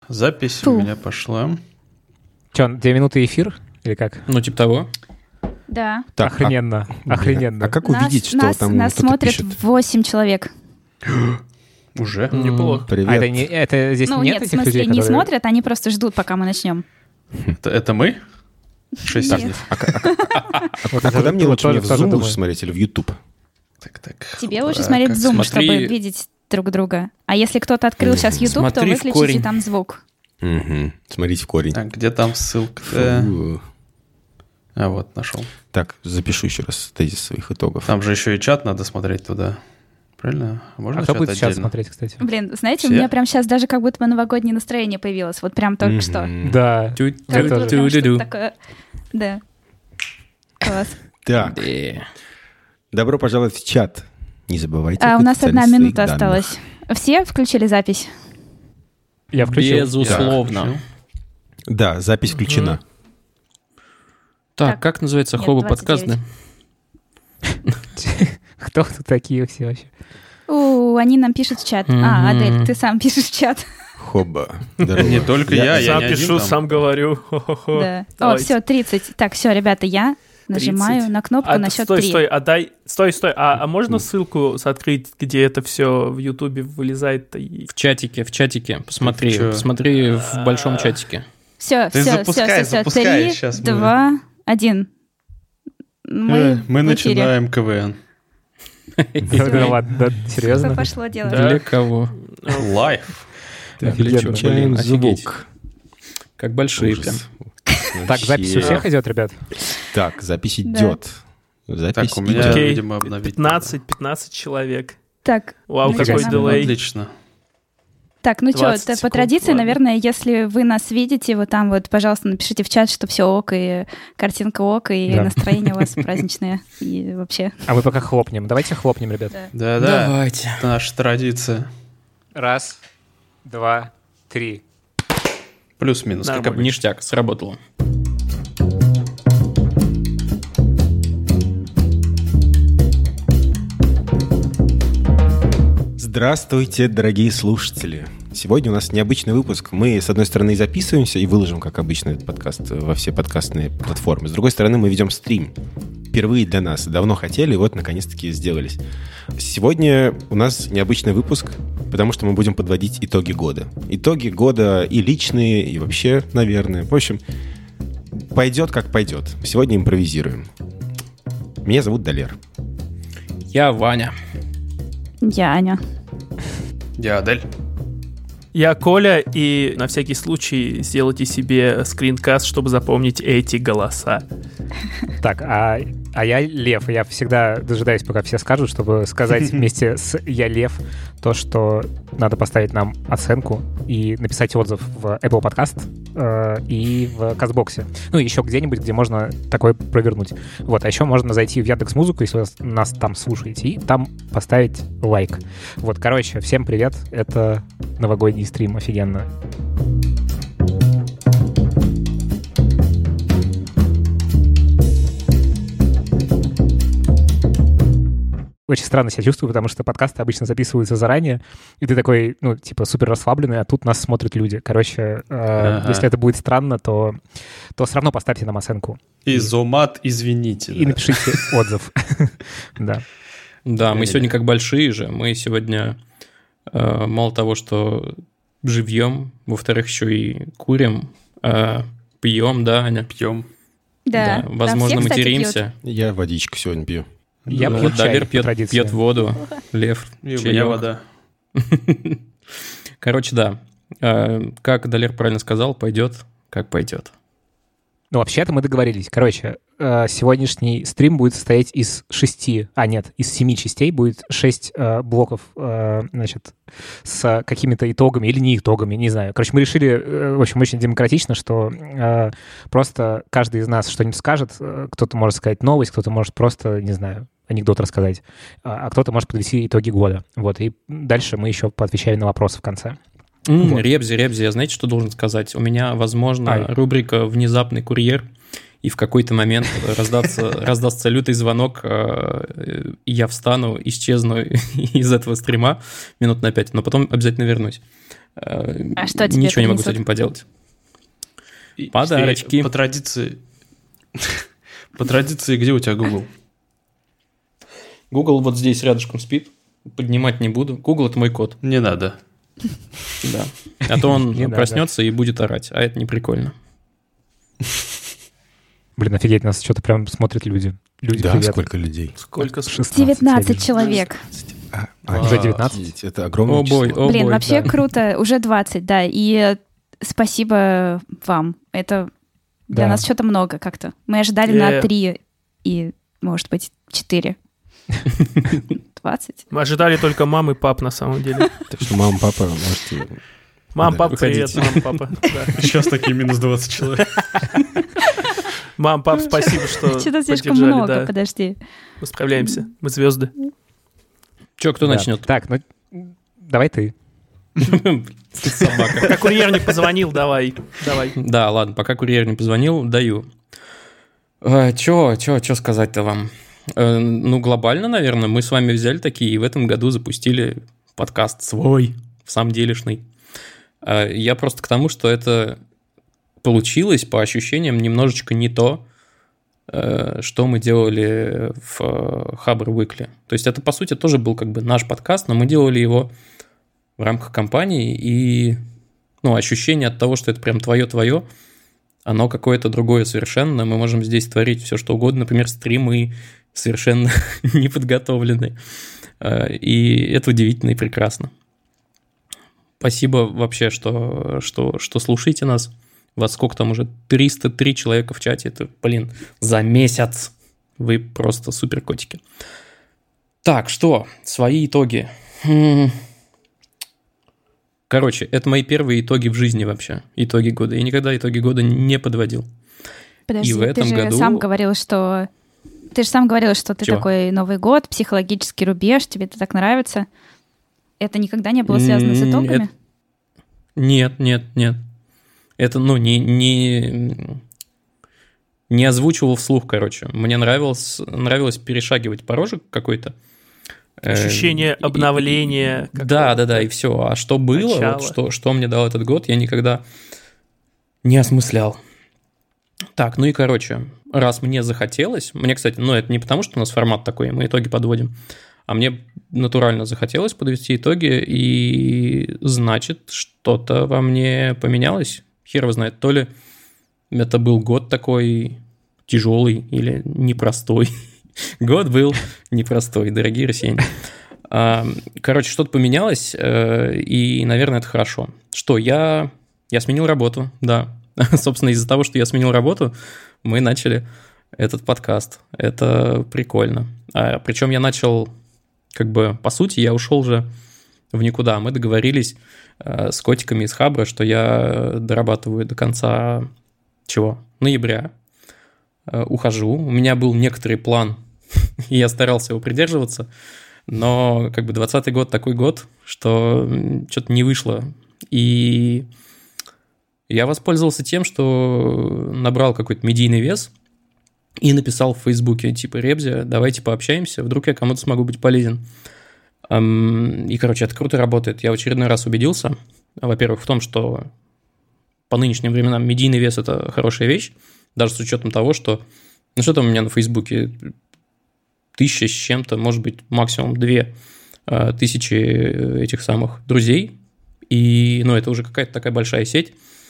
Запись Фу. у меня пошла. Че, 2 минуты эфир? Или как? Ну, типа того. Да. Так, охрененно. Охрененно. А как увидеть, что там нас кто-то смотрит пишет? 8 человек. Уже? Неплохо. Привет. А это здесь Ну, нет нет, в этих смысле, людей, не которые... смотрят, они просто ждут, пока мы начнем. Это мы? 6 Нет. из них. Вот А это куда мне лучше? Мне в тоже Zoom думаю. лучше смотреть или в YouTube? Так. Тебе лучше смотреть как Zoom, смотри- чтобы видеть друг друга. А если кто-то открыл сейчас YouTube, то Смотри в выключите корень. там звук. Мгм. Смотрите в корень. Так, где там ссылка-то? Фу. А, вот, нашел. Так, запишу еще раз тезис своих итогов. Там же еще и чат надо смотреть туда. Правильно? Можно А кто чат будет сейчас отдельно? смотреть, кстати? Блин, знаете, Все? у меня прям сейчас даже как будто бы новогоднее настроение появилось. Вот прям только что. Мгм. Да. Как будто бы прям Тю-тю-тю-тю-тю. что-то такое. Да. Класс. Так, добро пожаловать в чат. Не забывайте. А у нас подписались 1 своих минута данных. осталась. Все включили запись? Я включил. Безусловно. Да, запись включена. Так, Так, как называется нет, хоба 29. подкаст? Кто тут такие все вообще? Они нам пишут в чат. А, Адель, ты сам пишешь в чат. Хоба. Здорово. Не только я Сам не один пишу, там. сам говорю. Хо-хо-хо. Да. О, Давайте. все, 30. Так, все, ребята, я нажимаю 30. на кнопку на счет стой, 3. стой, стой. А можно ссылку открыть, где это все в Ютубе вылезает? В чатике. Посмотри, Ты чё? посмотри в большом чатике. Все, Ты все, запускай, все. запускай, 3, щас мы- 2, 1. Мы Мы в эфире. начинаем КВН. Да ладно, да, Что серьезно? пошло дело? Да. Для кого? Лайв. Так, для чего? Включаем Блин, офигеть. звук. Как большие Ужас. прям. Так, запись у Вообще. всех идет, ребят? Так, запись Да. идет. Запись Так, у меня, идет. Окей. видимо, обновить. 15 человек. Так, Вау, Ну, какой сейчас дилей. Отлично. так, ну что, 20 по секунд, традиции, ладно. наверное, если вы нас видите, вот там вот, пожалуйста, напишите в чат, что все ок, и картинка ок, и Да. настроение у вас праздничное, и вообще. А мы пока хлопнем. Давайте хлопнем, ребят. Да-да. Давайте. Это наша традиция. 1, 2, 3. Плюс-минус, как Нормально. обычно. Ништяк, сработало. Здравствуйте, дорогие слушатели. Сегодня у нас необычный выпуск. Мы, с одной стороны, записываемся и выложим, как обычно, этот подкаст во все подкастные платформы. С другой стороны, мы ведем стрим. Впервые для нас. Давно хотели, вот, наконец-таки, сделались. Сегодня у нас необычный выпуск, потому что мы будем подводить итоги года. Итоги года и личные, и вообще, наверное. В общем, пойдет, как пойдет. Сегодня импровизируем. Меня зовут Далер. Я Ваня. Я Аня. Я Адель. Я Коля, и на всякий случай сделайте себе скринкаст, чтобы запомнить эти голоса. Так, а я Лев. Я всегда дожидаюсь, пока все скажут, чтобы сказать вместе с «Я Лев» то, что надо поставить нам оценку и написать отзыв в Apple Podcast и в Кастбоксе. Ну, и еще где-нибудь, где можно такое провернуть. Вот, а еще можно зайти в Яндекс.Музыку, если вы нас там слушаете, и там поставить лайк. Вот, короче, всем привет. Это новогодний стрим, офигенно. Очень странно себя чувствую, потому что подкасты обычно записываются заранее, и ты такой, ну, типа, супер расслабленный, а тут нас смотрят люди. Короче, Ага. если это будет странно, то все равно поставьте нам оценку. Изомат, извините. И да. напишите отзыв. Да. Да, мы сегодня как большие же. Мы сегодня мало того, что живьем, во-вторых, еще и курим, пьем, да, Аня? Пьем. Да. Да, возможно, Все, кстати, материмся. Я водичку сегодня пью. Я Да, пью чай, Далер по традиции. пьет воду, Лев И у чаек. меня вода. Короче, да. Как Далер правильно сказал, пойдет, как пойдет. Ну, вообще-то мы договорились. Короче, сегодняшний стрим будет состоять из 7 частей. Будет 6 блоков, значит, с какими-то итогами или не итогами, не знаю. Короче, мы решили, в общем, очень демократично, что просто каждый из нас что-нибудь скажет. Кто-то может сказать новость, кто-то может просто, не знаю, анекдот рассказать, а кто-то может подвести итоги года. Вот, и дальше мы еще поотвечаем на вопросы в конце. Вот. Ребзи, я знаете, что должен сказать? У меня, возможно, Ай. рубрика «Внезапный курьер», и в какой-то момент раздастся лютый звонок, и я встану, исчезну из этого стрима минут на 5, но потом обязательно вернусь. А что тебе ничего не могу с принесут? этим поделать. И- Подарочки. По традиции... По традиции, где у тебя Google? Google вот здесь рядышком спит. Поднимать не буду. Google — это мой кот. Не надо. Да. А то он Не надо. проснется и будет орать. А это не прикольно. Блин, офигеть, нас что-то прям смотрят люди. Люди, Да, привет. сколько людей. Сколько... 16, 19 я вижу. человек. Уже 19? офигеть, это огромное О, бой, число. о, Блин, бой, вообще да. круто. Уже 20, да. И спасибо вам. Это для Да. нас что-то много как-то. Мы ожидали на 3 и, может быть, 4. 20. Мы ожидали только мам и пап, на самом деле. Так что, мама, папа, можете... Мам, Да, пап, привет. выходите. Мам, папа. Да. Сейчас такие минус 20 человек. Мам, пап, спасибо, что Что-то слишком поддержали, много, да. подожди. Мы справляемся. Мы звезды. Че, кто Да. начнет? Так, ну давай ты. Собака. Пока курьерник позвонил, давай. Да, ладно, пока курьер не позвонил, даю. Че сказать-то вам? Ну, глобально, наверное, мы с вами взяли такие и в этом году запустили подкаст свой, в самом делешный. Я просто к тому, что это получилось, по ощущениям, немножечко не то, что мы делали в Хабр Weekly. То есть это, по сути, тоже был как бы наш подкаст, но мы делали его в рамках компании, и ощущение от того, что это прям твое-твое, оно какое-то другое совершенно. Мы можем здесь творить все, что угодно, например, стримы совершенно неподготовленные. И это удивительно и прекрасно. Спасибо вообще, что слушаете нас. У вас сколько там уже? 303 человека в чате. Это, за месяц. Вы просто супер котики. Так, что? Свои итоги. Короче, это мои первые итоги в жизни вообще. Итоги года. Я никогда итоги года не подводил. Подожди, в этом ты же году- сам говорил, что... Ты же сам говорил, что ты Чего? такой Новый год, психологический рубеж, тебе это так нравится. Это никогда не было связано с итогами? Нет. Это, не озвучивал вслух, короче. Мне нравилось перешагивать порожек какой-то. Ощущение обновления. Да, и все. А что было, Начало. что мне дал этот год, я никогда не осмыслял. Так, ну и короче, раз мне захотелось, мне, кстати, это не потому, что у нас формат такой, мы итоги подводим, а мне натурально захотелось подвести итоги, и значит, что-то во мне поменялось. Хер его знает, то ли это был год такой тяжелый или непростой. Год был непростой, дорогие россияне. Короче, что-то поменялось, и, наверное, это хорошо. Что, я сменил работу, да. Собственно, из-за того, что я сменил работу, мы начали этот подкаст. Это прикольно. Причем я начал, по сути, я ушел же в никуда. Мы договорились с котиками из Хабра, что я дорабатываю до конца ноября. Ухожу. У меня был некоторый план, и я старался его придерживаться, но 20-й год такой год, что что-то не вышло. И я воспользовался тем, что набрал какой-то медийный вес и написал в Фейсбуке, Ребзя, давайте пообщаемся, вдруг я кому-то смогу быть полезен. И, это круто работает. Я в очередной раз убедился, во-первых, в том, что по нынешним временам медийный вес – это хорошая вещь, даже с учетом того, что, что там у меня на Фейсбуке, 1000 с чем-то, может быть, максимум 2000 этих самых друзей, и, это уже какая-то такая большая сеть,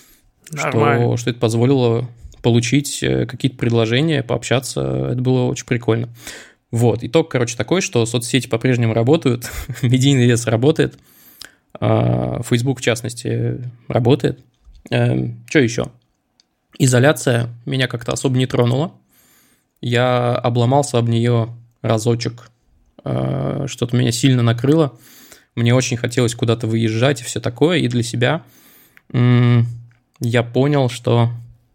что это позволило получить какие-то предложения, пообщаться, это было очень прикольно. Итог, такой, что соцсети по-прежнему работают, медийный вес работает, Facebook, в частности, работает. Что еще? Изоляция меня как-то особо не тронула. Я обломался об нее разочек. Что-то меня сильно накрыло. Мне очень хотелось куда-то выезжать и все такое. И для себя я понял, что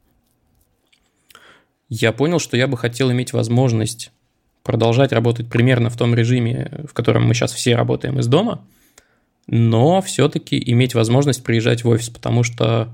я бы хотел иметь возможность продолжать работать примерно в том режиме, в котором мы сейчас все работаем из дома, но все-таки иметь возможность приезжать в офис, потому что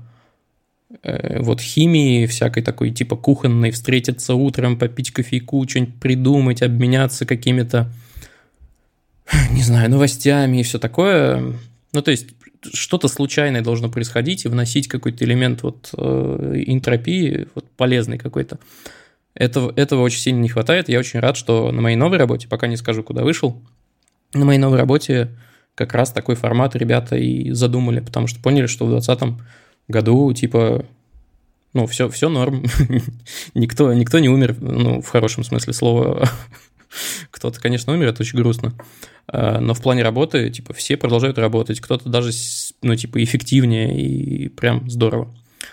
химии всякой такой типа кухонной, встретиться утром, попить кофейку, что-нибудь придумать, обменяться какими-то, не знаю, новостями и все такое. То есть что-то случайное должно происходить и вносить какой-то элемент вот энтропии, вот полезный какой-то. Этого очень сильно не хватает. Я очень рад, что на моей новой работе, пока не скажу, куда вышел, на моей новой работе как раз такой формат ребята и задумали, потому что поняли, что в 2020 году, типа, ну, все норм. никто не умер, ну, в хорошем смысле слова. Кто-то, конечно, умер, это очень грустно. Но в плане работы, типа, все продолжают работать. Кто-то даже, ну, типа, эффективнее и прям здорово.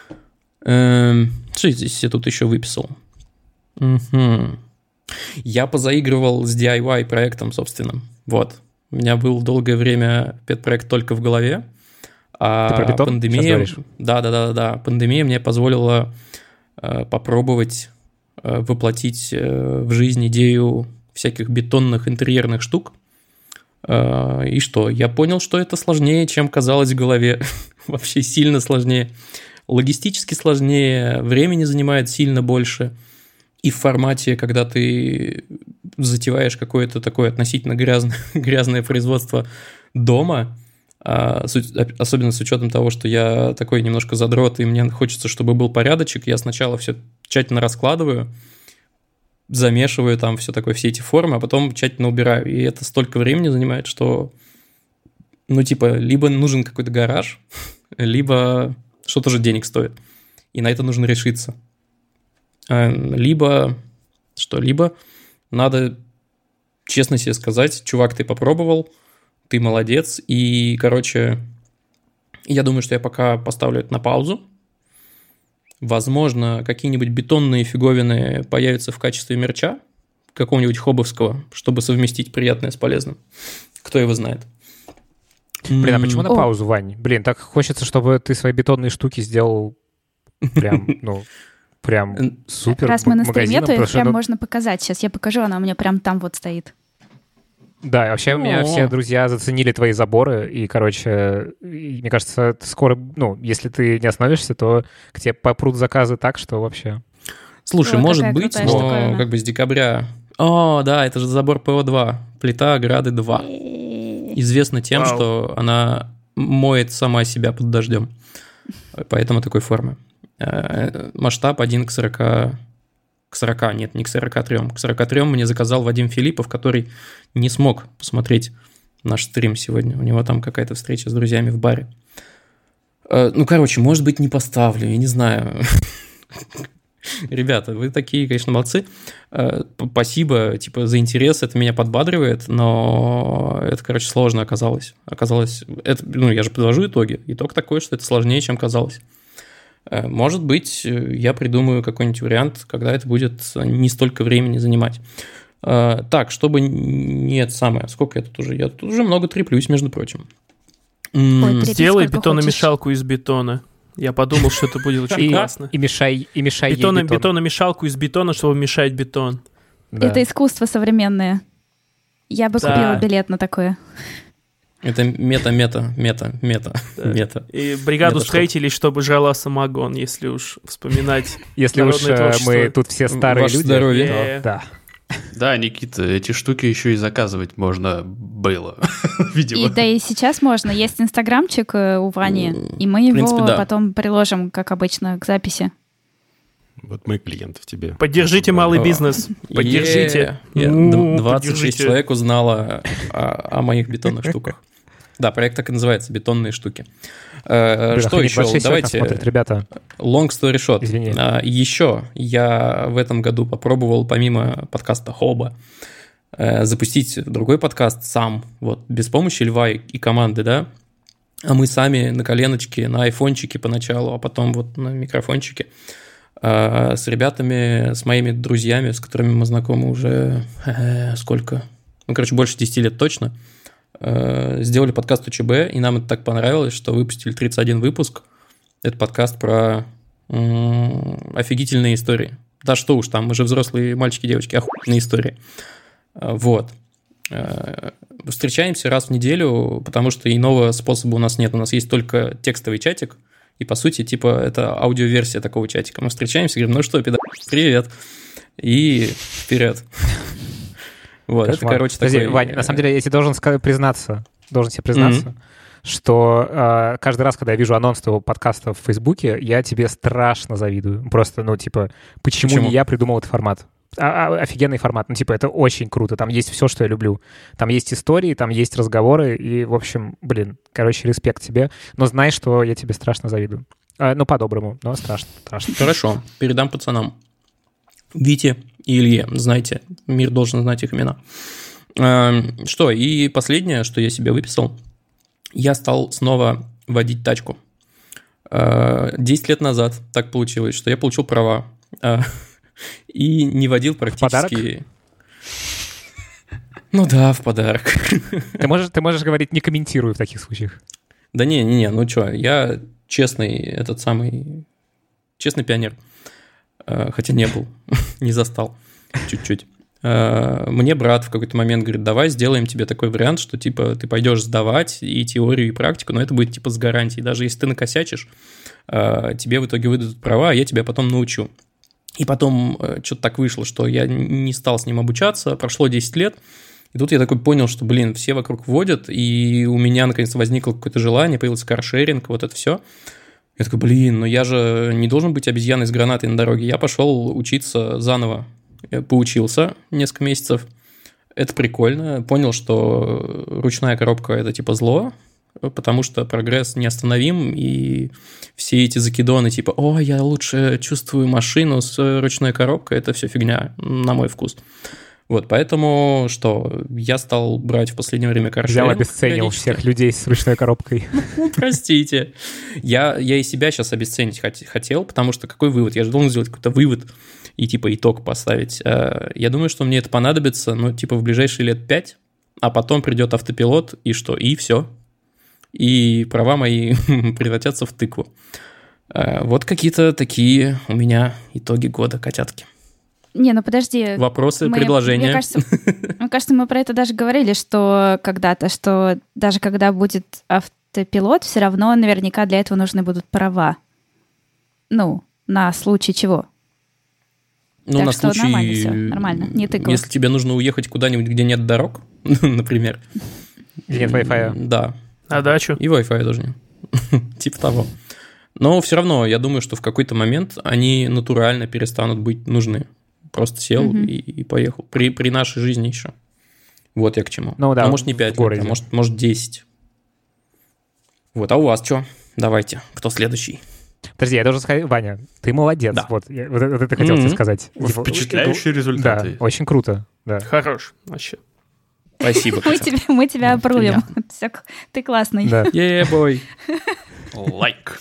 Что здесь я тут еще выписал? Я позаигрывал с DIY-проектом собственным. Вот. У меня был долгое время пет-проект только в голове. А ты про бетон пандемия... Да. Пандемия мне позволила попробовать воплотить в жизнь идею всяких бетонных интерьерных штук. И что? Я понял, что это сложнее, чем казалось в голове. Вообще сильно сложнее. Логистически сложнее, времени занимает сильно больше. И в формате, когда ты затеваешь какое-то такое относительно грязное производство дома, особенно с учетом того, что я такой немножко задрот, и мне хочется, чтобы был порядочек, я сначала все тщательно раскладываю, замешиваю там все такое, все эти формы, а потом тщательно убираю. И это столько времени занимает, что, ну, типа, либо нужен какой-то гараж, либо что тоже денег стоит. И на это нужно решиться. Либо надо честно себе сказать, чувак, ты попробовал, ты молодец, и, короче, я думаю, что я пока поставлю это на паузу. Возможно, какие-нибудь бетонные фиговины появятся в качестве мерча какого-нибудь хоббовского, чтобы совместить приятное с полезным. Кто его знает. Блин, а почему на паузу, Вань? Блин, так хочется, чтобы ты свои бетонные штуки сделал прям, ну... Прям супер. Раз мы на стриме, то их прям можно показать. Сейчас я покажу, она у меня прям там вот стоит. Да, вообще у меня все друзья заценили твои заборы, и, короче, мне кажется, скоро, ну, если ты не остановишься, то к тебе попрут заказы так, что вообще... Слушай, может быть, но как бы с декабря... О, да, это же забор ПО-2, плита Грады 2. Известна тем, что она моет сама себя под дождем. Поэтому такой формы. Масштаб 1 к 40... К 40, нет, не к 43. К 43 мне заказал Вадим Филиппов, который не смог посмотреть наш стрим сегодня. У него там какая-то встреча с друзьями в баре. Ну, короче, может быть, не поставлю, я не знаю. Ребята, вы такие, конечно, молодцы. Спасибо, типа, за интерес, это меня подбадривает, но это, короче, сложно оказалось. Это, ну, я же подвожу итоги. Итог такой, что это сложнее, чем казалось. Может быть, я придумаю какой-нибудь вариант, когда это будет не столько времени занимать. Так, чтобы не самое... Сколько я тут уже? Я тут уже много треплюсь, между прочим. Сделай бетономешалку из бетона. Я подумал, что это будет очень классно. И мешай ей бетон. Бетономешалку из бетона, чтобы мешать бетон. Это искусство современное. Я бы купила билет на такое. Это мета. И бригаду строителей, чтобы жрала самогон, если уж вспоминать. Если уж мы тут все старые люди. Здоровье. Да. Да, Никита, эти штуки еще и заказывать можно было, видимо. Да и сейчас можно. Есть инстаграмчик у Вани, и мы его потом приложим, как обычно, к записи. Вот мы клиентов тебе. Поддержите малый бизнес. Поддержите. 26 человек узнало о моих бетонных штуках. Да, проект так и называется «Бетонные штуки». Что еще? Давайте. Ребята. Long story short. Извини. Еще я в этом году попробовал, помимо подкаста Хоба, запустить другой подкаст сам, вот, без помощи Льва и команды, да. А мы сами на коленочке, на айфончике поначалу, а потом вот на микрофончике с ребятами, с моими друзьями, с которыми мы знакомы уже сколько? Ну, короче, больше 10 лет точно. Сделали подкаст УЧБ, и нам это так понравилось, что выпустили 31 выпуск. Это подкаст про офигительные истории. Да что уж там, мы же взрослые мальчики и девочки, охуенные истории. Вот. Встречаемся раз в неделю, потому что иного способа у нас нет. У нас есть только текстовый чатик, и, по сути, типа, это аудиоверсия такого чатика. Мы встречаемся, говорим, ну что, привет, и вперед. Вот, Кошмар. это, короче, Подожди, такой... Вань, на самом деле, я тебе должен себе признаться, что каждый раз, когда я вижу анонс твоего подкаста в Фейсбуке, я тебе страшно завидую. Просто, почему не я придумал этот формат? Офигенный формат. Это очень круто. Там есть все, что я люблю. Там есть истории, там есть разговоры. И, в общем, респект тебе. Но знай, что я тебе страшно завидую. По-доброму, но страшно. Хорошо, передам пацанам. Вите и Илье, знаете, мир должен знать их имена. Что, и последнее, что я себе выписал. Я стал снова водить тачку. 10 лет назад так получилось, что я получил права. И не водил практически... В подарок? Да, в подарок. Ты можешь говорить, не комментирую в таких случаях. Да не, я честный пионер. Хотя не был, не застал чуть-чуть. Мне брат в какой-то момент говорит, давай сделаем тебе такой вариант, что ты пойдешь сдавать и теорию, и практику, но это будет с гарантией. Даже если ты накосячишь, тебе в итоге выдадут права, а я тебя потом научу. И потом что-то так вышло, что я не стал с ним обучаться, прошло 10 лет, и тут я такой понял, что, все вокруг водят, и у меня наконец-то возникло какое-то желание, появился каршеринг, вот это все. Я такой, но я же не должен быть обезьяной с гранатой на дороге. Я пошел учиться заново. Я поучился несколько месяцев. Это прикольно. Понял, что ручная коробка – это зло, потому что прогресс неостановим, и все эти закидоны я лучше чувствую машину с ручной коробкой – это все фигня, на мой вкус. Поэтому я стал брать в последнее время каршеринг. Взял, обесценил всех людей с ручной коробкой. Простите. Я и себя сейчас обесценить хотел, потому что какой вывод? Я же должен сделать какой-то вывод и итог поставить. Я думаю, что мне это понадобится, в ближайшие лет 5, а потом придет автопилот, и что? И все. И права мои превратятся в тыкву. Вот какие-то такие у меня итоги года, котятки. Подожди. Вопросы, предложения. Мне кажется, мы про это даже говорили, что когда-то, что даже когда будет автопилот, все равно наверняка для этого нужны будут права. На случай чего. Так на что случай... нормально все, нормально, не тыкало. Если тебе нужно уехать куда-нибудь, где нет дорог, например. Нет Wi-Fi. Да. На дачу. И Wi-Fi тоже. Типа того. Но все равно, я думаю, что в какой-то момент они натурально перестанут быть нужны. Просто сел и поехал. При нашей жизни еще. Вот я к чему. Да, может, не 5 лет, а может 10. А у вас что? Давайте. Кто следующий? Подожди, я должен сказать, Ваня, ты молодец. Да. Вот это хотел тебе сказать. Впечатляющие результаты. Да, очень круто. Да. Хорош, вообще. Спасибо. Мы тебя опрувим. Ты классный. Бой. Лайк.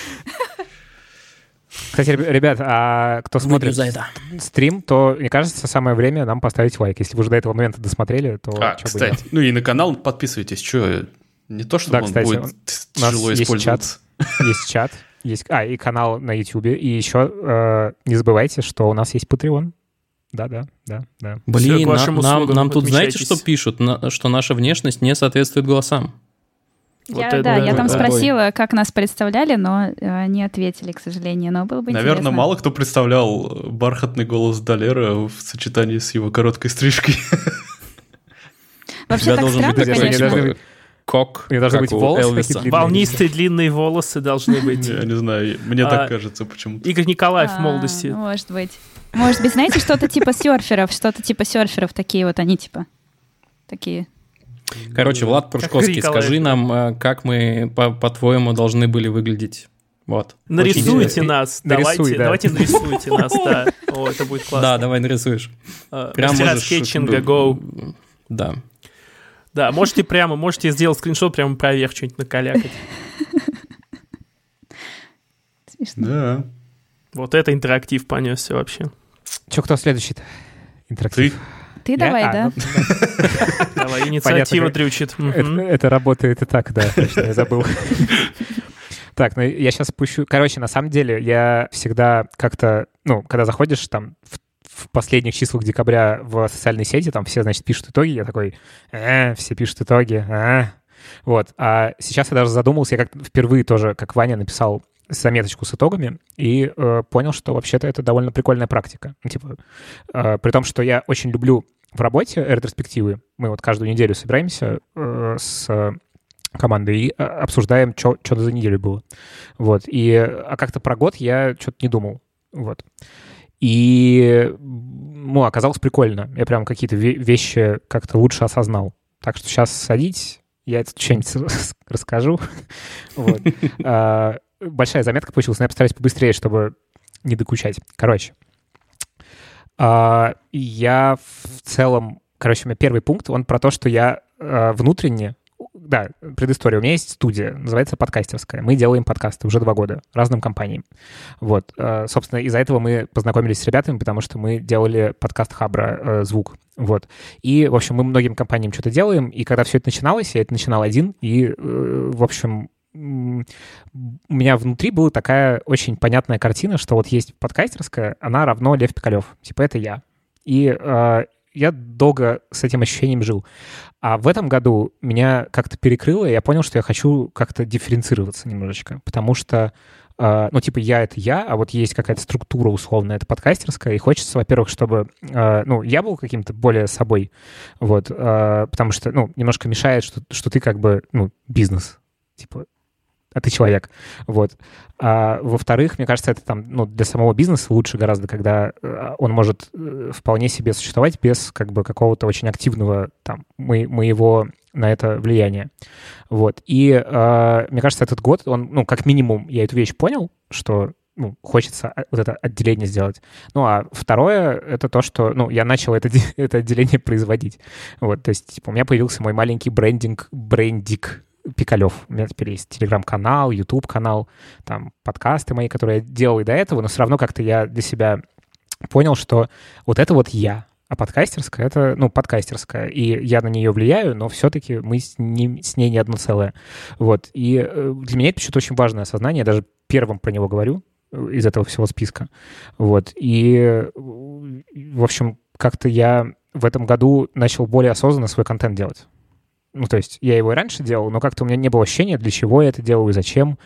Кстати, ребят, а кто смотрит стрим, то, мне кажется, самое время нам поставить лайк. Если вы уже до этого момента досмотрели, то... Кстати, и на канал подписывайтесь. Не то, что он будет тяжело использоваться. Есть чат, есть... и канал на YouTube. И еще не забывайте, что у нас есть Patreon. Да. Блин, нам тут знаете, что пишут? Что наша внешность не соответствует голосам. Я там спросила, как нас представляли, но не ответили, к сожалению, но было бы интересно. Наверное, мало кто представлял бархатный голос Далера в сочетании с его короткой стрижкой. Вообще так странно, конечно. Мне должны быть волосы. Волнистые длинные волосы должны быть. Я не знаю, мне так кажется почему-то. Игорь Николаев в молодости. Может быть. Может быть, знаете, что-то типа серферов, такие вот они такие... Короче, Влад Прушковский, скажи нам, как мы, по-твоему, должны были выглядеть. Вот. Нарисуйте нас. Давайте нарисуйте нас, да. Это будет классно. Да, давай нарисуешь. Мастера скетчинга, go. Да. Да, можете сделать скриншот, прямо проверх что-нибудь накалякать. Смешно. Да. Вот это интерактив понесся вообще. Кто следующий-то? Интерактив. Ты давай, да? Давай, инициатива дрючит. Это работает и так, да, точно, я забыл. Так, я сейчас пущу... Короче, на самом деле, я всегда как-то... когда заходишь там в последних числах декабря в социальные сети, там все, значит, пишут итоги, я такой, все пишут итоги, Вот. А сейчас я даже задумался, я как впервые тоже, как Ваня, написал заметочку с итогами и понял, что вообще-то это довольно прикольная практика. При том, что я очень люблю в работе ретроспективы. Мы вот каждую неделю собираемся с командой и обсуждаем, что за неделю было. Вот. А как-то про год я что-то не думал. Вот. И оказалось прикольно. Я прям какие-то вещи как-то лучше осознал. Так что сейчас садитесь, я тут что-нибудь расскажу. Вот. Большая заметка получилась, но я постараюсь побыстрее, чтобы не докучать. Короче, я в целом... Короче, у меня первый пункт, он про то, что я внутренне... Да, предыстория. У меня есть студия, называется «Подкастерская». Мы делаем подкасты уже 2 года разным компаниям. Вот. Собственно, из-за этого мы познакомились с ребятами, потому что мы делали подкаст Хабра «Звук». Вот. И, в общем, мы многим компаниям что-то делаем, и когда все это начиналось, я это начинал один, и, в общем, у меня внутри была такая очень понятная картина, что вот есть подкастерская, она равно Лев Пикалев. Типа это я. И я долго с этим ощущением жил. А в этом году меня как-то перекрыло, и я понял, что я хочу как-то дифференцироваться немножечко, потому что, я — это я, а вот есть какая-то структура условная, это подкастерская, и хочется, во-первых, чтобы, я был каким-то более собой, вот, потому что, немножко мешает, что ты как бы, бизнес, типа, а ты человек, вот. А во-вторых, мне кажется, это там, для самого бизнеса лучше гораздо, когда он может вполне себе существовать без как бы какого-то очень активного там моего на это влияния. Вот. И мне кажется, этот год, он, как минимум, я эту вещь понял, что хочется вот это отделение сделать. А второе — это то, что, я начал это отделение производить. Вот, то есть, типа, у меня появился мой маленький брендик Пикалев. У меня теперь есть телеграм-канал, YouTube-канал, там подкасты мои, которые я делал и до этого, но все равно как-то я для себя понял, что вот это вот я, а подкастерская — это, подкастерская, и я на нее влияю, но все-таки мы с ней не одно целое. Вот. И для меня это почему-то очень важное осознание, я даже первым про него говорю из этого всего списка. Вот. И, в общем, как-то я в этом году начал более осознанно свой контент делать. То есть я его и раньше делал, но как-то у меня не было ощущения, для чего я это делаю и зачем,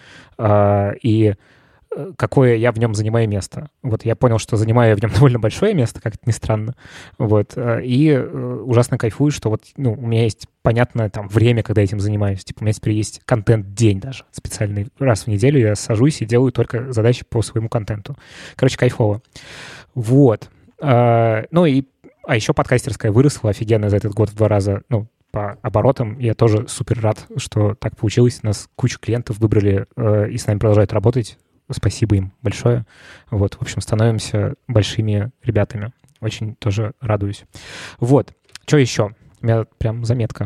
и какое я в нем занимаю место. Вот я понял, что занимаю я в нем довольно большое место, как это ни странно. Вот. И ужасно кайфую, что вот у меня есть понятное там время, когда я этим занимаюсь. Типа у меня теперь есть контент-день даже специальный. Раз в неделю я сажусь и делаю только задачи по своему контенту. Короче, кайфово. Вот. А еще подкастерская выросла офигенно за этот год в 2 раза, по оборотам. Я тоже супер рад, что так получилось. Нас кучу клиентов выбрали и с нами продолжают работать. Спасибо им большое. Вот, в общем, становимся большими ребятами. Очень тоже радуюсь. Вот. Что еще? У меня прям заметка.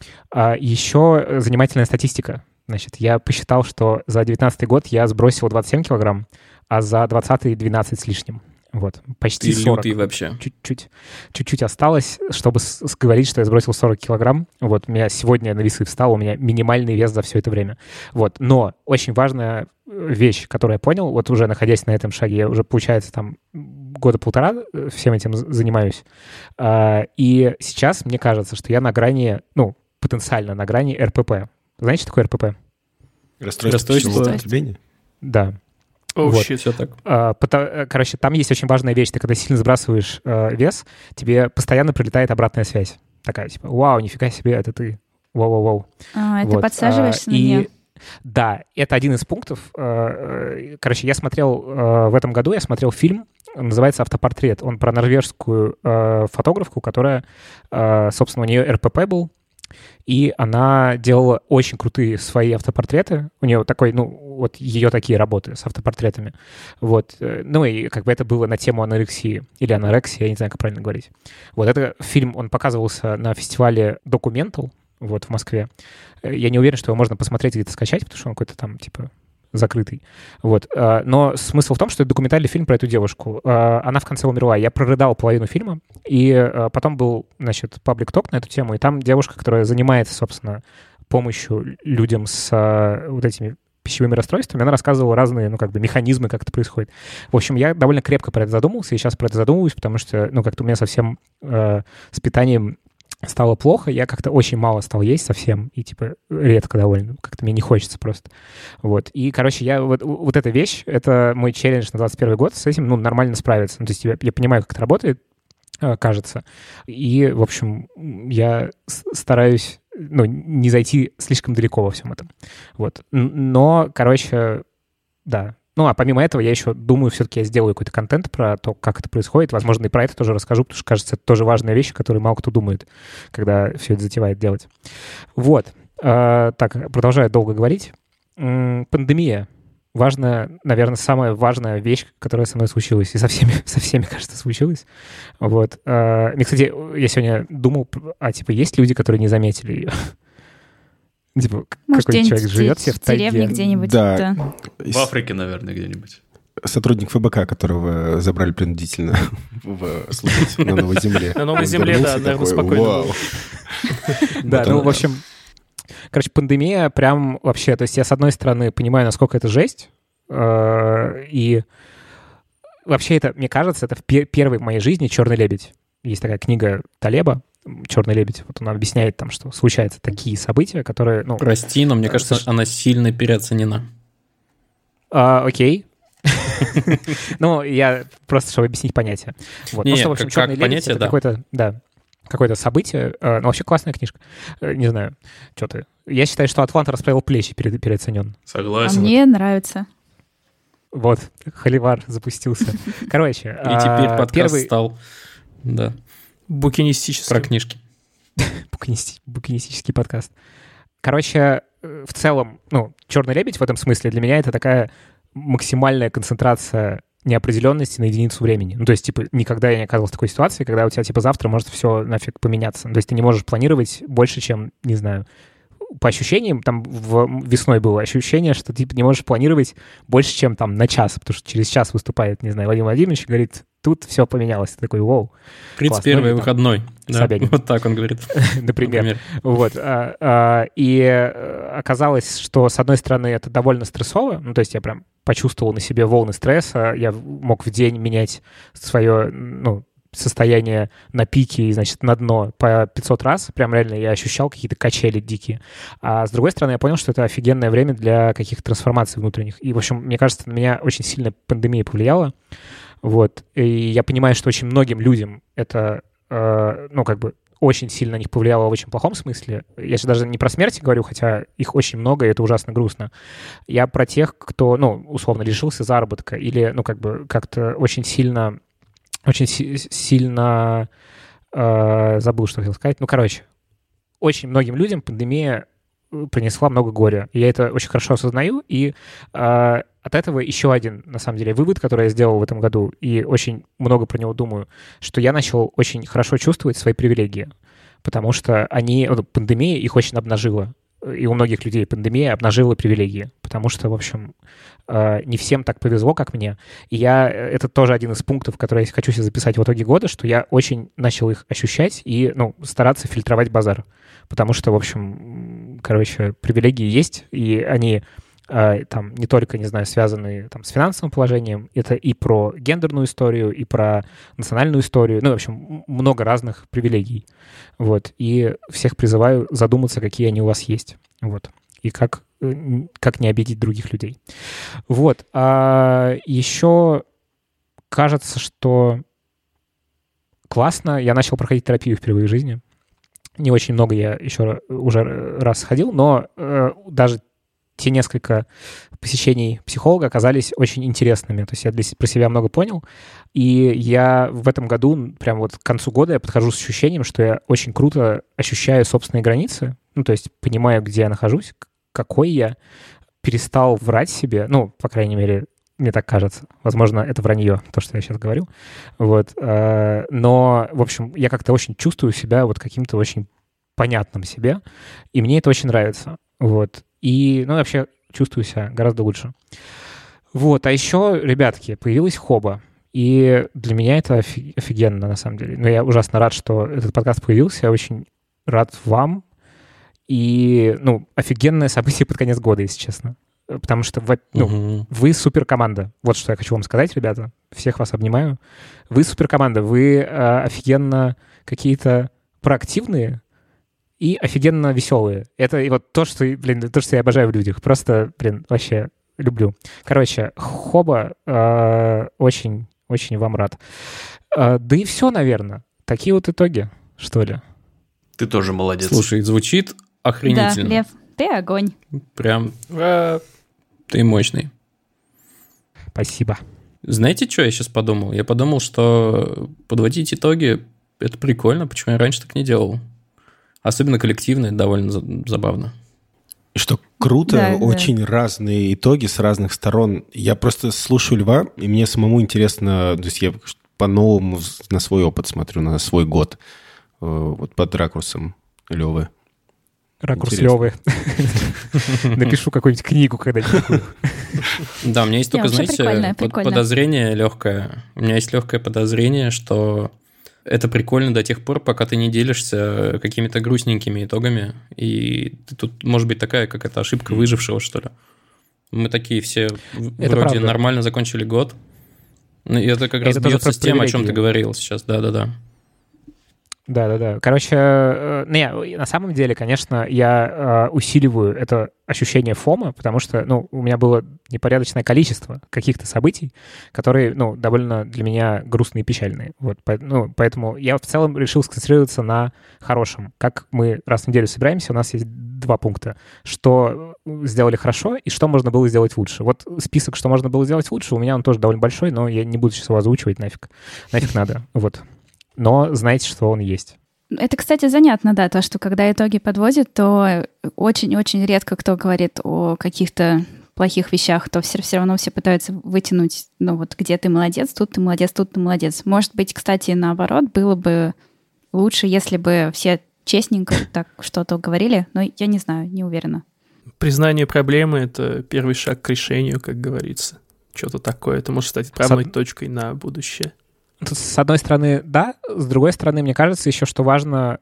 Еще занимательная статистика. Значит, я посчитал, что за 2019 год я сбросил 27 килограмм, а за 2020 12 с лишним. Вот, почти 40. Ты лютый вообще. Чуть-чуть осталось, чтобы говорить, что я сбросил 40 килограмм. Вот, у меня сегодня на весы встал, у меня минимальный вес за все это время. Вот, но очень важная вещь, которую я понял, вот уже находясь на этом шаге, я уже, получается, там 1.5 года всем этим занимаюсь. И сейчас мне кажется, что я на грани, потенциально на грани РПП. Знаете, что такое РПП? Расстройство пищевого потребления? Да. Вот. Все так. Короче, там есть очень важная вещь. Ты когда сильно сбрасываешь вес, тебе постоянно прилетает обратная связь. Такая, типа, вау, нифига себе, это ты. Воу-воу-воу. Ты подсаживаешься на нее? Да, это один из пунктов. Короче, я смотрел в этом году, фильм, называется «Автопортрет». Он про норвежскую фотографку, которая, собственно, у нее РПП был, и она делала очень крутые свои автопортреты. У нее такой, вот ее такие работы с автопортретами. Вот. И как бы это было на тему анорексии или анорексии, я не знаю, как правильно говорить. Вот это фильм, он показывался на фестивале Documental, вот, в Москве. Я не уверен, что его можно посмотреть где-то скачать, потому что он какой-то там, типа, закрытый. Вот. Но смысл в том, что это документальный фильм про эту девушку. Она в конце умерла. Я прорыдал половину фильма, и потом был, значит, паблик-ток на эту тему, и там девушка, которая занимается, собственно, помощью людям с вот этими пищевыми расстройствами, она рассказывала разные, механизмы, как это происходит. В общем, я довольно крепко про это задумался, и сейчас про это задумываюсь, потому что, как-то у меня совсем с питанием стало плохо, я как-то очень мало стал есть совсем, и, типа, редко довольно, как-то мне не хочется просто. Вот, и, короче, я вот эта вещь, это мой челлендж на 2021 год, с этим, нормально справиться. То есть я понимаю, как это работает, кажется, и, в общем, я стараюсь не зайти слишком далеко во всем этом. Вот. Но, короче, да. Ну, а помимо этого, я еще думаю, все-таки я сделаю какой-то контент про то, как это происходит. Возможно, и про это тоже расскажу, потому что, кажется, это тоже важная вещь, о которой мало кто думает, когда все это затевает делать. Вот. Так, продолжаю долго говорить. Пандемия. Важная, наверное, самая важная вещь, которая со мной случилась. И со всеми, кажется, случилась. Вот. И, кстати, я сегодня думал, есть люди, которые не заметили ее? Типа, какой-то человек живет себе в тайге. В деревне где-нибудь. Да. В Африке, наверное, где-нибудь. Сотрудник ФБК, которого забрали принудительно служить на Новой Земле. На Новой Земле, да, наверное, спокойно. Да, ну, в общем, короче, пандемия прям вообще... То есть я, с одной стороны, понимаю, насколько это жесть, и вообще это, мне кажется, это в первой в моей жизни «Черный лебедь». Есть такая книга Талеба, «Черный лебедь». Вот он объясняет там, что случаются такие события, которые... Ну, прости, но мне кажется, она сильно переоценена. Окей. Ну, я просто, чтобы объяснить понятие. Ну, что, в общем, «Черный лебедь» — это какое-то событие. Ну, вообще классная книжка. Не знаю, что ты. Я считаю, что «Атлант расправил плечи» переоценен. Согласен. А мне нравится. Вот, холивар запустился. Короче, и теперь подкаст стал... Да. Букинистический. Про книжки. Букинистический подкаст. Короче, в целом, «Черный лебедь» в этом смысле для меня это такая максимальная концентрация неопределенности на единицу времени. Ну, то есть, типа, никогда я не оказывался в такой ситуации, когда у тебя, типа, завтра может все нафиг поменяться. То есть ты не можешь планировать больше, чем, не знаю, по ощущениям, там весной было ощущение, что ты не можешь планировать больше, чем там на час, потому что через час выступает, не знаю, Владимир Владимирович и говорит, тут все поменялось. Ты такой, вау. 31-й выходной. Да, вот так он говорит. Например. Вот. И оказалось, что, с одной стороны, это довольно стрессово, ну, то есть я прям почувствовал на себе волны стресса, я мог в день менять свое, состояние на пике и, значит, на дно по 500 раз. Прям реально я ощущал какие-то качели дикие. А с другой стороны, я понял, что это офигенное время для каких-то трансформаций внутренних. И, в общем, мне кажется, на меня очень сильно пандемия повлияла. Вот. И я понимаю, что очень многим людям это, очень сильно на них повлияло в очень плохом смысле. Я же даже не про смерти говорю, хотя их очень много, и это ужасно грустно. Я про тех, кто, условно, лишился заработка или, как-то очень сильно забыл, что хотел сказать. Очень многим людям пандемия принесла много горя. И я это очень хорошо осознаю. И от этого еще один, на самом деле, вывод, который я сделал в этом году, и очень много про него думаю, что я начал очень хорошо чувствовать свои привилегии, потому что пандемия их очень обнажила. И у многих людей пандемия обнажила привилегии, потому что, в общем, не всем так повезло, как мне. И это тоже один из пунктов, который я хочу себе записать в итоге года, что я очень начал их ощущать и, стараться фильтровать базар. Потому что, в общем, привилегии есть, и они там не только, не знаю, связаны там с финансовым положением, это и про гендерную историю, и про национальную историю, в общем, много разных привилегий. Вот. И всех призываю задуматься, какие они у вас есть. Вот. И как не обидеть других людей. Вот. А еще кажется, что классно. Я начал проходить терапию впервые в жизни. Не очень много я еще уже раз сходил, но даже те несколько посещений психолога оказались очень интересными. То есть я про себя много понял. И я в этом году, прям вот к концу года, я подхожу с ощущением, что я очень круто ощущаю собственные границы. То есть понимаю, где я нахожусь, какой я. Перестал врать себе. По крайней мере, мне так кажется. Возможно, это вранье, то, что я сейчас говорю. Вот. Но, в общем, я как-то очень чувствую себя вот каким-то очень понятным себе. И мне это очень нравится. Вот. И, вообще чувствую себя гораздо лучше. Вот, а еще, ребятки, появилась Хоба. И для меня это офигенно, на самом деле. Я ужасно рад, что этот подкаст появился. Я очень рад вам. И, офигенное событие под конец года, если честно. Потому что вы суперкоманда. Вот что я хочу вам сказать, ребята. Всех вас обнимаю. Вы суперкоманда. Вы офигенно какие-то проактивные и офигенно веселые. Это и вот то, что я обожаю в людях. Просто, вообще люблю. Короче, Хоба, очень, очень вам рад. Да и все, наверное. Такие вот итоги, что ли. Ты тоже молодец. Слушай, звучит охренительно. Да, Лев, ты огонь. Прям ты мощный. Спасибо. Знаете, что я сейчас подумал? Я подумал, что подводить итоги – это прикольно, почему я раньше так не делал. Особенно коллективно, это довольно забавно. И что круто, Да, очень разные итоги с разных сторон. Я просто слушаю Льва, и мне самому интересно, то есть я по-новому на свой опыт смотрю, на свой год, вот под ракурсом Левы. Ракурс Интересно. Левы. Напишу какую-нибудь книгу когда-нибудь. Да, у меня есть только, вообще знаете, прикольно. подозрение легкое. У меня есть легкое подозрение, что это прикольно до тех пор, пока ты не делишься какими-то грустненькими итогами. И тут может быть такая какая-то ошибка выжившего, что ли. Мы такие все вроде правда. нормально закончили год. И это как раз Это тоже бьется про с тем, о чем ты привилегии. говорил сейчас. Да-да-да. Да. Короче, на самом деле, конечно, я усиливаю это ощущение фома, потому что, у меня было непорядочное количество каких-то событий, которые, довольно для меня грустные и печальные. Вот, поэтому я в целом решил сконцентрироваться на хорошем. Как мы раз в неделю собираемся, у нас есть 2 пункта. Что сделали хорошо и что можно было сделать лучше. Вот список, что можно было сделать лучше, у меня он тоже довольно большой, но я не буду сейчас его озвучивать, нафиг надо. Вот. Но знаете, что он есть. Это, кстати, занятно, да, то, что когда итоги подводят, то очень-очень редко кто говорит о каких-то плохих вещах, то все равно все пытаются вытянуть, где ты молодец, тут ты молодец, тут ты молодец. Может быть, кстати, наоборот, было бы лучше, если бы все честненько так что-то говорили, но я не знаю, не уверена. Признание проблемы — это первый шаг к решению, как говорится. Что-то такое. Это может стать отправной точкой на будущее. Тут, с одной стороны, да, с другой стороны, мне кажется еще, что важно,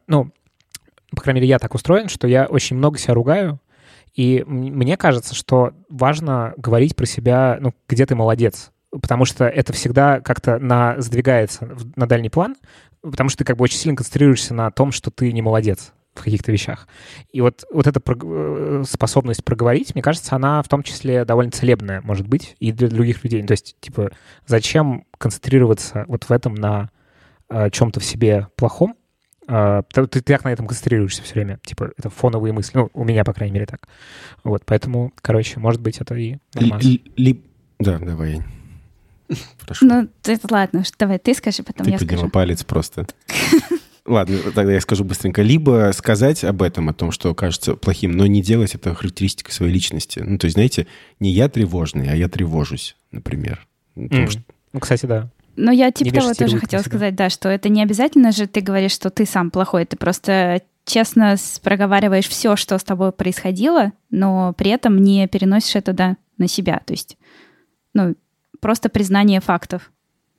по крайней мере, я так устроен, что я очень много себя ругаю, и мне кажется, что важно говорить про себя, где ты молодец, потому что это всегда как-то сдвигается на дальний план, потому что ты как бы очень сильно концентрируешься на том, что ты не молодец в каких-то вещах. И вот эта способность проговорить, мне кажется, она в том числе довольно целебная, может быть, и для других людей. То есть, зачем концентрироваться вот в этом на чем-то в себе плохом? Ты так на этом концентрируешься все время. Это фоновые мысли. У меня, по крайней мере, так. Вот, поэтому, может быть, это и нормально. Да, давай. Прошу. Ладно, давай ты скажи, потом Ты я подняла скажу. палец просто. Ладно, тогда я скажу быстренько. Либо сказать об этом, о том, что кажется плохим, но не делать это характеристикой своей личности. То есть, знаете, не я тревожный, а я тревожусь, например. Кстати, да. Но я того режиссируй тоже на хотела себя. сказать, да, что это не обязательно же ты говоришь, что ты сам плохой. Ты просто честно проговариваешь все, что с тобой происходило, но при этом не переносишь это на себя. То есть, просто признание фактов.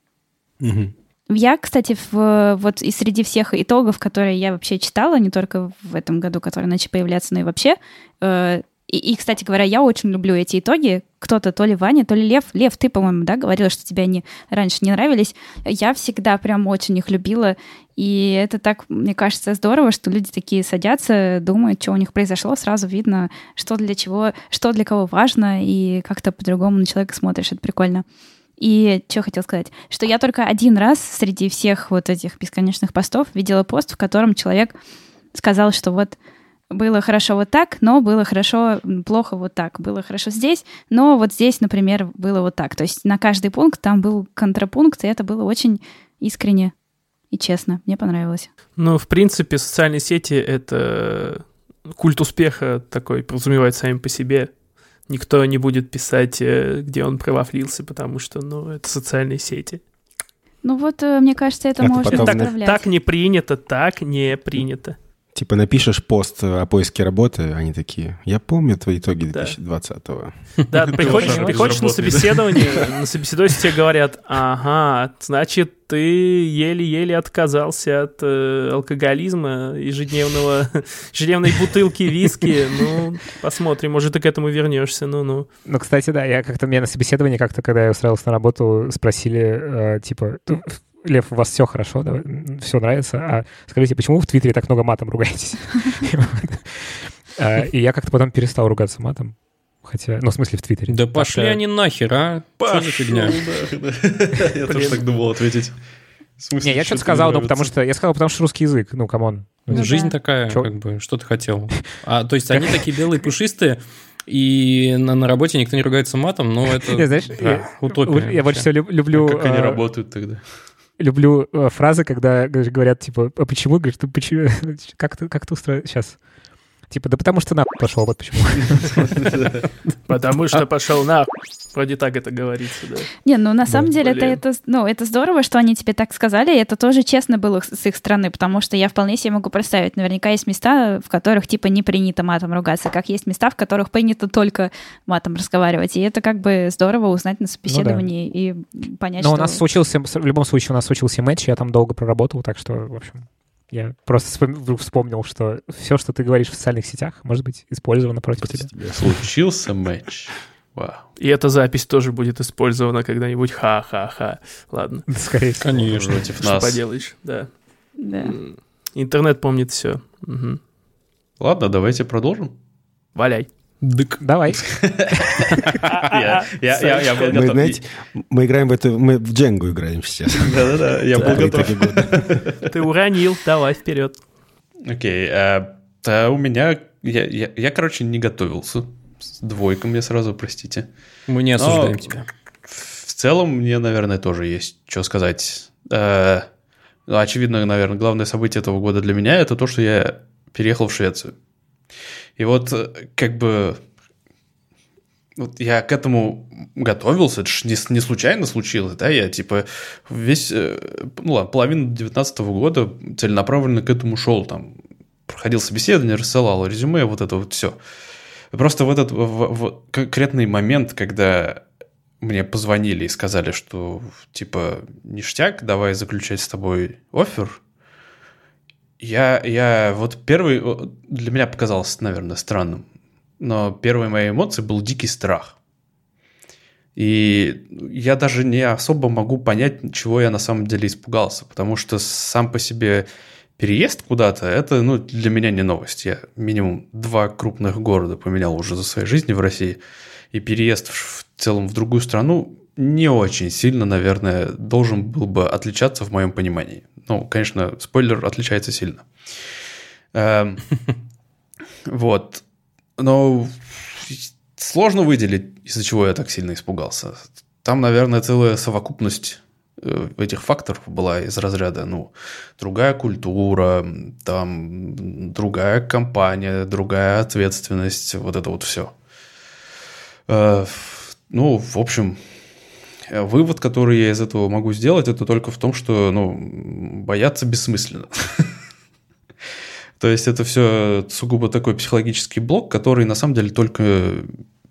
Угу. Я, кстати, и среди всех итогов, которые я вообще читала, не только в этом году, которые начали появляться, но и вообще. И, кстати говоря, я очень люблю эти итоги. Кто-то, то ли Ваня, то ли Лев. Лев, ты, по-моему, да, говорила, что тебе они раньше не нравились. Я всегда прям очень их любила. И это так, мне кажется, здорово, что люди такие садятся, думают, что у них произошло. Сразу видно, что для чего, что для кого важно, и как-то по-другому на человека смотришь. Это прикольно. И что хотела сказать, что я только один раз среди всех вот этих бесконечных постов видела пост, в котором человек сказал, что вот было хорошо вот так, но было плохо вот так. Было хорошо здесь, но вот здесь, например, было вот так. То есть на каждый пункт там был контрапункт, и это было очень искренне и честно. Мне понравилось. В принципе, социальные сети — это культ успеха такой, подразумевает сами по себе. Никто не будет писать, где он провафлился, потому что, это социальные сети. Мне кажется, это можно исправлять. Так не принято, так не принято. Напишешь пост о поиске работы, они такие, я помню твои итоги 2020-го. Да, приходишь на собеседование, тебе говорят, ага, значит, ты еле-еле отказался от алкоголизма, ежедневной бутылки виски. Посмотрим, может, ты к этому вернешься, Кстати, да, меня на собеседовании когда я устраивался на работу, спросили, Лев, у вас все хорошо, да? Все нравится. А скажите, почему вы в Твиттере так много матом ругаетесь? И я как-то потом перестал ругаться матом. Хотя, в смысле, в Твиттере. Да пошли они нахер, а? Что за фигня? Я тоже так думал ответить. Не, я что-то сказал, потому что русский язык, камон. Ну Жизнь да. такая, Чё? как бы, что ты хотел. То есть они такие белые, пушистые, и на работе никто не ругается матом, но это Не, знаешь, утопия. я больше всего люблю... Как они работают тогда? Люблю фразы, когда говорят, типа, а почему? Говоришь, ты почему? Как ты устроил? Сейчас. Типа, да потому что нахуй пошел, вот почему. Потому что пошел на. Вроде так это говорится, да. Не, ну на самом деле Блин. это здорово, что они тебе так сказали, и это тоже честно было с их стороны, потому что я вполне себе могу представить, наверняка есть места, в которых типа не принято матом ругаться, как есть места, в которых принято только матом разговаривать, и это как бы здорово узнать на собеседовании и понять, Но что... у нас случился, в любом случае, у нас случился матч, я там долго проработал, так что, в общем, я просто вдруг вспомнил, что все, что ты говоришь в социальных сетях, может быть использовано против тебя. Случился матч. Вау. И эта запись тоже будет использована когда-нибудь. Ха-ха-ха. Ладно, Скорее всего. Конечно. Против что нас. поделаешь, да. Да. Интернет помнит все. Ладно, давайте продолжим. Валяй. Дык. Давай. Я был Мы, готов. знаете, мы играем мы в Дженгу играем сейчас. Да-да-да, я был По готов. итоге года. Ты уронил, давай вперед. Окей, у меня... Я, короче, не готовился. С двойком я сразу, простите. Мы не осуждаем тебя. В целом, мне, наверное, тоже есть что сказать. Очевидно, наверное, главное событие этого года для меня – это то, что я переехал в Швецию. И вот как бы вот я к этому готовился, это же не случайно случилось, да, я типа половину 2019 года целенаправленно к этому шел, там, проходил собеседование, рассылал резюме, вот это вот все. Просто в этот в конкретный момент, когда мне позвонили и сказали, что типа ништяк, давай заключать с тобой оффер, я вот первый, для меня показалось, наверное, странным, но первой моей эмоцией был дикий страх. И я даже не особо могу понять, чего я на самом деле испугался, потому что сам по себе переезд куда-то, это для меня не новость. Я минимум 2 крупных города поменял уже за своей жизни в России, и переезд в целом в другую страну не очень сильно, наверное, должен был бы отличаться в моем понимании. Ну, конечно, спойлер, отличается сильно. Вот. Но сложно выделить, из-за чего я так сильно испугался. Там, наверное, целая совокупность этих факторов была из разряда, другая культура, там, другая компания, другая ответственность, вот это вот все. В общем, вывод, который я из этого могу сделать, это только в том, что, бояться бессмысленно. То есть это все сугубо такой психологический блок, который на самом деле только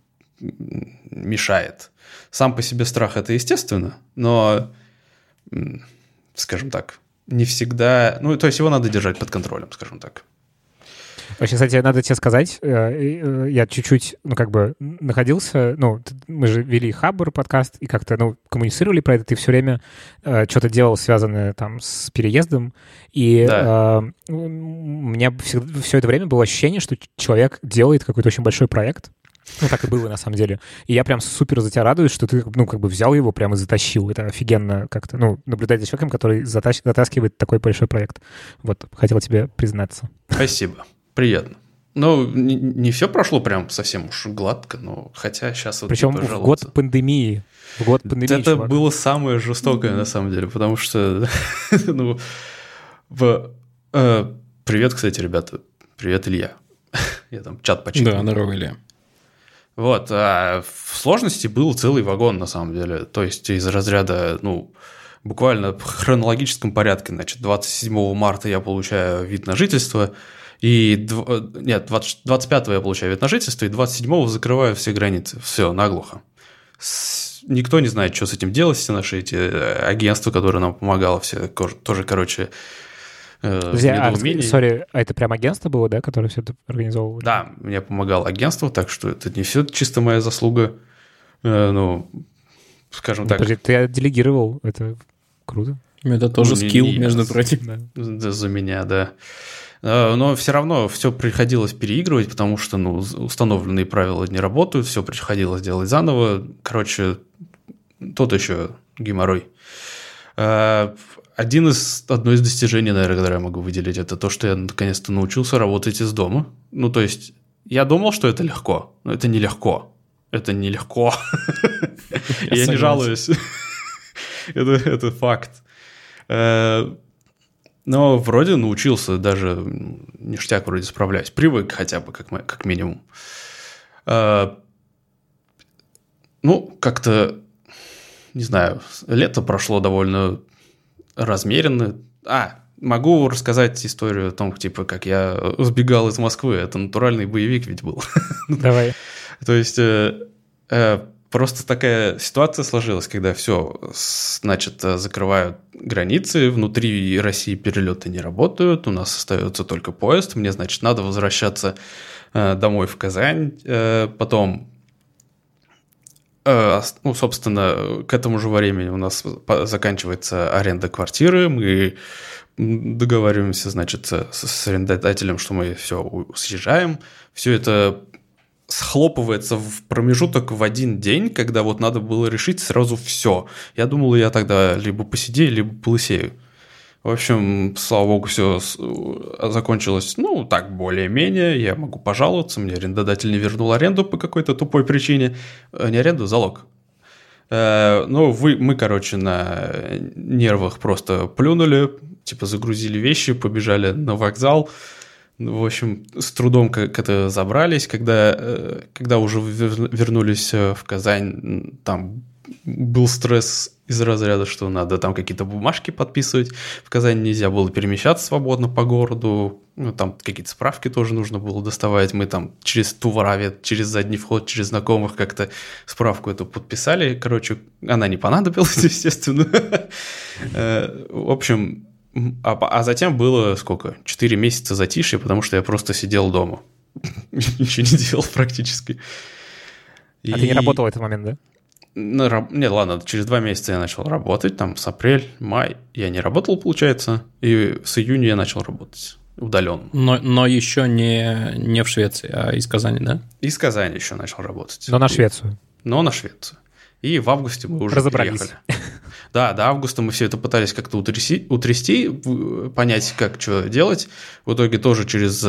мешает. Сам по себе страх – это естественно, но, скажем так, не всегда... то есть его надо держать под контролем, скажем так. Вообще, кстати, надо тебе сказать, я чуть-чуть, находился, мы же вели Хабр подкаст и как-то, коммуницировали про это, ты все время что-то делал, связанное там с переездом, и да. у меня все это время было ощущение, что человек делает какой-то очень большой проект. Так и было, на самом деле. И я прям супер за тебя радуюсь, что ты, взял его прямо и затащил. Это офигенно как-то, наблюдать за человеком, который затаскивает такой большой проект. Вот, хотел тебе признаться. Спасибо. Приятно. Не все прошло прям совсем уж гладко, но хотя сейчас вот... Причем в год пандемии. Это чувак. было самое жестокое, на самом деле, потому что... Привет, кстати, ребята. Привет, Илья. Я там чат почитал. Да, здорово, Илья. Вот. А в сложности был целый вагон, на самом деле. То есть из разряда, буквально в хронологическом порядке. Значит, 27 марта я получаю вид на жительство, и 25-го я получаю вид на жительство, и 27-го закрываю все границы. Все, наглухо. Никто не знает, что с этим делать, все наши эти агентства, которые нам помогало, все тоже, короче, Сори, а это прям агентство было, да, которое все это организовывало? Да, мне помогало агентство, так что это не все чисто моя заслуга. Скажем так. Подожди, ты делегировал, это круто. Это тоже скилл, между прочим. За меня, да. Но все равно все приходилось переигрывать, потому что установленные правила не работают, все приходилось делать заново. Короче, тот еще геморрой. Одно из достижений, наверное, которое я могу выделить, это то, что я наконец-то научился работать из дома. Ну, то есть, я думал, что это легко, но это нелегко. Это нелегко. Я не жалуюсь. Это факт. Но вроде научился, даже ништяк вроде справляюсь. Привык хотя бы, как минимум. Ну, как-то, не знаю, лето прошло довольно размеренно. Могу рассказать историю о том, типа, как я сбегал из Москвы. Это натуральный боевик ведь был. Давай. То есть, просто такая ситуация сложилась, когда все, значит, закрывают границы, внутри России перелеты не работают, у нас остается только поезд, мне, значит, надо возвращаться домой в Казань, потом... Ну, собственно, к этому же времени у нас заканчивается аренда квартиры, мы договариваемся, значит, с арендодателем, что мы все съезжаем, все это схлопывается в промежуток в один день, когда вот надо было решить сразу все. Я думал, я тогда либо посидею, либо полысею. В общем, слава богу, все закончилось, ну, так, более-менее. Я могу пожаловаться, мне арендодатель не вернул аренду по какой-то тупой причине. Не аренду, залог. Ну, мы, короче, на нервах просто плюнули, типа загрузили вещи, побежали на вокзал. В общем, с трудом как-то забрались. Когда уже вернулись в Казань, там был стресс из разряда, что надо там какие-то бумажки подписывать. В Казани нельзя было перемещаться свободно по городу. Ну, там какие-то справки тоже нужно было доставать. Мы там через Тувараве, через задний вход, через знакомых как-то справку эту подписали. Короче, она не понадобилась, естественно. В общем, а затем было сколько? 4 месяца затишья, потому что я просто сидел дома. Ничего не делал практически. А ты не работал в этот момент, да? Нет, ладно, через 2 месяца я начал работать, там с апрель, май я не работал, получается, и с июня я начал работать удаленно. Но еще не в Швеции, а из Казани, да? Из Казани еще начал работать. Но на Швецию. Но на Швецию. И в августе мы уже переехали. Да, до августа мы все это пытались как-то утрясти, понять, как что делать. В итоге тоже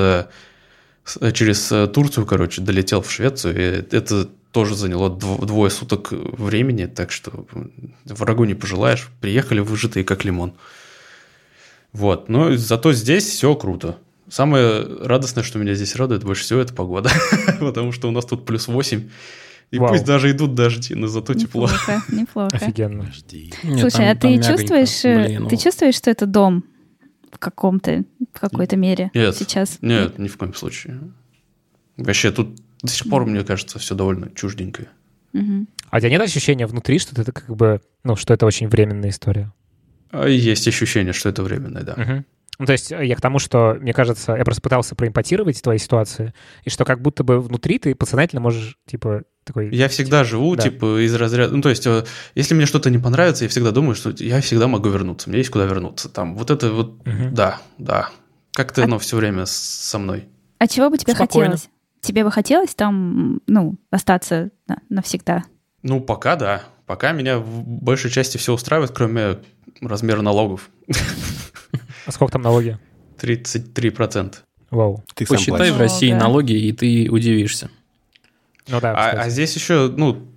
через Турцию, короче, долетел в Швецию, и это тоже заняло 2 суток времени, так что врагу не пожелаешь. Приехали выжатые, как лимон. Вот, но зато здесь все круто. Самое радостное, что меня здесь радует больше всего, это погода, потому что у нас тут +8, и пусть даже идут дожди, но зато тепло. Неплохо. Офигенно. Слушай, а ты чувствуешь, что это дом в какой-то мере сейчас? Нет, ни в коем случае. Вообще тут до сих пор, мне кажется, все довольно чужденькое. А у тебя нет ощущения внутри, что это как бы, ну, что это очень временная история? Есть ощущение, что это временное, да. Ну, то есть я к тому, что, мне кажется, я просто пытался проэмпатировать твои ситуации, и что как будто бы внутри ты подсознательно можешь, типа, такой... Я всегда живу, да, типа, из разряда... Ну, то есть, если мне что-то не понравится, я всегда думаю, что я всегда могу вернуться, мне есть куда вернуться. Там, вот это вот, да. Как-то оно все время со мной. А чего бы тебе хотелось? Тебе бы хотелось там, ну, остаться навсегда? Ну, пока да. Пока меня в большей части все устраивает, кроме размера налогов. А сколько там налоги? 33%. Вау. Ты посчитай в России налоги, и ты удивишься. Ну да. А здесь еще,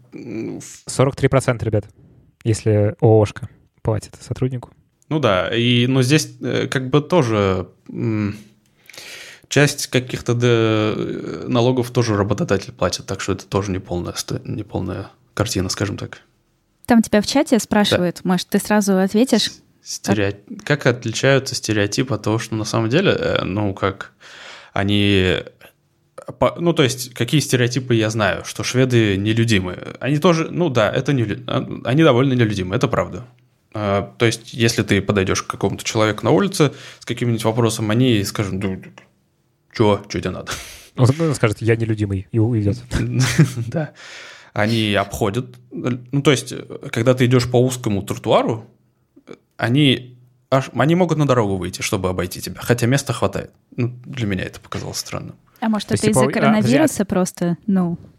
43%, ребят, если ООшка платит сотруднику. Ну да, но здесь как бы тоже... Часть каких-то налогов тоже работодатель платит, так что это тоже неполная картина, скажем так. Там тебя в чате спрашивают, да. Может, ты сразу ответишь? Как отличаются стереотипы от того, что на самом деле, как они... Ну, то есть, какие стереотипы я знаю, что шведы нелюдимые. Они тоже, они довольно нелюдимые, это правда. То есть, если ты подойдешь к какому-то человеку на улице с каким-нибудь вопросом, они скажут... Чё тебе надо? Он скажет, я нелюдимый, и уйдет. Да. Они обходят. Ну, то есть, когда ты идешь по узкому тротуару, они могут на дорогу выйти, чтобы обойти тебя, хотя места хватает. Ну, для меня это показалось странным. А может, это из-за коронавируса просто,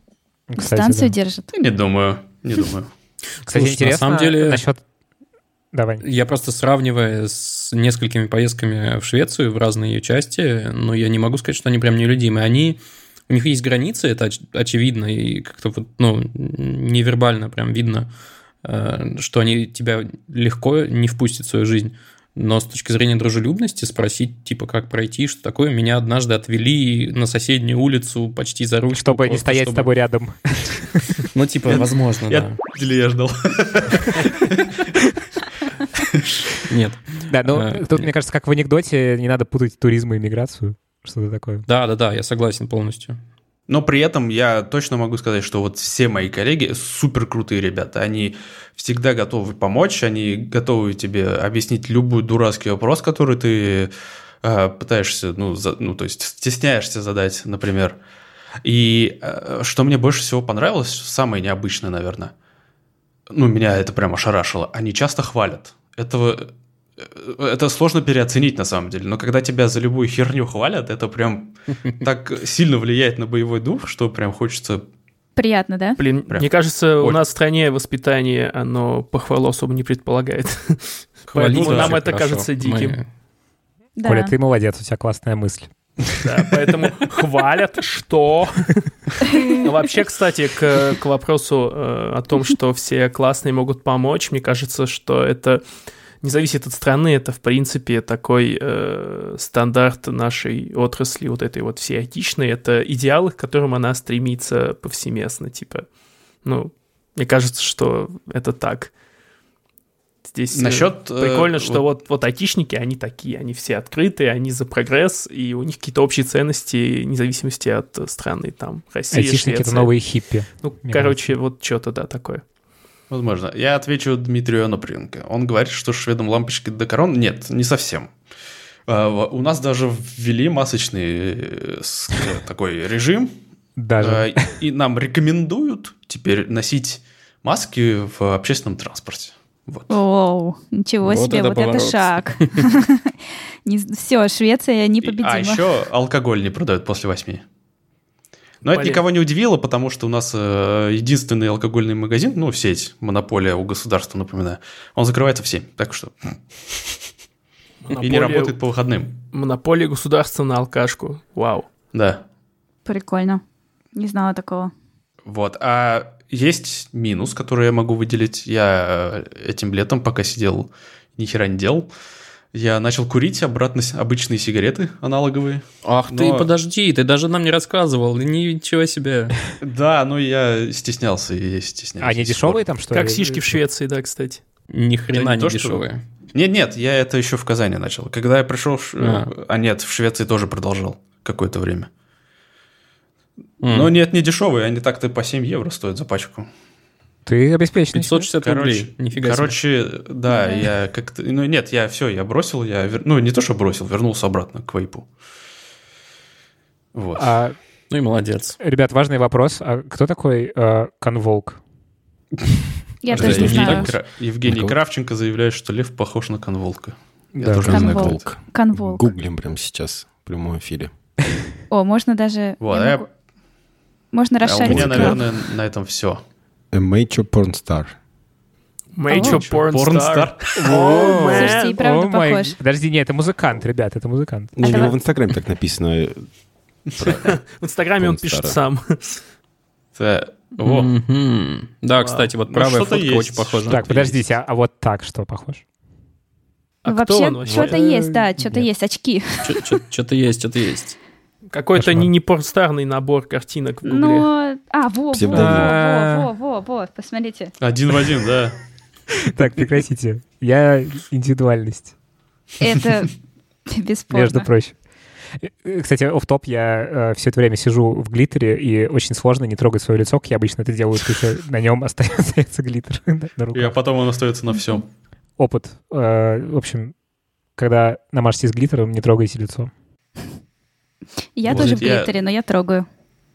дистанцию держит? Не думаю. Кстати, интересно, на самом деле... насчет... Давай. Я просто сравнивая с несколькими поездками в Швецию, в разные ее части, но я не могу сказать, что они прям нелюдимые. У них есть границы, это очевидно, и как-то вот, невербально прям видно, что они тебя легко не впустят в свою жизнь. Но с точки зрения дружелюбности спросить, типа, как пройти, что такое, меня однажды отвели на соседнюю улицу почти за ручку. Чтобы не стоять с тобой рядом. Ну, типа, возможно, да. Или я ждал. Нет. Да, ну, тут, мне кажется, как в анекдоте, не надо путать туризм и миграцию. Что-то такое. Да, я согласен полностью. Но при этом я точно могу сказать, что вот все мои коллеги супер крутые ребята. Они всегда готовы помочь, они готовы тебе объяснить любой дурацкий вопрос, который ты пытаешься, то есть стесняешься задать, например. И что мне больше всего понравилось, самое необычное, наверное, меня это прям ошарашило, они часто хвалят. Это сложно переоценить на самом деле, но когда тебя за любую херню хвалят, это прям так сильно влияет на боевой дух, что прям хочется... Приятно, да? Блин, мне кажется, у нас в стране воспитание, оно похвалу особо не предполагает. Поэтому нам это кажется диким. Коля, ты молодец, у тебя классная мысль. Да, поэтому хвалят, что... Вообще, кстати, к вопросу о том, что все классные могут помочь, мне кажется, что это... Не зависит от страны, это, в принципе, такой стандарт нашей отрасли, вот этой вот всей айтишной, это идеалы, к которым она стремится повсеместно, типа, мне кажется, что это так. Здесь прикольно, что вот айтишники, они такие, они все открытые, они за прогресс, и у них какие-то общие ценности, вне зависимости от страны, там, Россия, айтишники — Швеция. это новые хиппи. Короче, вот что-то, да, такое. Возможно. Я отвечу Дмитрию Анопренко. Он говорит, что шведам лампочки до корон. Нет, не совсем. У нас даже ввели масочный такой режим. Даже. И нам рекомендуют теперь носить маски в общественном транспорте. Вот. Оу, ничего себе, вот это шаг. Все, Швеция непобедима. А еще алкоголь не продают после 8. Но это никого не удивило, потому что у нас единственный алкогольный магазин, сеть, монополия у государства, напоминаю, он закрывается в 7, так что... И не работает по выходным. Монополия государства на алкашку, вау. Да. Прикольно, не знала такого. Вот, а есть минус, который я могу выделить. Я этим летом, пока сидел, ни хера не делал. Я начал курить обычные сигареты аналоговые. Ах, ты подожди, ты даже нам не рассказывал, ничего себе. Да, я стеснялся и стеснялся. Они дешевые там, что ли? Как сишки в Швеции, да, кстати. Ни хрена не дешевые. Нет, я это еще в Казани начал. Когда я пришел... нет, в Швеции тоже продолжал какое-то время. Но нет, не дешевые, они так-то по 7 евро стоят за пачку. Ты обеспеченный. 560 рублей, нифига себе. Короче, да, я как-то... я бросил, не то, что бросил, вернулся обратно к вейпу. Вот. И молодец. Ребят, важный вопрос. А кто такой Конволк? Я тоже не знаю. Евгений Кравченко заявляет, что лев похож на конволка. Я тоже не знаю, кто это. Конволк. Гуглим прямо сейчас в прямом эфире. О, можно даже... Можно расшарить. У меня, наверное, на этом все. A major porn star. Major porn star. Слушайте, и правда похож. Подожди, нет, это музыкант, ребят, это музыкант. У него в Инстаграме так написано. В Инстаграме он пишет сам. Да, кстати, вот правая фотка очень похожа. Так, подождите, а вот так что похож? Вообще, что-то есть, да, что-то есть, очки. Что-то есть. Какой-то не порнстарный набор картинок в Гугле. Во, посмотрите. Один в один, да. Так, прекратите. Я индивидуальность. Это бесспорно. Между прочим. Кстати, офф-топ, я все это время сижу в глиттере, и очень сложно не трогать свое лицо, как я обычно это делаю, потому что на нем остается глиттер на руках. И потом он остается на всем. Опыт. В общем, когда намажетесь глиттером, не трогайте лицо. Я тоже в глиттере, но я трогаю.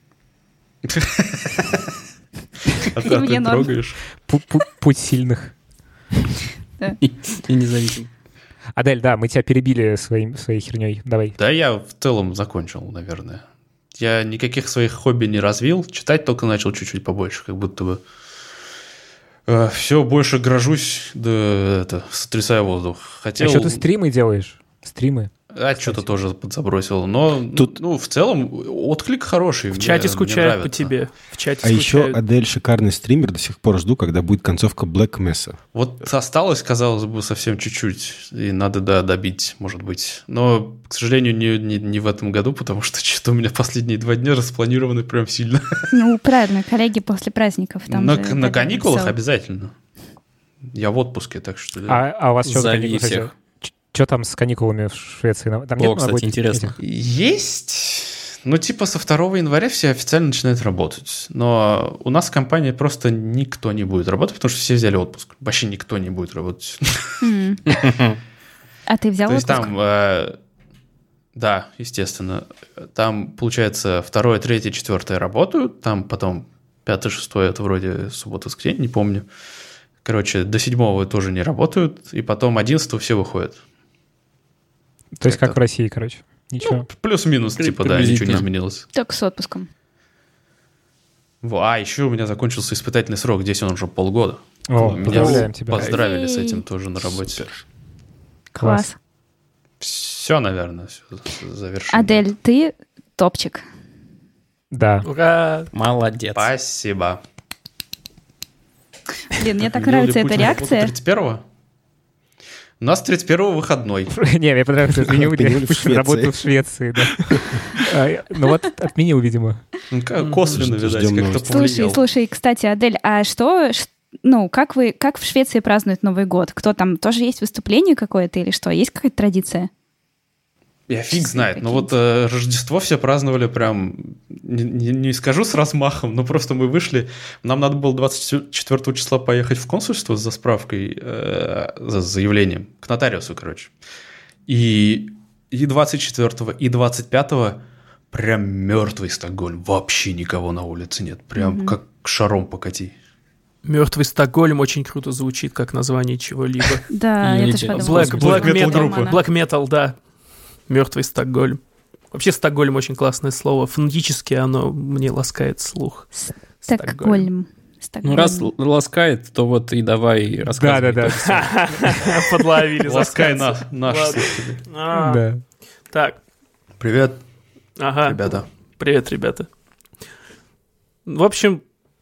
А ты трогаешь? Путь сильных. И независим. Адель, да, мы тебя перебили своей херней. Давай. Да, я в целом закончил, наверное. Я никаких своих хобби не развил. Читать только начал чуть-чуть побольше, как будто бы. Все больше грожусь, да сотрясаю воздух. Хотел... А что ты стримы делаешь? Стримы? Что-то тоже подзабросил. Но тут, в целом, отклик хороший. В чате скучают по тебе. В чате скучают. Еще Адель шикарный стример. До сих пор жду, когда будет концовка Black Mesa. Вот осталось, казалось бы, совсем чуть-чуть. И надо, добить, может быть. Но, к сожалению, не в этом году, потому что что-то у меня последние 2 дня распланированы прям сильно. Ну, правильно, коллеги после праздников. Там на каникулах обязательно. Я в отпуске, так что... А у вас что за каникулы? всех. Что там с каникулами в Швеции? Там нет кстати, интересно. Есть. Со 2 января все официально начинают работать. Но у нас в компании просто никто не будет работать, потому что все взяли отпуск. Вообще никто не будет работать. А ты взял отпуск? То есть там, да, естественно. Там, получается, 2, 3, 4 работают, там потом 5, 6 это вроде суббота-воскресенье, не помню. Короче, до 7 тоже не работают, и потом 11 все выходят. То есть как в России, короче. Ничего. Плюс-минус, ничего не изменилось. Только с отпуском. Еще у меня закончился испытательный срок, здесь он уже полгода. Поздравляем тебя. Поздравили с этим тоже на работе. Класс. Все, наверное, все завершено. Адель, ты топчик. Да. Ура! Молодец. Спасибо. Блин, мне так нравится эта реакция. 31-го? У нас 31-го выходной. Не, мне понравилось, отменил работу в Швеции. Ну вот отменил, видимо. Косвенно, видать, как-то повлиял. Слушай, кстати, Адель, а что... как в Швеции празднуют Новый год? Кто там, тоже есть выступление какое-то или что? Есть какая-то традиция? Я фиг знает, но вот Рождество все праздновали прям, не скажу с размахом, но просто мы вышли, нам надо было 24 числа поехать в консульство за справкой, за заявлением, к нотариусу, короче. И 24 и 25 прям мертвый Стокгольм, вообще никого на улице нет, прям как шаром покати. Мертвый Стокгольм очень круто звучит, как название чего-либо. Да, я тоже подумала. Black Metal, да. Мертвый Стокгольм. Вообще Стокгольм очень классное слово. Фонетически оно мне ласкает слух. Стокгольм. Ну, раз ласкает, то вот и давай рассказывай. Да. Подловили. Ласкай наши слушатели. Да. Так. Привет, Ага. ребята. Привет, ребята. В общем,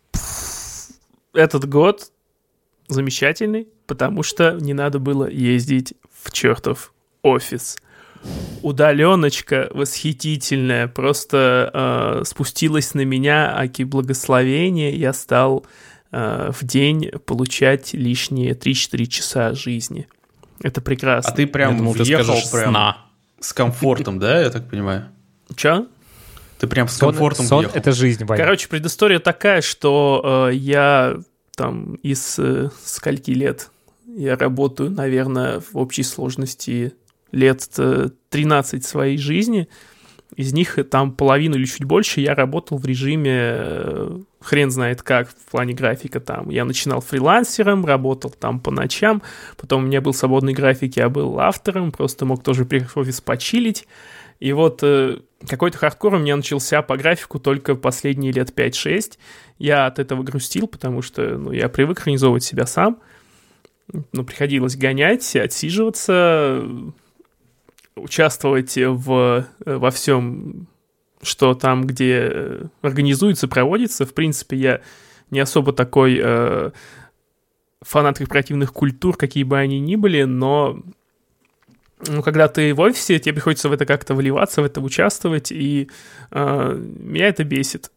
этот год замечательный, потому что не надо было ездить в чертов офис. Удаленочка восхитительная, просто спустилась на меня аки благословение, я стал в день получать лишние 3-4 часа жизни. Это прекрасно. А ты прям въехал прям с комфортом, да, я так понимаю? Чё? Ты прям с комфортом сон въехал. — это жизнь, Ваня. Короче, предыстория такая, что я там из скольки лет? Я работаю, наверное, в общей сложности лет 13 своей жизни. Из них там половину или чуть больше я работал в режиме хрен знает как в плане графика. Там я начинал фрилансером, работал там по ночам, потом у меня был свободный график, я был автором, просто мог тоже приехать в офис почилить. И вот какой-то хардкор у меня начался по графику только последние лет 5-6. Я от этого грустил, потому что я привык организовывать себя сам. Но приходилось гонять, отсиживаться, участвовать во всем, что там, где организуется, проводится. В принципе, я не особо такой фанат корпоративных культур, какие бы они ни были, но когда ты в офисе, тебе приходится в это как-то вливаться, в это участвовать, и меня это бесит.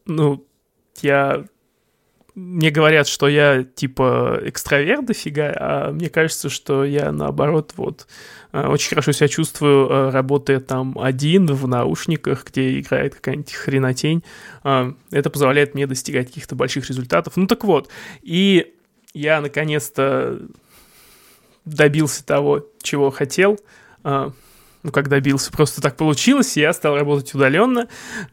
Мне говорят, что я типа экстраверт дофига, а мне кажется, что я наоборот очень хорошо себя чувствую, работая там один в наушниках, где играет какая-нибудь хренотень. Это позволяет мне достигать каких-то больших результатов. Так вот, и я наконец-то добился того, чего хотел. Как добился, просто так получилось, и я стал работать удаленно.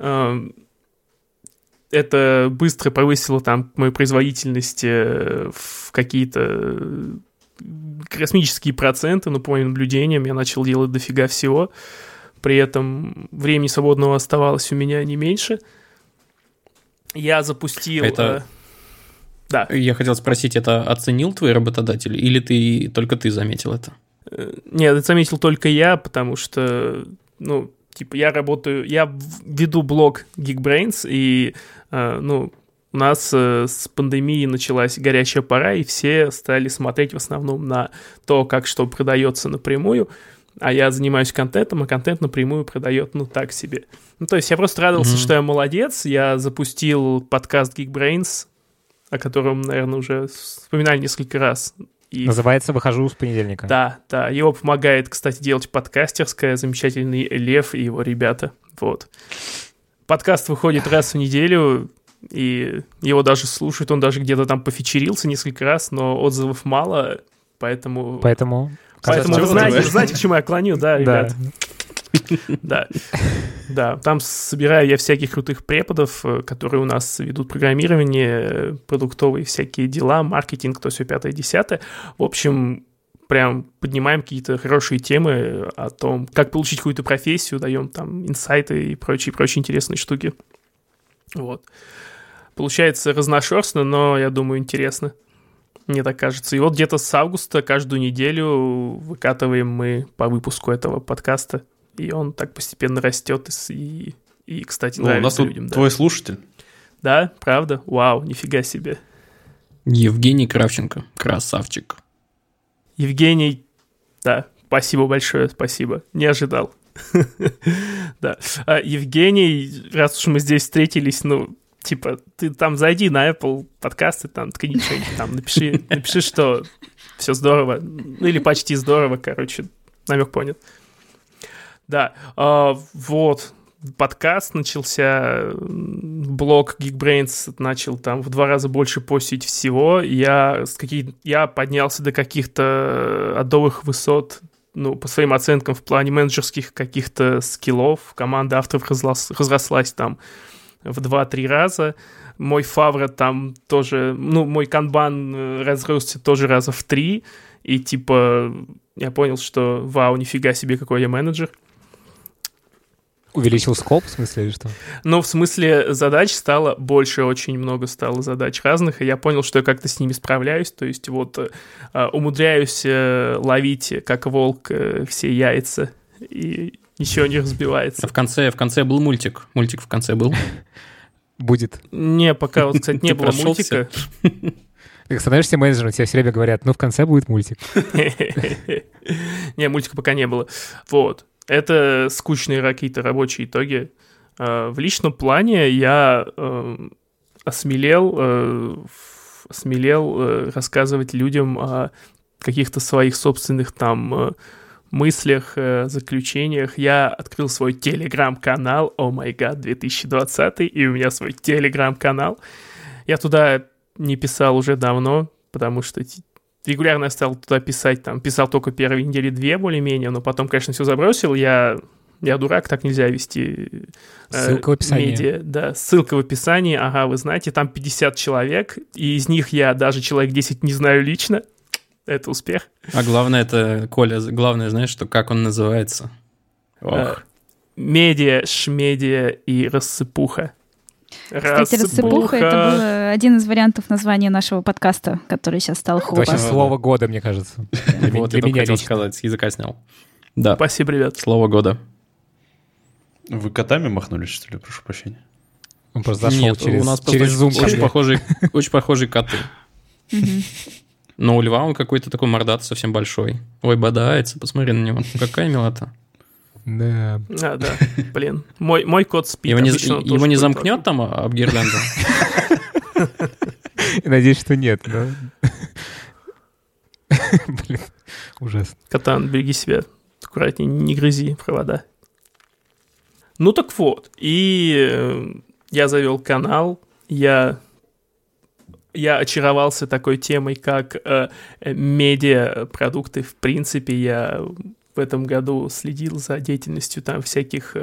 Это быстро повысило там мою производительность в какие-то космические проценты, но по моим наблюдениям я начал делать дофига всего. При этом времени свободного оставалось у меня не меньше. Я запустил... Да. Я хотел спросить, это оценил твой работодатель, или только ты заметил это? Нет, это заметил только я, потому что, я веду блог Geekbrains, и, у нас с пандемией началась горячая пора, и все стали смотреть в основном на то, как что продается напрямую, а я занимаюсь контентом, а контент напрямую продает, так себе. То есть я просто радовался, что я молодец, я запустил подкаст Geekbrains, о котором, наверное, уже вспоминали несколько раз. И... Называется «Выхожу с понедельника». Да, его помогает, кстати, делать подкастерская, замечательный Лев и его ребята, вот. Подкаст выходит раз в неделю, и его даже слушают, он даже где-то там пофичерился несколько раз, но отзывов мало, поэтому вы знаете, к чему я клоню, да, ребят? Да, там собираю я всяких крутых преподов, которые у нас ведут программирование, продуктовые всякие дела, маркетинг, то все 5-10. В общем, прям поднимаем какие-то хорошие темы о том, как получить какую-то профессию, даем там инсайты и прочие интересные штуки. Вот. Получается разношерстно, но, я думаю, интересно. Мне так кажется. И вот где-то с августа каждую неделю выкатываем мы по выпуску этого подкаста. И он так постепенно растет и кстати, нравится людям. У нас тут твой слушатель. Да, правда? Вау, нифига себе. Евгений Кравченко, красавчик. Евгений, да, спасибо большое, спасибо. Не ожидал. Да. Евгений, раз уж мы здесь встретились, ты там зайди на Apple подкасты, там ткни что-нибудь, там напиши, что все здорово, или почти здорово, намек понят. Да, вот, подкаст начался, блог Geekbrains начал там в 2 раза больше постить всего, я поднялся до каких-то адовых высот, по своим оценкам в плане менеджерских каких-то скиллов, команда авторов разрослась там в 2-3 раза, мой фаворит там тоже, мой канбан разросся тоже раза в 3, и я понял, что вау, нифига себе, какой я менеджер. Увеличил скоп, в смысле, или что? В смысле, задач стало больше, очень много стало задач разных, и я понял, что я как-то с ними справляюсь, то есть умудряюсь ловить, как волк, все яйца, и ничего не разбивается. В конце был мультик. Мультик в конце был? Будет. Не, пока, кстати, не было мультика. Ты становишься менеджером, тебе все время говорят, в конце будет мультик. Не, мультика пока не было. Вот. Это скучные какие-то рабочие итоги. В личном плане я осмелел рассказывать людям о каких-то своих собственных там мыслях, заключениях. Я открыл свой телеграм-канал, о май гад, 2020, и у меня свой телеграм-канал. Я туда не писал уже давно, потому что регулярно я стал туда писать, писал только первые недели 2 более-менее, но потом, конечно, все забросил. Я дурак, так нельзя вести. Ссылка в описании. Медиа. Да, ссылка в описании. Ага, вы знаете, там 50 человек, и из них я даже человек 10 не знаю лично. Это успех. А главное, Коля, знаешь, что как он называется? Медиа, шмедиа и рассыпуха. Кстати, рассыпуха — это был один из вариантов названия нашего подкаста, который сейчас стал Это вообще слово года, мне кажется. Вот я только хотел сказать, с языка снял. Да. Спасибо, ребят. Слово года. Вы котами махнулись, что ли? Прошу прощения. Он просто зашел Нет, у нас через Zoom. Очень похожие коты. Но у льва он какой-то такой мордат совсем большой. Ой, бодается, посмотри на него. Какая милота. Да. Да. Блин. Мой кот спит. Его не замкнет там об гирлянду? Надеюсь, что нет, да? Блин, ужасно. Катан, береги себя. Аккуратнее, не грызи провода. Так вот. И я завел канал. Я очаровался такой темой, как медиапродукты. В принципе, я в этом году следил за деятельностью там всяких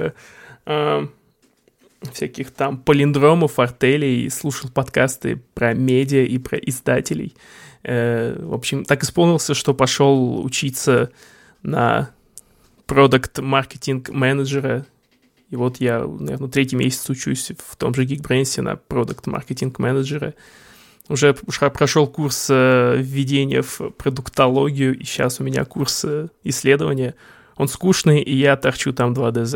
там палиндромов, артелей, слушал подкасты про медиа и про издателей. В общем, так исполнился, что пошел учиться на продакт-маркетинг-менеджера. И вот я, наверное, 3-й месяц учусь в том же Geekbrains на продакт-маркетинг-менеджера. Уже прошел курс введения в продуктологию, и сейчас у меня курс исследования. Он скучный, и я торчу там 2 ДЗ.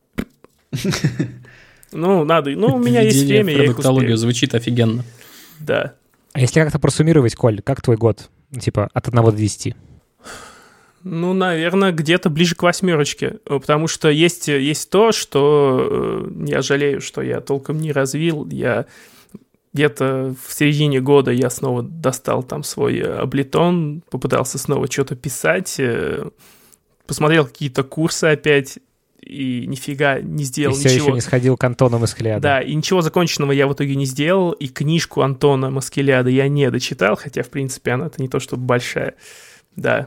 Ну, надо. Ну, у меня есть время, я их продуктологию звучит офигенно. Да. А если как-то просуммировать, Коль, как твой год? Типа от 1 до 10? Ну, наверное, где-то ближе к 8, потому что есть то, что я жалею, что я толком не развил. Я где-то в середине года я снова достал там свой Ableton, попытался снова что-то писать, посмотрел какие-то курсы опять, и нифига не сделал ничего. И все еще не сходил к Антону Маскеляду. Да, и ничего законченного я в итоге не сделал, и книжку Антона Маскеляда я не дочитал, хотя, в принципе, она-то не то чтобы большая. Да.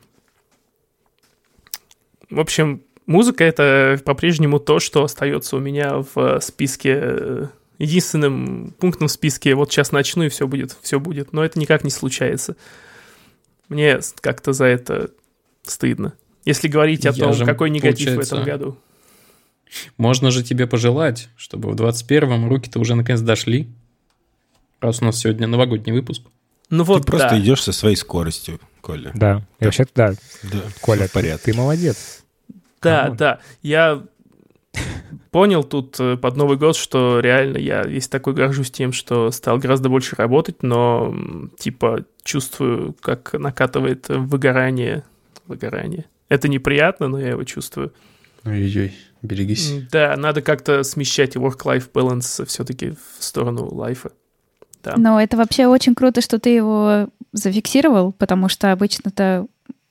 В общем, музыка — это по-прежнему то, что остается у меня в списке, единственным пунктом в списке. Вот сейчас начну, и все будет. Но это никак не случается. Мне как-то за это стыдно. Если говорить о том, какой негатив в этом году. Можно же тебе пожелать, чтобы в 21-м руки-то уже наконец дошли. Раз у нас сегодня новогодний выпуск. Ну вот, ты просто идешь со своей скоростью, Коля. Да, и вообще-то да. Коля, в порядке. Ты молодец. Да. Я понял тут под Новый год, что реально я весь такой горжусь тем, что стал гораздо больше работать, но типа чувствую, как накатывает выгорание. Это неприятно, но я его чувствую. Ой-ой, берегись. Да, надо как-то смещать work-life balance все-таки в сторону лайфа. Да. Но это вообще очень круто, что ты его зафиксировал, потому что обычно-то,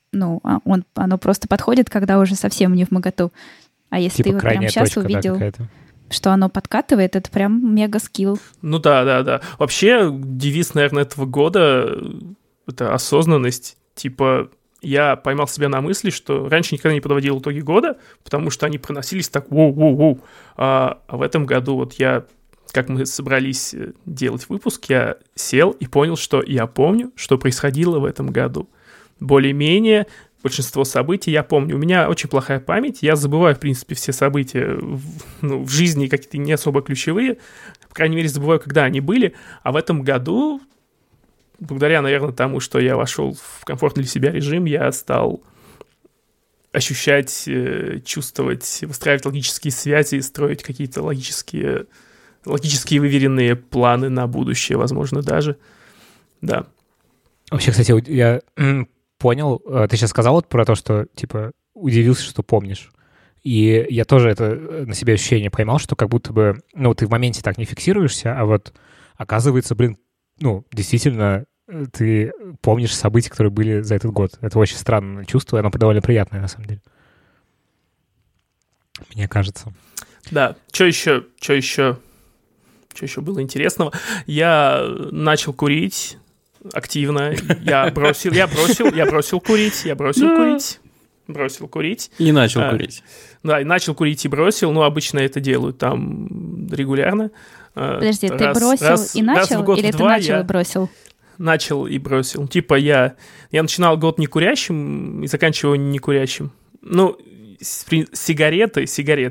оно просто подходит, когда уже совсем не вмоготу. А если ты его прямо сейчас увидел, что оно подкатывает, это прям мега-скилл. Ну да. Вообще, девиз, наверное, этого года — это осознанность. Типа, я поймал себя на мысли, что раньше никогда не подводил итоги года, потому что они проносились так воу-воу-воу. А в этом году вот как мы собрались делать выпуск, я сел и понял, что я помню, что происходило в этом году. Более-менее большинство событий я помню. У меня очень плохая память, я забываю, в принципе, все события в жизни, какие-то не особо ключевые. По крайней мере, забываю, когда они были. А в этом году, благодаря, наверное, тому, что я вошел в комфортный для себя режим, я стал ощущать, чувствовать, выстраивать логические связи, строить какие-то логические выверенные планы на будущее, возможно, даже. Да. Вообще, кстати, я понял, ты сейчас сказал вот про то, что, типа, удивился, что помнишь. И я тоже это на себе ощущение поймал, что как будто бы, ты в моменте так не фиксируешься, а вот оказывается, действительно, ты помнишь события, которые были за этот год. Это очень странное чувство, и оно довольно приятное, на самом деле. Мне кажется. Да. Что еще было интересного? Я начал курить активно. Я бросил курить. И начал курить. Да, и начал курить и бросил. Обычно это делают там регулярно. Подожди, ты бросил и начал, или ты начал и бросил? Начал и бросил. Типа я начинал год не курящим и заканчивал не курящим. Сигареты.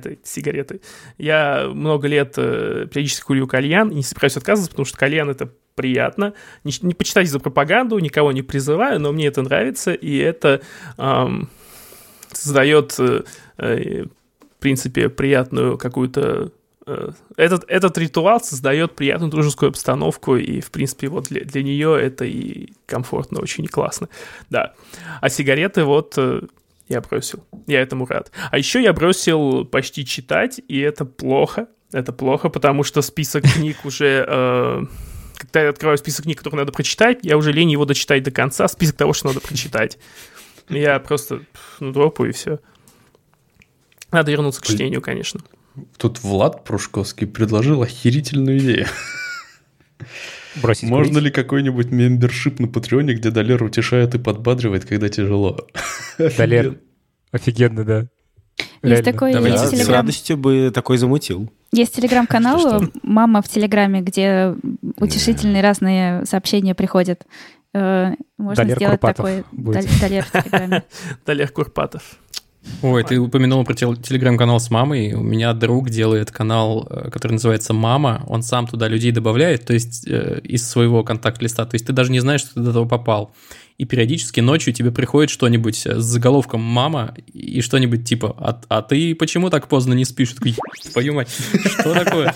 Я много лет периодически курю кальян и не собираюсь отказываться, потому что кальян — это приятно. Не почитайте за пропаганду, никого не призываю, но мне это нравится, и это создает, в принципе, приятную какую-то... Этот ритуал создает приятную дружескую обстановку, и, в принципе, вот для нее это и комфортно, очень классно. Да. А сигареты я бросил. Я этому рад. А еще я бросил почти читать, и это плохо. Это плохо, потому что список книг уже... Когда я открываю список книг, которые надо прочитать, я уже лень его дочитать до конца, список того, что надо прочитать. Я просто дропаю, и все. Надо вернуться к чтению, конечно. Тут Влад Прушковский предложил охерительную идею. Бросить Можно курить? ли какой-нибудь мембершип на Патреоне, где Далер утешает и подбадривает, когда тяжело? Далер. Офигенно, да. Есть такой С радостью бы такой замутил. Есть телеграм-канал «Мама в Телеграме», где утешительные разные сообщения приходят. Можно Далер сделать Курпатов такой будет. Далер в Телеграме. Далер Курпатов. Ой, ты упомянул про телеграм-канал с мамой. У меня друг делает канал, который называется «Мама». Он сам туда людей добавляет, то есть из своего контакт-листа. То есть ты даже не знаешь, что ты до этого попал. И периодически ночью тебе приходит что-нибудь с заголовком «Мама» и что-нибудь типа «А ты почему так поздно не спишь?» Такой, твою мать, что такое?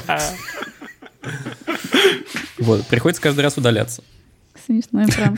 Вот, приходится каждый раз удаляться. Смешной, правда.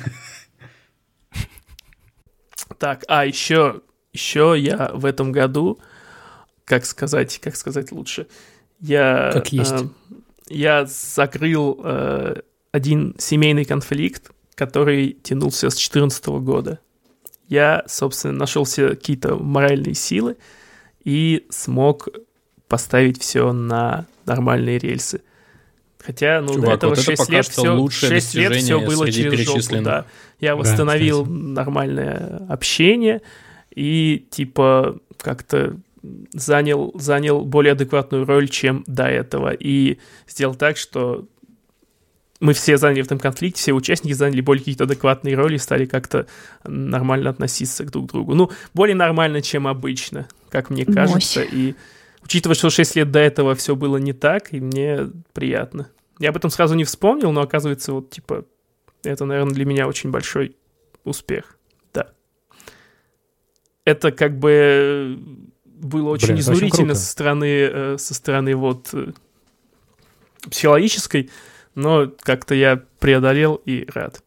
Так, еще я в этом году, как сказать лучше, Как есть. Я закрыл один семейный конфликт, который тянулся с 2014 года. Я, собственно, нашел все какие-то моральные силы и смог поставить все на нормальные рельсы. Хотя, ну, Чувак, до этого вот 6 лет все было через жопу, да. Я восстановил нормальное общение и, типа, как-то занял более адекватную роль, чем до этого. И сделал так, что мы все заняли в этом конфликте, все участники заняли более какие-то адекватные роли и стали как-то нормально относиться друг к другу. Ну, более нормально, чем обычно, как мне кажется. И учитывая, что 6 лет до этого все было не так, и мне приятно. Я об этом сразу не вспомнил, но оказывается, вот, типа, это, наверное, для меня очень большой успех. Да. Это как бы было очень изнурительно со стороны вот психологической, но как-то я преодолел и рад.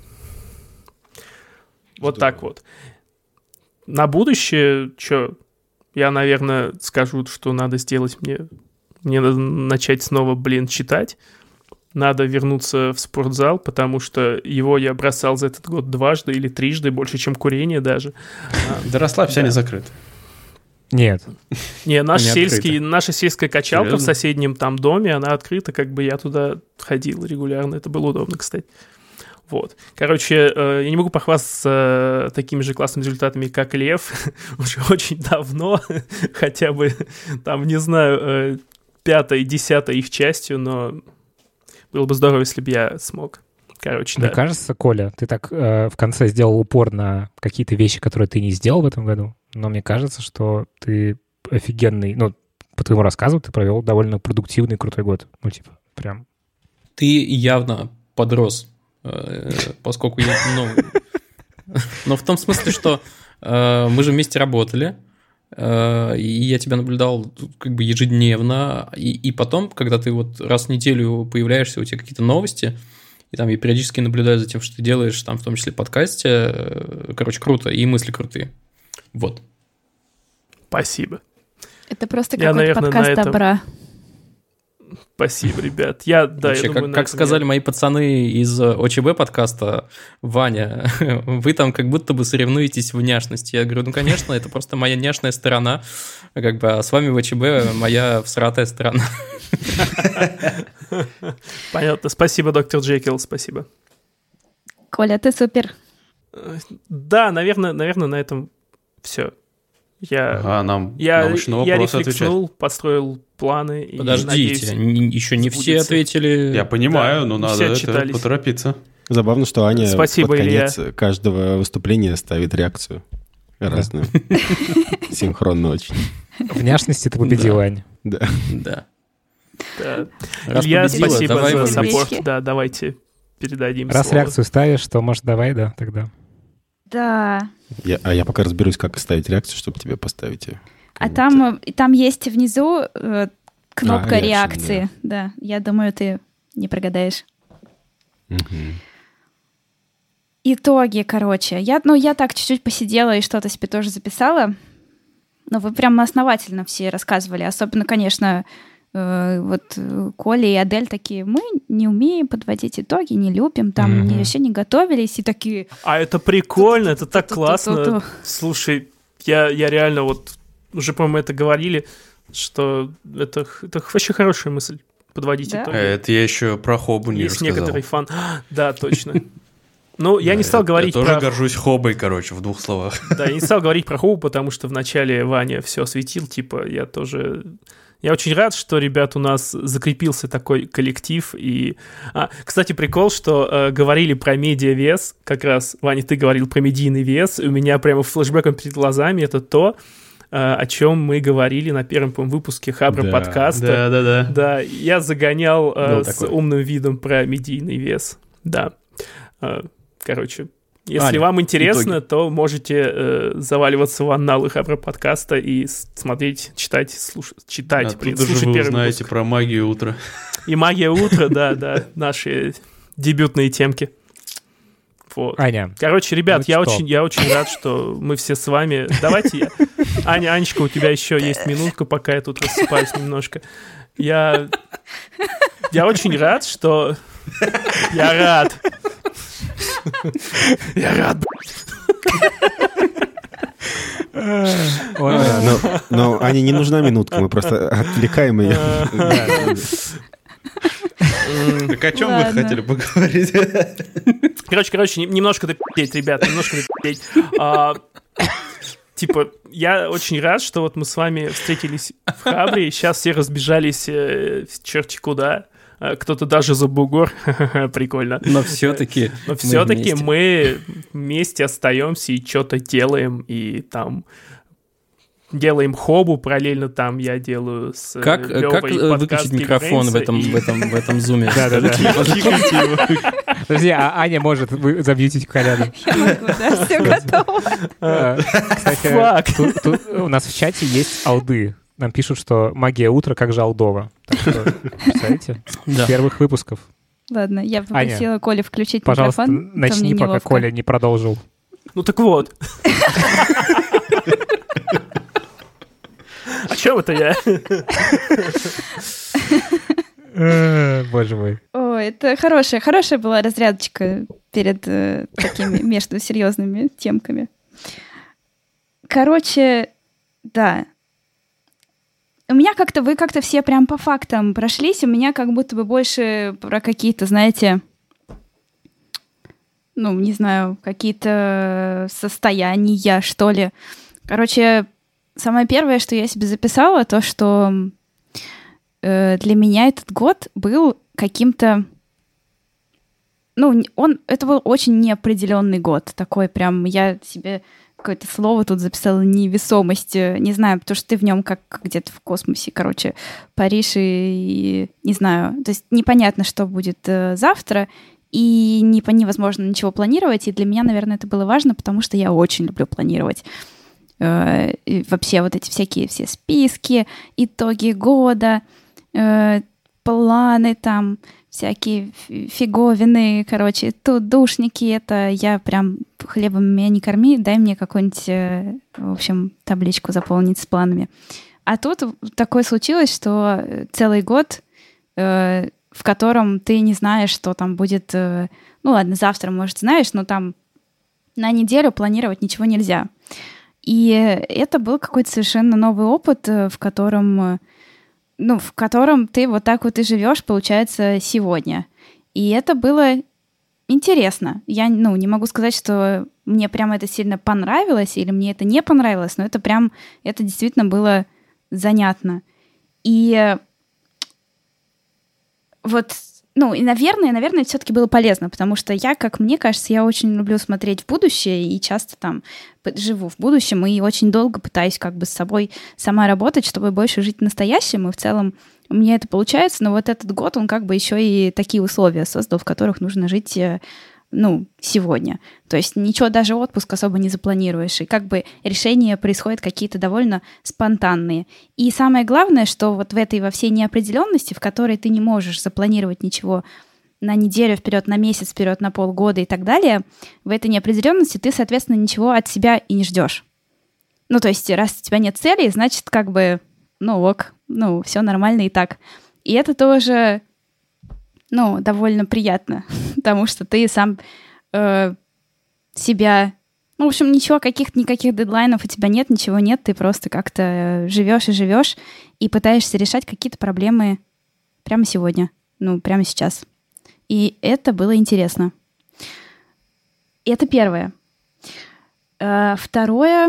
Вот так вот. На будущее, я, наверное, скажу, что надо сделать мне надо начать снова, читать. Надо вернуться в спортзал, потому что его я бросал за этот год 2 или 3, больше, чем курение даже. Да расслабься, они закрыты. Нет. Не, наша сельская качалка Серьезно? В соседнем там доме, она открыта, как бы я туда ходил регулярно, это было удобно, кстати. Вот. Короче, я не могу похвастаться такими же классными результатами, как Лев, уже очень давно, хотя бы там, не знаю, 5-й, 10-й их частью, но было бы здорово, если бы я смог. Короче, Мне кажется, Коля, ты так в конце сделал упор на какие-то вещи, которые ты не сделал в этом году, но мне кажется, что ты офигенный, ну, по твоему рассказу ты провел довольно продуктивный, крутой год. Ну, типа, прям. Ты явно подрос, поскольку я, но в том смысле, что мы же вместе работали, и я тебя наблюдал как бы ежедневно, и потом, когда ты вот раз в неделю появляешься, у тебя какие-то новости, и там я периодически наблюдаю за тем, что ты делаешь, там, в том числе в подкасте. Короче, круто, и мысли крутые. Вот. Спасибо. Это просто какой-то подкаст добра. Спасибо, ребят. Вообще, как сказали мои пацаны из ОЧБ подкаста, Ваня, вы там как будто бы соревнуетесь в няшности. Я говорю, ну, конечно, это просто моя няшная сторона, как бы, а с вами в ОЧБ моя всратая сторона. Понятно. Спасибо, доктор Джекил, спасибо. Коля, ты супер. Да, наверное, на этом все. Нам еще на вопросы рефлекснул, подстроил планы. Подождите, еще не все ответили. Я понимаю, но надо поторопиться. Забавно, что Аня Спасибо, под конец Илья. Каждого выступления ставит реакцию разную. Синхронно очень. Внешности ты победил, Аня. Да. Илья, спасибо за саппорт. Да, давайте передадим Раз слово. реакцию ставишь, то, может, давай, да, тогда. Да. Я пока разберусь, как ставить реакцию, чтобы тебе поставить ее. А там есть внизу кнопка реакции. Да, я думаю, ты не прогадаешь. Итоги, короче. Я так чуть-чуть посидела и что-то себе тоже записала. Но вы прям основательно все рассказывали. Особенно, конечно, вот Коля и Адель такие, мы не умеем подводить итоги, не любим, там вообще не готовились, и такие... А это прикольно, это так классно. Слушай, я реально вот, уже, по-моему, это говорили, что это вообще хорошая мысль, подводить итоги. Это я еще про Хобу не рассказал. Есть некоторый фан. Да, точно. Ну, я не стал говорить про... Я тоже горжусь Хобой, короче, в 2 словах. Да, я не стал говорить про Хобу, потому что вначале Ваня все осветил, типа, я тоже... Я очень рад, что, ребят, у нас закрепился такой коллектив. И... кстати, прикол, что говорили про медиавес. Как раз, Ваня, ты говорил про медийный вес. И у меня прямо флешбеком перед глазами это то, о чем мы говорили на первом, по-моему, выпуске Хабра подкаста. Да, я загонял с умным видом про медийный вес. Да. Короче, если вам интересно, то можете заваливаться в анналы Хабра подкаста и смотреть, читать, слушать слушать первый знаете выпуск. Про магию утра. И магия утра, да, наши дебютные темки. Вот. Аня. Короче, ребят, я очень рад, что мы все с вами. Давайте Анечка, у тебя еще есть минутка, пока я тут рассыпаюсь немножко. Я очень рад, что... Я рад. Но Ане не нужна минутка, мы просто отвлекаем ее. Так о чем вы хотели поговорить? Короче, немножко допи***ть, ребят, немножко допи***ть. Типа, я очень рад, что вот мы с вами встретились в Хабре, и сейчас все разбежались черти куда. Кто-то даже за бугор. Прикольно. Но все-таки мы вместе остаемся и что-то делаем, и там... Делаем хобу, параллельно там я делаю с Как выключить микрофон в этом зуме? Да. Подожди, а Аня может забьютить Коляну. Да, все готово. Кстати, у нас в чате есть алды. Нам пишут, что магия утра как же алдова. Так что, представляете? С первых выпусков. Ладно, я попросила Колю включить пожалуйста, микрофон. Пожалуйста, начни, пока Коля не продолжил. Ну так вот. О чем это я? Боже мой. О, это хорошая была разрядочка перед такими между серьезными темками. Короче, да. Вы как-то все прям по фактам прошлись, у меня как будто бы больше про какие-то, знаете, не знаю, какие-то состояния, что ли. Короче, самое первое, что я себе записала, то, что для меня этот год был каким-то... это был очень неопределенный год. Такой прям, я себе какое-то слово тут записала, невесомость. Не знаю, потому что ты в нем как где-то в космосе. Короче, Париж и не знаю. То есть непонятно, что будет завтра, и невозможно ничего планировать. И для меня, наверное, это было важно, потому что я очень люблю планировать. И вообще вот эти всякие все списки, итоги года, планы там, всякие фиговины, короче, тудушники, это я прям хлебом меня не корми, дай мне какую-нибудь, в общем, табличку заполнить с планами. А тут такое случилось, что целый год, в котором ты не знаешь, что там будет, ладно, завтра, может, знаешь, но там на неделю планировать ничего нельзя. И это был какой-то совершенно новый опыт, в котором ты вот так вот и живешь, получается, сегодня. И это было интересно. Я, не могу сказать, что мне прям это сильно понравилось или мне это не понравилось, но это действительно было занятно. И вот, и, наверное, все-таки было полезно, потому что как мне кажется, я очень люблю смотреть в будущее и часто там живу в будущем и очень долго пытаюсь как бы с собой сама работать, чтобы больше жить настоящим, и в целом у меня это получается, но вот этот год, он как бы еще и такие условия создал, в которых нужно жить, сегодня. То есть ничего, даже отпуск особо не запланируешь, и как бы решения происходят какие-то довольно спонтанные. И самое главное, что вот во всей неопределенности, в которой ты не можешь запланировать ничего на неделю вперед, на месяц вперед, на полгода и так далее, в этой неопределенности ты, соответственно, ничего от себя и не ждешь. То есть раз у тебя нет цели, значит, как бы, все нормально и так. И это тоже... довольно приятно, потому что ты сам себя... в общем, никаких дедлайнов у тебя нет, ничего нет, ты просто как-то живешь и пытаешься решать какие-то проблемы прямо сегодня, прямо сейчас. И это было интересно. И это первое. Второе...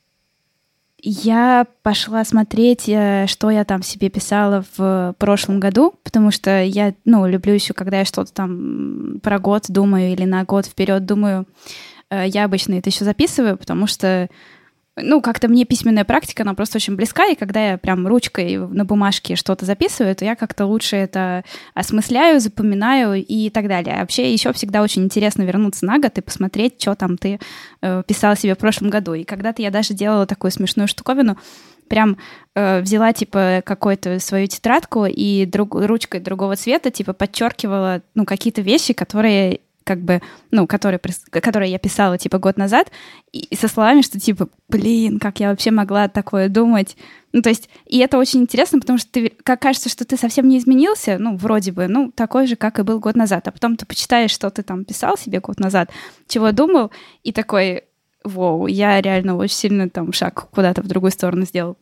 Я пошла смотреть, что я там себе писала в прошлом году, потому что я, люблю еще, когда я что-то там про год думаю или на год вперед думаю, я обычно это еще записываю, потому что, как-то мне письменная практика, она просто очень близка, и когда я прям ручкой на бумажке что-то записываю, то я как-то лучше это осмысляю, запоминаю и так далее. А вообще еще всегда очень интересно вернуться на год и посмотреть, что там ты писал себе в прошлом году. И когда-то я даже делала такую смешную штуковину, прям взяла, типа, какую-то свою тетрадку и ручкой другого цвета, типа, подчеркивала, какие-то вещи, которые которые я писала, типа, год назад, и со словами, что, типа, блин, как я вообще могла такое думать. То есть, и это очень интересно, потому что как кажется, что ты совсем не изменился, вроде бы, такой же, как и был год назад, а потом ты почитаешь, что ты там писал себе год назад, чего думал, и такой, вау, я реально очень сильно там шаг куда-то в другую сторону сделал.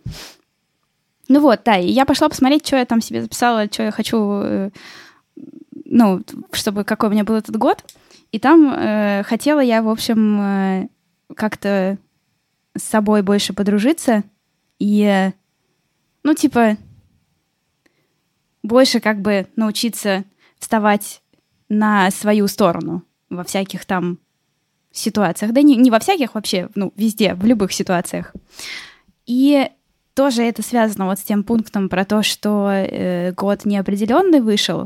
И я пошла посмотреть, что я там себе записала, что я хочу... чтобы какой у меня был этот год. И там хотела я, в общем, как-то с собой больше подружиться и, больше как бы научиться вставать на свою сторону во всяких там ситуациях. Да не во всяких вообще, везде, в любых ситуациях. И тоже это связано вот с тем пунктом про то, что год неопределенный вышел.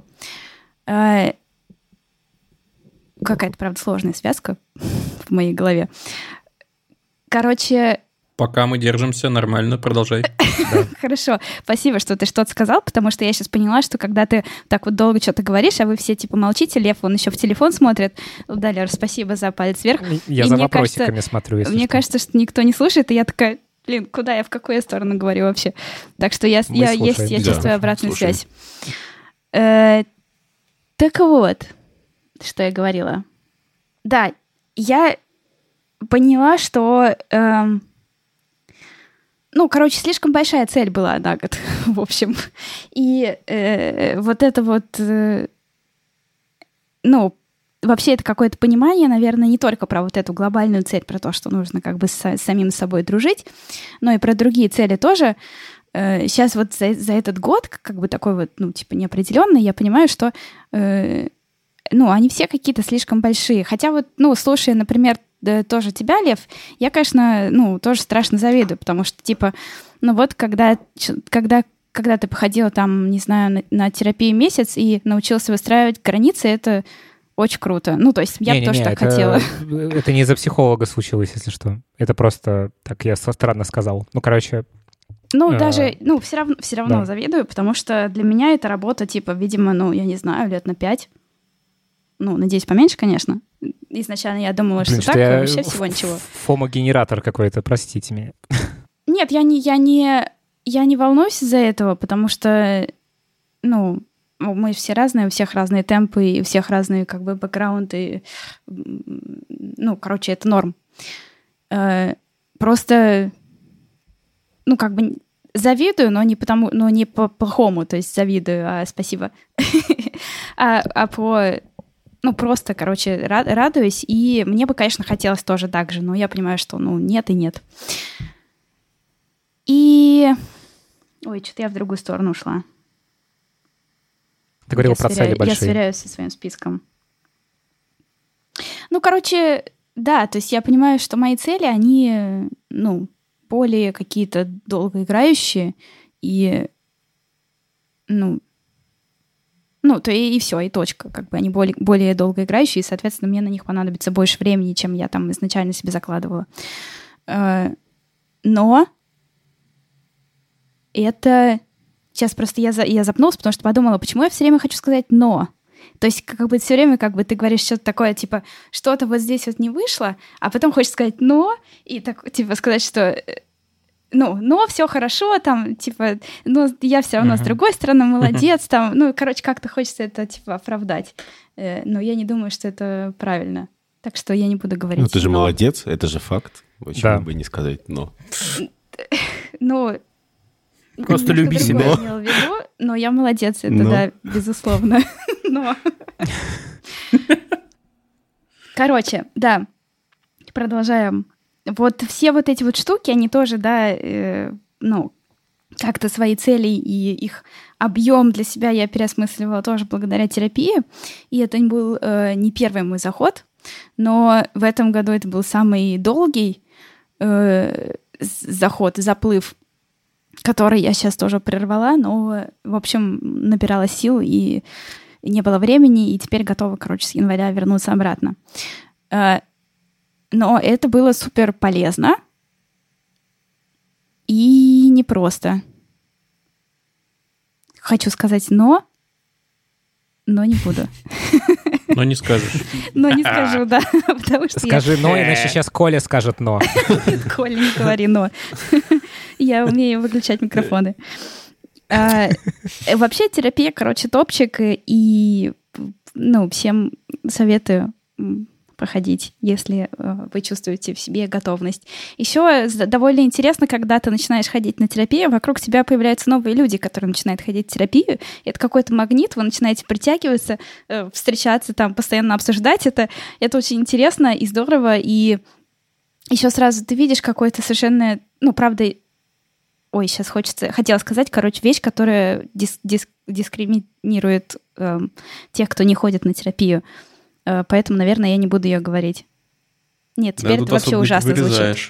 Какая-то, правда, сложная связка в моей голове. Короче... Пока мы держимся, нормально, продолжай. Хорошо, спасибо, что ты что-то сказал, потому что я сейчас поняла, что когда ты так вот долго что-то говоришь, а вы все типа молчите, Лев, он еще в телефон смотрит. Да, Лер, спасибо за палец вверх. Я за вопросиками смотрю, если Мне кажется, что никто не слушает, и я такая, блин, куда я, в какую сторону говорю вообще? Так что я чувствую обратную связь. Так вот, что я говорила. Да, я поняла, что... слишком большая цель была на год, в общем. И вот это вот... вообще это какое-то понимание, наверное, не только про вот эту глобальную цель, про то, что нужно как бы с самим собой дружить, но и про другие цели тоже. Сейчас вот за этот год, как бы такой вот, неопределенный, я понимаю, что, они все какие-то слишком большие. Хотя вот, слушая, например, тоже тебя, Лев, я, конечно, тоже страшно завидую, потому что, типа, когда ты походила там, не знаю, на терапию месяц и научился выстраивать границы, это очень круто. То есть я бы тоже так хотела. Это не из-за психолога случилось, если что. Это просто так я странно сказал. Даже, все равно да. Завидую, потому что для меня эта работа, типа, видимо, я не знаю, лет на 5. Надеюсь, поменьше, конечно. Изначально я думала, что так, вообще всего ничего. Фомо-генератор какой-то, простите меня. Нет, я не волнуюсь из-за этого, потому что, мы все разные, у всех разные темпы, и у всех разные, как бы, бэкграунды. Это норм. Просто... завидую, но не по-плохому, то есть завидую, а спасибо. Просто, радуюсь, и мне бы, конечно, хотелось тоже так же, но я понимаю, что, нет и нет. И... Ой, что-то я в другую сторону ушла. Ты говорила про цели большие. Я сверяюсь со своим списком. Да, то есть я понимаю, что мои цели, они, более какие-то долгоиграющие, и, то и все, и точка. Как бы они более долгоиграющие, и, соответственно, мне на них понадобится больше времени, чем я там изначально себе закладывала. Но это... Сейчас просто я запнулась, потому что подумала, почему я все время хочу сказать «но». То есть как бы все время как бы ты говоришь что-то такое, типа, что-то вот здесь вот не вышло, а потом хочешь сказать «но», и так, типа, сказать, что но все хорошо, там, типа, я все равно с другой стороны молодец, там, как-то хочется это, типа, оправдать. Но я не думаю, что это правильно. Так что я не буду говорить. Ты же молодец, это же факт. Почему бы не сказать «но»? Просто люби себя. Я имела в виду, но я молодец, это да, безусловно. Но. Короче, да, продолжаем. Вот все вот эти вот штуки, они тоже, да, как-то свои цели и их объем для себя я переосмысливала тоже благодаря терапии. И это был не первый мой заход, но в этом году это был самый долгий. заход, заплыв, который я сейчас тоже прервала, но, в общем, набирала сил, и не было времени, и теперь готова, короче, с января вернуться обратно. Но это было супер полезно и непросто. Хочу сказать «но», но не буду. Но не скажешь. Но не скажу, да. Потому что Скажи «но», иначе сейчас Коля скажет «но». Коля, не говори «но». Я умею выключать микрофоны. Вообще терапия, короче, топчик, и всем советую проходить, если вы чувствуете в себе готовность. Еще довольно интересно, когда ты начинаешь ходить на терапию, вокруг тебя появляются новые люди, которые начинают ходить в терапию. Это какой-то магнит, вы начинаете притягиваться, встречаться, там, постоянно обсуждать это. Это очень интересно и здорово. И еще сразу ты видишь какой-то совершенно, правда, сейчас хотела сказать, вещь, которая дискриминирует тех, кто не ходит на терапию. Поэтому, наверное, я не буду ее говорить. Нет, теперь это вообще ужасно звучит.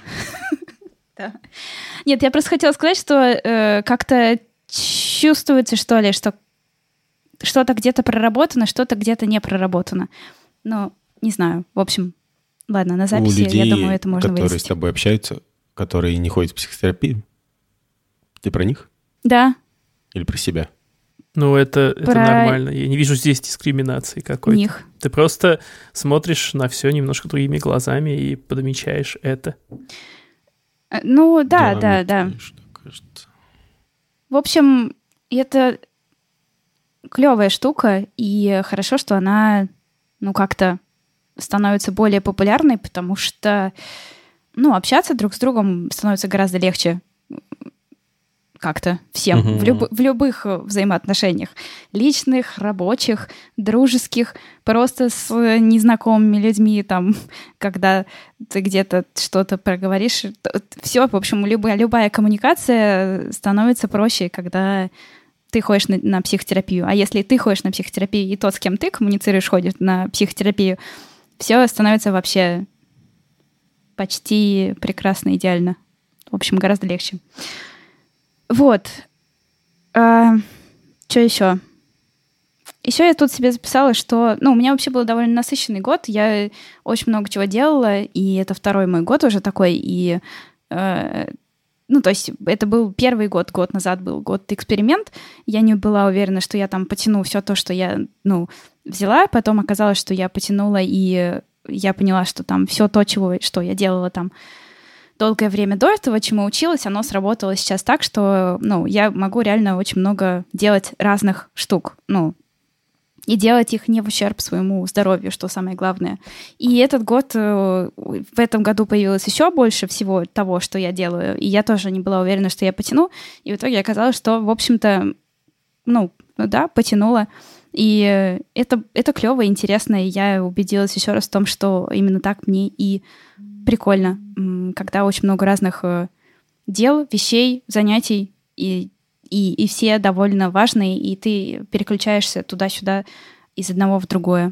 Нет, я просто хотела сказать, что как-то чувствуется, что ли, что что-то где-то проработано, что-то где-то не проработано. Но не знаю. В общем, ладно, на записи, людей, я думаю, это можно которые вырезать. с тобой общаются, которые не ходят в психотерапию, ты про них? Да. Или про себя? Это нормально. Я не вижу здесь дискриминации какой-то. Них. Ты просто смотришь на все немножко другими глазами и подмечаешь это. Да. Конечно, кажется. В общем, это клевая штука, и хорошо, что она, как-то становится более популярной, потому что, общаться друг с другом становится гораздо легче. Как-то всем, в любых взаимоотношениях. Личных, рабочих, дружеских, просто с незнакомыми людьми, там, когда ты где-то что-то проговоришь. Все, в общем, любая коммуникация становится проще, когда ты ходишь на психотерапию. А если ты ходишь на психотерапию, и тот, с кем ты коммуницируешь, ходит на психотерапию, все становится вообще почти прекрасно, идеально. В общем, гораздо легче. Вот. Что еще? Еще я тут себе записала, что... у меня вообще был довольно насыщенный год. Я очень много чего делала, и это второй мой год уже такой. И, то есть это был первый год назад был год-эксперимент. Я не была уверена, что я там потяну все то, что я, взяла. Потом оказалось, что я потянула, и я поняла, что там все то, что я делала там долгое время до этого, чему училась, оно сработало сейчас так, что, я могу реально очень много делать разных штук, и делать их не в ущерб своему здоровью, что самое главное. И этот год, в этом году появилось еще больше всего того, что я делаю, и я тоже не была уверена, что я потяну, и в итоге оказалось, что, в общем-то, потянула. И это клево и интересно, и я убедилась еще раз в том, что именно так мне и прикольно, когда очень много разных дел, вещей, занятий, и все довольно важные, и ты переключаешься туда-сюда из одного в другое.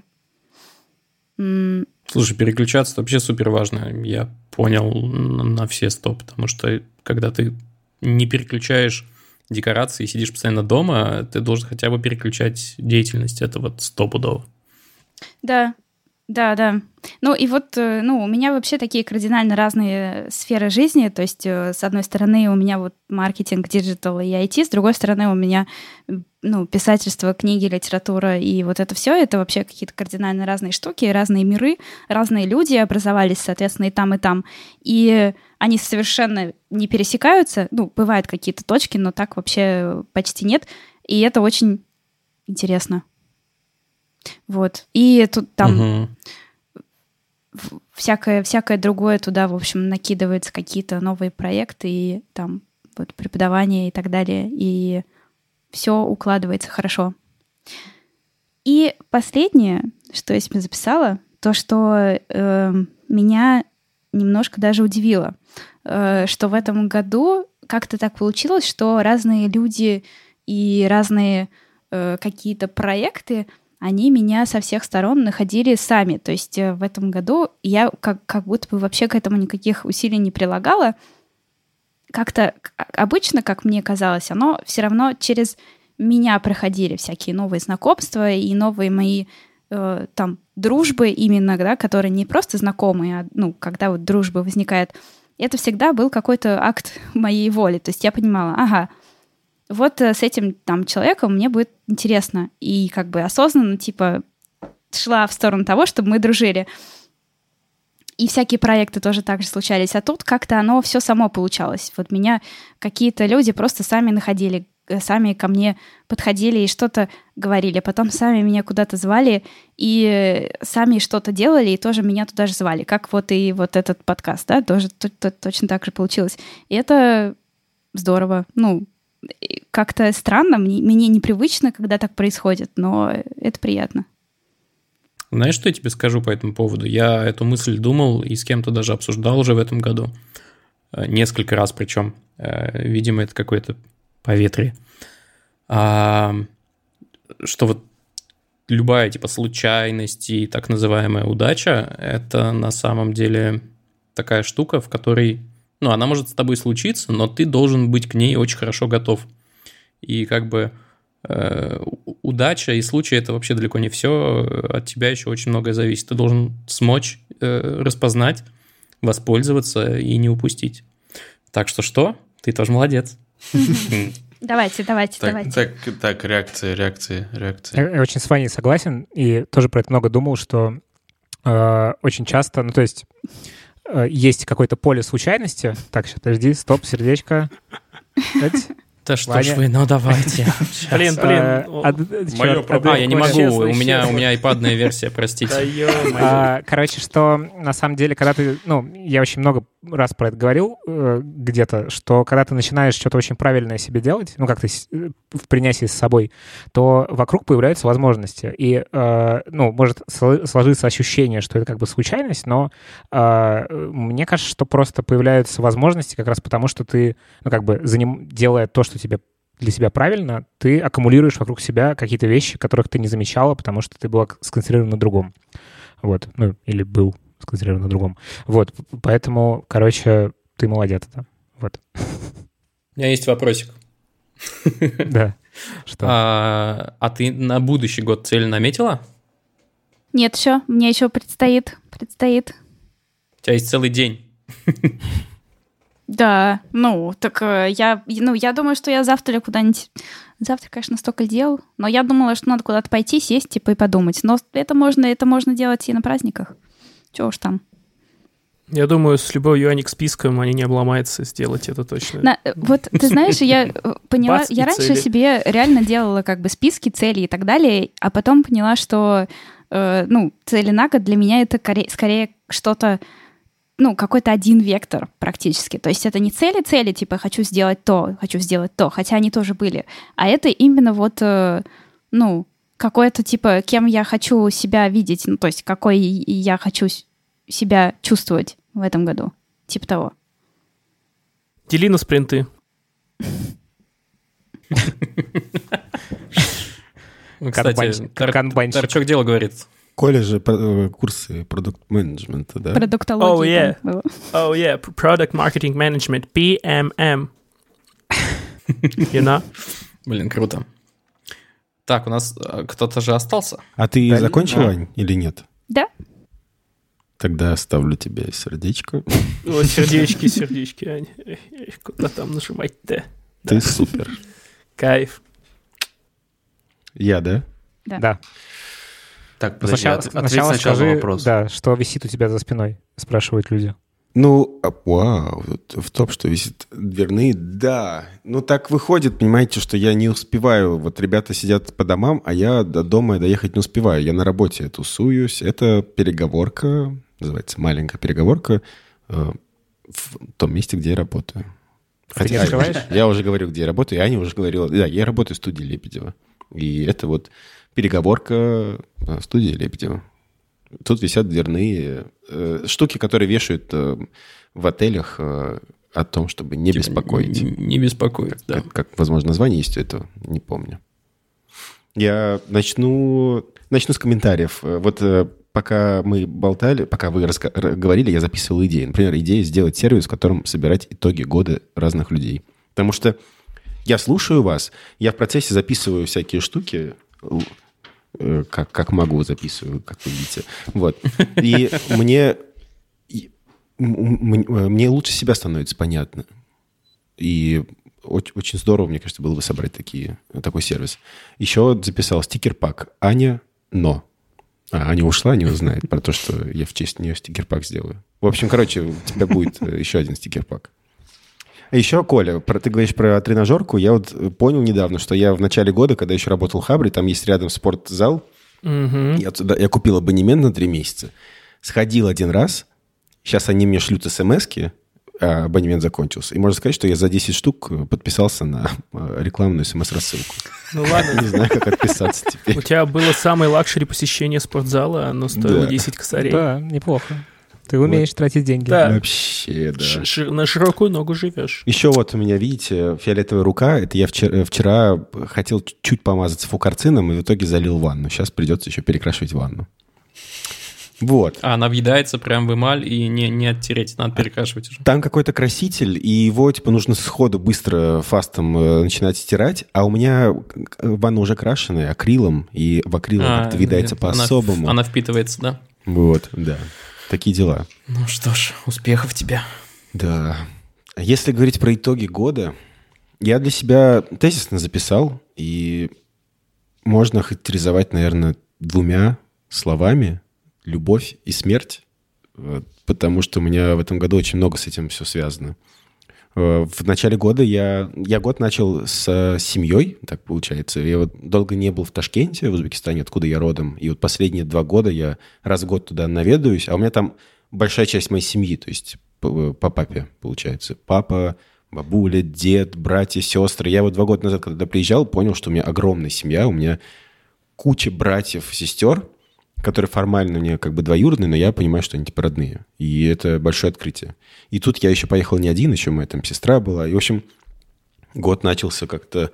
Слушай, переключаться вообще супер важно. Я понял на все 100, потому что когда ты не переключаешь декорации и сидишь постоянно дома, ты должен хотя бы переключать деятельность. Это вот 100%. Да. И вот, у меня вообще такие кардинально разные сферы жизни. То есть, с одной стороны, у меня вот маркетинг, диджитал и IT, с другой стороны, у меня, писательство, книги, литература и вот это все. Это вообще какие-то кардинально разные штуки, разные миры, разные люди образовались, соответственно, и там. И они совершенно не пересекаются. Бывают какие-то точки, но так вообще почти нет. И это очень интересно. Вот. И тут там всякое другое туда, в общем, накидываются какие-то новые проекты, и там вот преподавание и так далее, и все укладывается хорошо. И последнее, что я себе записала, то, что меня немножко даже удивило, что в этом году как-то так получилось, что разные люди и разные какие-то проекты, они меня со всех сторон находили сами. То есть в этом году я как будто бы вообще к этому никаких усилий не прилагала. как-то обычно, как мне казалось, оно все равно через меня проходили всякие новые знакомства и новые мои там дружбы именно, да, которые не просто знакомые, а, ну, когда вот дружба возникает, это всегда был какой-то акт моей воли. То есть я понимала, ага, вот с этим там человеком мне будет интересно. И как бы осознанно, типа, шла в сторону того, чтобы мы дружили. И всякие проекты тоже так же случались. А тут как-то оно все само получалось. Вот меня какие-то люди просто сами находили, сами ко мне подходили и что-то говорили. Потом сами меня куда-то звали и сами что-то делали, и тоже меня туда же звали. Как вот и вот этот подкаст, да, тоже точно так же получилось. И это здорово. Ну, как-то странно, мне непривычно, когда так происходит, но это приятно. Знаешь, что я тебе скажу по этому поводу? Я эту мысль думал и с кем-то даже обсуждал уже в этом году. Несколько раз причем. Видимо, это какое-то поветрие. Что вот любая типа случайность и так называемая удача – это на самом деле такая штука, в которой, ну, она может с тобой случиться, но ты должен быть к ней очень хорошо готов. И как бы удача и случай – это вообще далеко не все. От тебя еще очень многое зависит. Ты должен смочь распознать, воспользоваться и не упустить. Так что? Ты тоже молодец. Давайте. Так, реакции. Я очень с Ваней согласен, и тоже про это много думал, что очень часто, ну, то есть есть какое-то поле случайности. Так, сейчас, подожди, стоп, сердечко. Да что ж вы, ну давайте. Блин. Мое проблема. Я не могу, у меня iPad-ная версия, простите. Короче, что на самом деле, когда ты, ну, я очень много раз про это говорил где-то, что когда ты начинаешь что-то очень правильное себе делать, ну, как-то в принятии с собой, то вокруг появляются возможности. И, ну, может сложиться ощущение, что это как бы случайность, но мне кажется, что просто появляются возможности как раз потому, что ты, ну, как бы делая то, что тебе для себя правильно, ты аккумулируешь вокруг себя какие-то вещи, которых ты не замечала, потому что ты была сконцентрирован на другом. Вот. Ну, или был сконцентрирован на другом. Вот. Поэтому, короче, ты молодец. Да. Вот. У меня есть вопросик. Да. Что? А ты на будущий год цель наметила? Нет еще. Мне еще предстоит. У тебя есть целый день. Да, ну, так я думаю, что я завтра куда-нибудь... Завтра, конечно, столько дел, но я думала, что надо куда-то пойти, сесть, типа, и подумать. Но это можно делать и на праздниках. Чего уж там. Я думаю, с любовью Ани к спискам они не обломаются сделать это точно. Вот, ты знаешь, я поняла... Я раньше себе реально делала как бы списки, цели и так далее, а потом поняла, что, цели на год для меня это скорее что-то, ну, какой-то один вектор практически. То есть это не цели, типа хочу сделать то, хотя они тоже были. А это именно вот, какое-то типа, кем я хочу себя видеть, ну, то есть какой я хочу себя чувствовать в этом году. Типа того. Дели на спринты. Кстати, Торчок дело говорит. Коля же курсы продукт-менеджмента, да? Продуктология. Oh, yeah. Product Marketing Management. PMM. You know? Блин, круто. Так, у нас кто-то же остался. А ты закончила, Ань, или нет? Да. Тогда оставлю тебе сердечко. Вот сердечки, Ань. Куда там нажимать-то? Ты супер. Кайф. Я, да? Да. Так, подожди, сначала скажи, на вопрос. Да, что висит у тебя за спиной, спрашивают люди. Ну, вау, в том, что висит дверные, да. Ну, так выходит, понимаете, что я не успеваю. Вот ребята сидят по домам, а я до дома доехать не успеваю. Я на работе тусуюсь. Это переговорка, называется маленькая переговорка в том месте, где я работаю. Ты не открываешь? Я уже говорил, где я работаю, и Аня уже говорила. Да, я работаю в студии Лебедева. И это вот переговорка в студии Лебедева. Тут висят дверные штуки, которые вешают в отелях о том, чтобы не беспокоить. Не беспокоить, да. Как, возможно, название есть у этого, не помню. Я начну с комментариев. Вот пока мы болтали, пока вы говорили, я записывал идеи. Например, идея сделать сервис, в котором собирать итоги года разных людей. Потому что я слушаю вас, я в процессе записываю всякие штуки, как могу записываю, как вы видите. Вот. И мне лучше себя становится понятно. И очень здорово, мне кажется, было бы собрать такой сервис. Еще записал стикер-пак Аня Но. Аня ушла, не узнает про то, что я в честь нее стикер-пак сделаю. В общем, короче, у тебя будет еще один стикер-пак. А еще, Коля, ты говоришь про тренажерку. Я вот понял недавно, что я в начале года, когда еще работал в Хабре, там есть рядом спортзал. Я купил абонемент на 3 месяца. Сходил один раз. Сейчас они мне шлют смс-ки, а абонемент закончился. И можно сказать, что я за 10 штук подписался на рекламную смс-рассылку. Ну ладно. Не знаю, как отписаться теперь. У тебя было самое лакшери посещение спортзала, оно стоило 10 косарей. Да, неплохо. Ты умеешь тратить деньги. Да. Вообще, да. На широкую ногу живешь. Еще вот у меня, видите, фиолетовая рука. Это я вчера хотел чуть помазаться фукарцином и в итоге залил ванну. Сейчас придется еще перекрашивать ванну. Вот. А она въедается прям в эмаль и не оттереть, надо перекрашивать уже. Там какой-то краситель, и его типа нужно сходу быстро фастом начинать стирать, а у меня ванна уже крашеная акрилом, и в акрил как-то въедается по-особому. Она впитывается, да? Вот, да. Такие дела. Ну что ж, успехов тебе. Да. Если говорить про итоги года, я для себя тезисно записал, и можно характеризовать, наверное, 2 словами: любовь и смерть, потому что у меня в этом году очень много с этим все связано. В начале года я год начал с семьей, так получается. Я вот долго не был в Ташкенте, в Узбекистане, откуда я родом. И вот последние 2 года я раз в год туда наведаюсь, а у меня там большая часть моей семьи, то есть по папе, получается. Папа, бабуля, дед, братья, сестры. Я вот 2 года назад, когда приезжал, понял, что у меня огромная семья, у меня куча братьев, сестер, которые формально мне как бы двоюродные, но я понимаю, что они типа родные. И это большое открытие. И тут я еще поехал не один, еще моя там сестра была. И, в общем, год начался как-то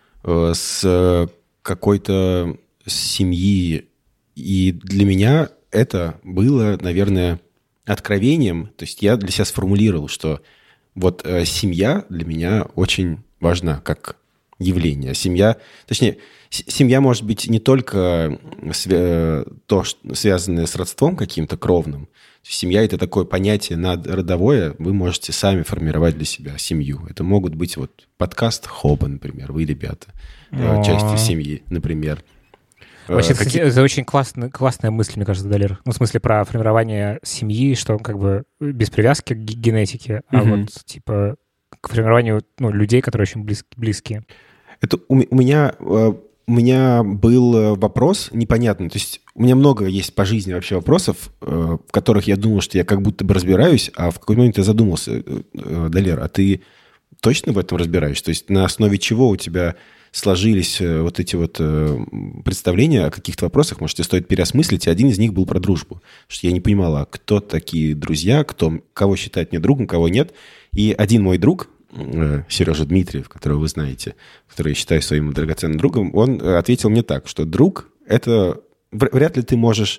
с какой-то семьи. И для меня это было, наверное, откровением. То есть я для себя сформулировал, что вот семья для меня очень важна как явление. Семья, точнее, семья может быть не только связанное с родством каким-то кровным. Семья – это такое понятие надродовое, вы можете сами формировать для себя семью. Это могут быть вот подкаст Хоба, например, вы, ребята, частью семьи, например. Вообще, это очень классная мысль, мне кажется, Далер. Ну, в смысле, про формирование семьи, что как бы без привязки к генетике, а вот типа к формированию людей, которые очень близкие. Это у меня был вопрос непонятный. То есть у меня много есть по жизни вообще вопросов, в которых я думал, что я как будто бы разбираюсь, а в какой-то момент я задумался: Далер, а ты точно в этом разбираешься? То есть на основе чего у тебя сложились вот эти вот представления о каких-то вопросах? Может, тебе стоит переосмыслить? И один из них был про дружбу. Потому что я не понимала, кто такие друзья, кого считать мне другом, кого нет. И один мой друг, Сережа Дмитриев, которого вы знаете, который я считаю своим драгоценным другом, он ответил мне так, что друг – это вряд ли ты можешь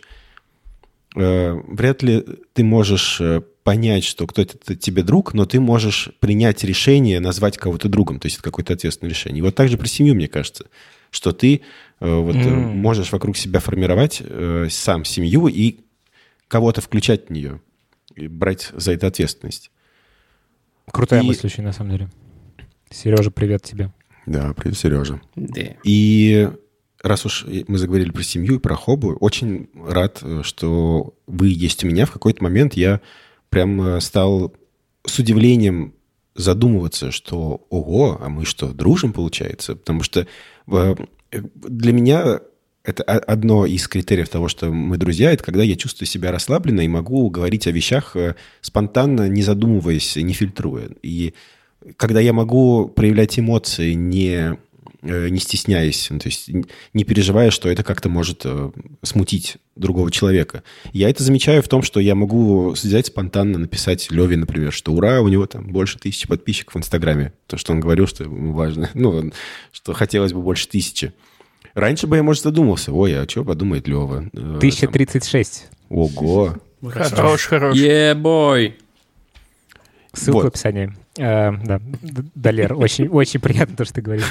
понять, что кто-то тебе друг, но ты можешь принять решение назвать кого-то другом, то есть это какое-то ответственное решение. И вот так же про семью, мне кажется, что ты можешь вокруг себя формировать сам семью и кого-то включать в нее, и брать за это ответственность. Крутая мысль очень, на самом деле. Сережа, привет тебе. Да, привет, Сережа. Да. И раз уж мы заговорили про семью и про Хобу, очень рад, что вы есть у меня. В какой-то момент я прям стал с удивлением задумываться, что ого, а мы что, дружим, получается? Потому что для меня это одно из критериев того, что мы друзья, это когда я чувствую себя расслабленно и могу говорить о вещах спонтанно, не задумываясь, не фильтруя. И когда я могу проявлять эмоции, не стесняясь, то есть не переживая, что это как-то может смутить другого человека. Я это замечаю в том, что я могу взять спонтанно написать Леве, например, что ура, у него там больше 1000 подписчиков в Инстаграме. То, что он говорил, что ему важно, что хотелось бы больше 1000. Раньше бы я, может, задумался. Ой, а что подумает Лева? 1036. Ого. Хорош. Ебой! Ссылка Вот. в описании. Да, Далер, очень, очень приятно то, что ты говоришь.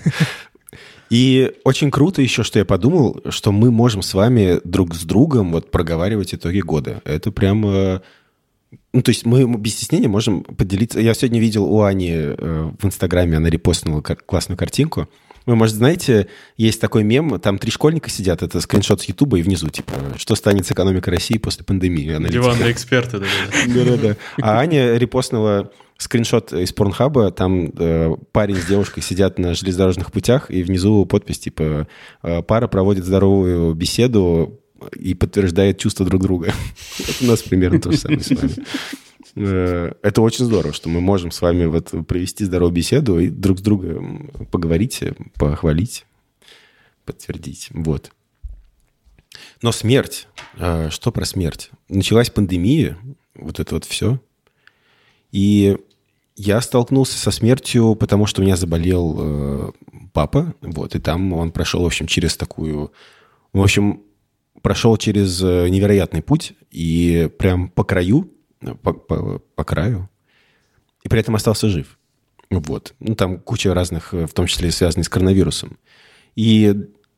И очень круто еще, что я подумал, что мы можем с вами друг с другом вот проговаривать итоги года. Это прям... Ну, то есть мы без стеснения можем поделиться. Я сегодня видел у Ани в Инстаграме, она репостнула классную картинку. Вы, может, знаете, есть такой мем, там 3 школьника сидят, это скриншот с Ютуба, и внизу, типа, что станет с экономикой России после пандемии. Диванные эксперты. Да-да-да. А Аня репостнула скриншот из Порнхаба, там парень с девушкой сидят на железнодорожных путях, и внизу подпись, типа, пара проводит здоровую беседу и подтверждает чувства друг друга. Вот у нас примерно то же самое с вами. Это очень здорово, что мы можем с вами вот провести здоровую беседу и друг с другом поговорить, похвалить, подтвердить. Вот. Но смерть. Что про смерть? Началась пандемия, вот это вот все. И я столкнулся со смертью, потому что у меня заболел папа. Вот, и там он прошел, в общем, через такую... В общем, прошел через невероятный путь. И прям по краю, по краю, и при этом остался жив. Вот. Ну, там куча разных, в том числе связанных с коронавирусом. И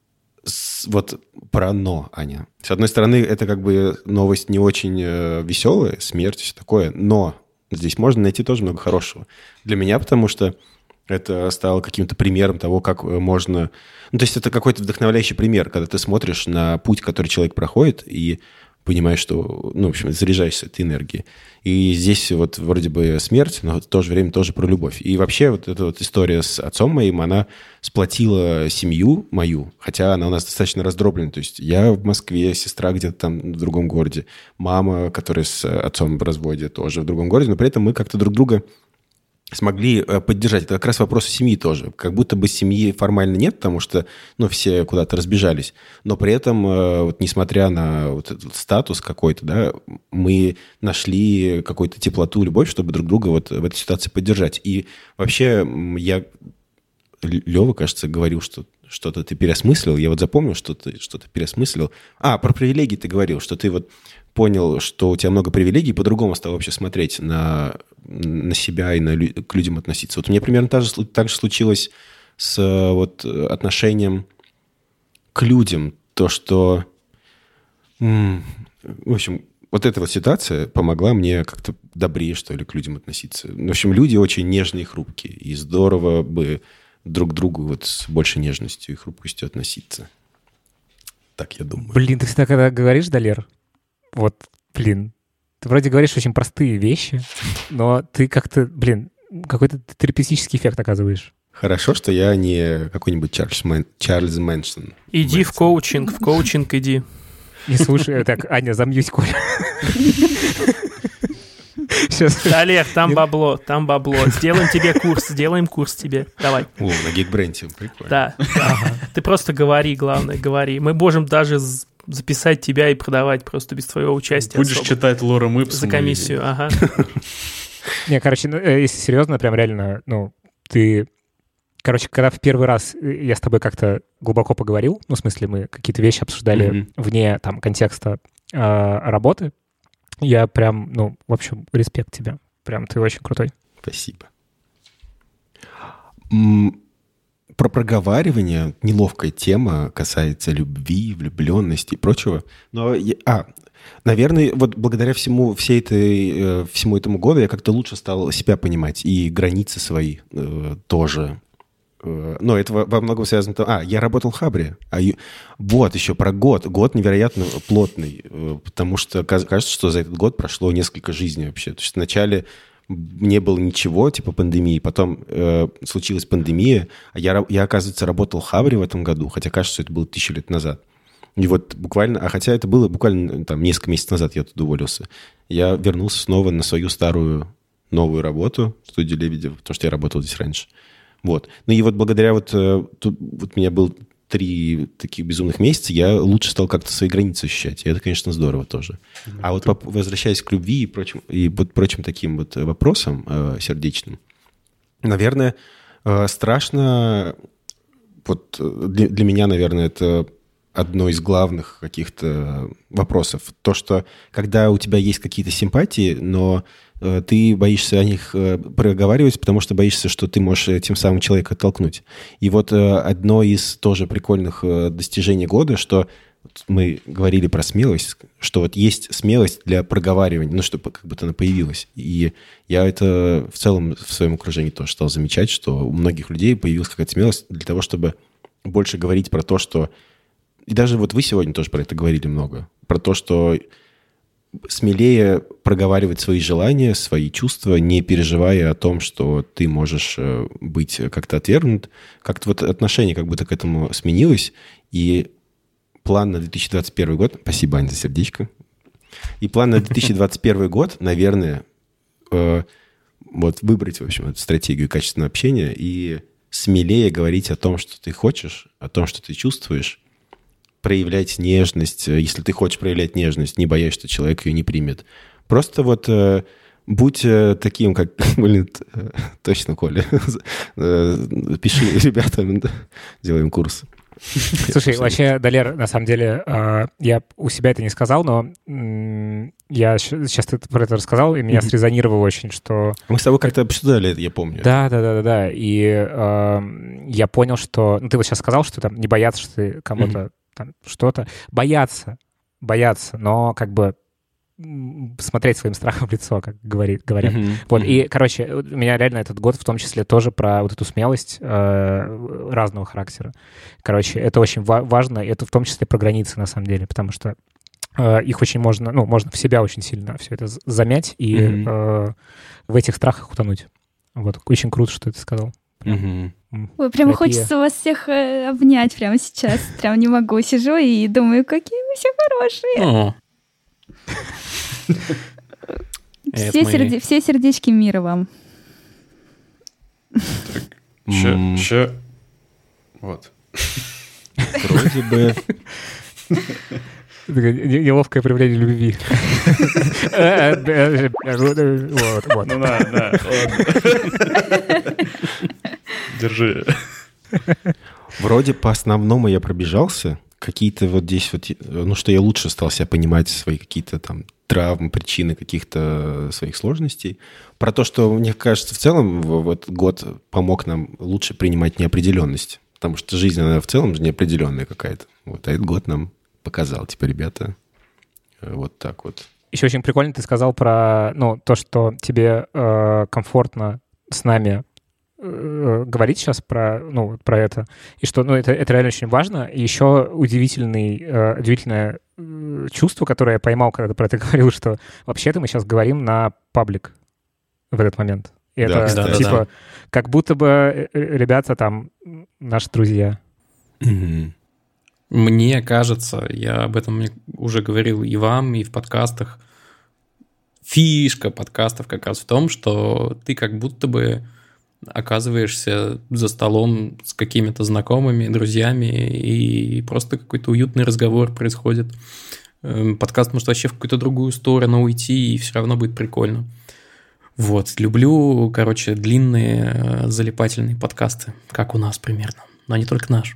вот про «но», Аня. С одной стороны, это как бы новость не очень веселая, смерть, все такое, но здесь можно найти тоже много хорошего. Для меня, потому что это стало каким-то примером того, как можно... Ну, то есть это какой-то вдохновляющий пример, когда ты смотришь на путь, который человек проходит, и понимаешь, что, ну, в общем, заряжаешься этой энергией. И здесь вот вроде бы смерть, но в то же время тоже про любовь. И вообще вот эта вот история с отцом моим, она сплотила семью мою, хотя она у нас достаточно раздроблена. То есть я в Москве, сестра где-то там в другом городе, мама, которая с отцом в разводе, тоже в другом городе, но при этом мы как-то друг друга смогли поддержать. Это как раз вопрос семьи тоже. Как будто бы семьи формально нет, потому что, ну, все куда-то разбежались. Но при этом, вот, несмотря на вот этот статус какой-то, да, мы нашли какую-то теплоту, любовь, чтобы друг друга вот в этой ситуации поддержать. И вообще Лева, кажется, говорил, что что-то ты переосмыслил. Я вот запомнил, что ты что-то переосмыслил. Про привилегии ты говорил, что ты вот понял, что у тебя много привилегий, по-другому стал вообще смотреть на себя и к людям относиться. Вот у меня примерно так же случилось с вот отношением к людям. То, что... В общем, вот эта вот ситуация помогла мне как-то добрее, что ли, к людям относиться. В общем, люди очень нежные и хрупкие. И здорово бы друг к другу вот с большей нежностью и хрупкостью относиться. Так я думаю. Блин, ты всегда когда говоришь, Далер, вот, блин, ты вроде говоришь очень простые вещи, но ты как-то, блин, какой-то терапевтический эффект оказываешь. Хорошо, что я не какой-нибудь Чарльз Мэнсон. Иди в коучинг иди. Не слушай, так, Аня, замьють Коля. Сейчас. Олег, там бабло. Сделаем курс тебе. Давай. О, на Geekbrand, прикольно. Да. Ты просто говори, главное, говори. Мы можем даже записать тебя и продавать просто без твоего участия. Будешь особо. читать Лорем Ипсом. За комиссию, ага. Не, короче, если серьезно, прям реально, ну, ты... Короче, когда в первый раз я с тобой как-то глубоко поговорил, ну, в смысле, мы какие-то вещи обсуждали вне, там, контекста работы, я прям, ну, в общем, респект тебе. Прям ты очень крутой. Спасибо. Про проговаривание неловкая тема, касается любви, влюбленности и прочего. Но наверное, вот благодаря всему этому году я как-то лучше стал себя понимать и границы свои тоже. Но это во многом связано... я работал в Хабре. Вот еще про год. Год невероятно плотный, потому что кажется, что за этот год прошло несколько жизней вообще. То есть вначале не было ничего, типа пандемии, потом случилась пандемия, а я, оказывается, работал в Хабре в этом году, хотя кажется, что это было 1000 лет назад. И вот буквально... хотя это было буквально там несколько месяцев назад я оттуда уволился. Я вернулся снова на свою старую новую работу в студии Лебедева, потому что я работал здесь раньше. Вот. Ну и вот благодаря вот у меня было 3 таких безумных месяца, я лучше стал как-то свои границы ощущать. И это, конечно, здорово тоже. А вот возвращаясь к любви и прочим таким вот вопросам сердечным, наверное, страшно вот для меня, наверное, это одно из главных каких-то вопросов. То, что когда у тебя есть какие-то симпатии, но ты боишься о них проговаривать, потому что боишься, что ты можешь тем самым человека оттолкнуть. И вот одно из тоже прикольных достижений года, что мы говорили про смелость, что вот есть смелость для проговаривания, ну, чтобы как будто она появилась. И я это в целом в своем окружении тоже стал замечать, что у многих людей появилась какая-то смелость для того, чтобы больше говорить про то, что... И даже вот вы сегодня тоже про это говорили много. Про то, что смелее проговаривать свои желания, свои чувства, не переживая о том, что ты можешь быть как-то отвергнут. Как-то вот отношение как будто к этому сменилось. И план на 2021 год... Спасибо, Аня, за сердечко. И план на 2021 год, наверное, вот выбрать, в общем, эту стратегию качественного общения и смелее говорить о том, что ты хочешь, о том, что ты чувствуешь, проявлять нежность. Если ты хочешь проявлять нежность, не боясь, что человек ее не примет. Просто вот будь таким, как... Блин, точно, Коля. Пиши ребятам, делаем курс. Слушай, вообще, Далер, на самом деле, я у себя это не сказал, но я сейчас ты про это рассказал, и меня срезонировало очень, что... Мы с тобой как-то обсуждали это, я помню. Да. И я понял, что... Ну, ты вот сейчас сказал, что там не бояться, что ты кому-то там что-то... Бояться, но как бы смотреть своим страхом в лицо, как говорят. Вот, и, короче, у меня реально этот год в том числе тоже про вот эту смелость разного характера. Короче, это очень важно, и это в том числе про границы, на самом деле, потому что их очень можно в себя очень сильно все это замять и в этих страхах утонуть. Вот, очень круто, что ты сказал. Ой, прямо хочется вас всех обнять прямо сейчас. Прям не могу, сижу и думаю, какие вы все хорошие. Все сердечки мира вам. Ща. Вот. Вроде бы... Неловкое проявление любви. Вот. Ну да. Держи. Вроде по основному я пробежался. Какие-то вот здесь вот... Ну, что я лучше стал себя понимать, свои какие-то там травмы, причины каких-то своих сложностей. Про то, что, мне кажется, в целом вот год помог нам лучше принимать неопределенность. Потому что жизнь, она в целом же неопределенная какая-то. Вот, а этот год нам показал. Типа, ребята, вот так вот. Еще очень прикольно ты сказал про, то, что тебе комфортно с нами говорить сейчас про это, и что это реально очень важно. И еще удивительное чувство, которое я поймал, когда ты про это говорил, что вообще-то мы сейчас говорим на паблик в этот момент. И да, это типа как будто бы ребята там наши друзья. Мне кажется, я об этом уже говорил и вам, и в подкастах. Фишка подкастов как раз в том, что ты как будто бы оказываешься за столом с какими-то знакомыми, друзьями, и просто какой-то уютный разговор происходит. Подкаст может вообще в какую-то другую сторону уйти, и все равно будет прикольно. Вот, люблю, длинные залипательные подкасты, как у нас примерно, но не только наш.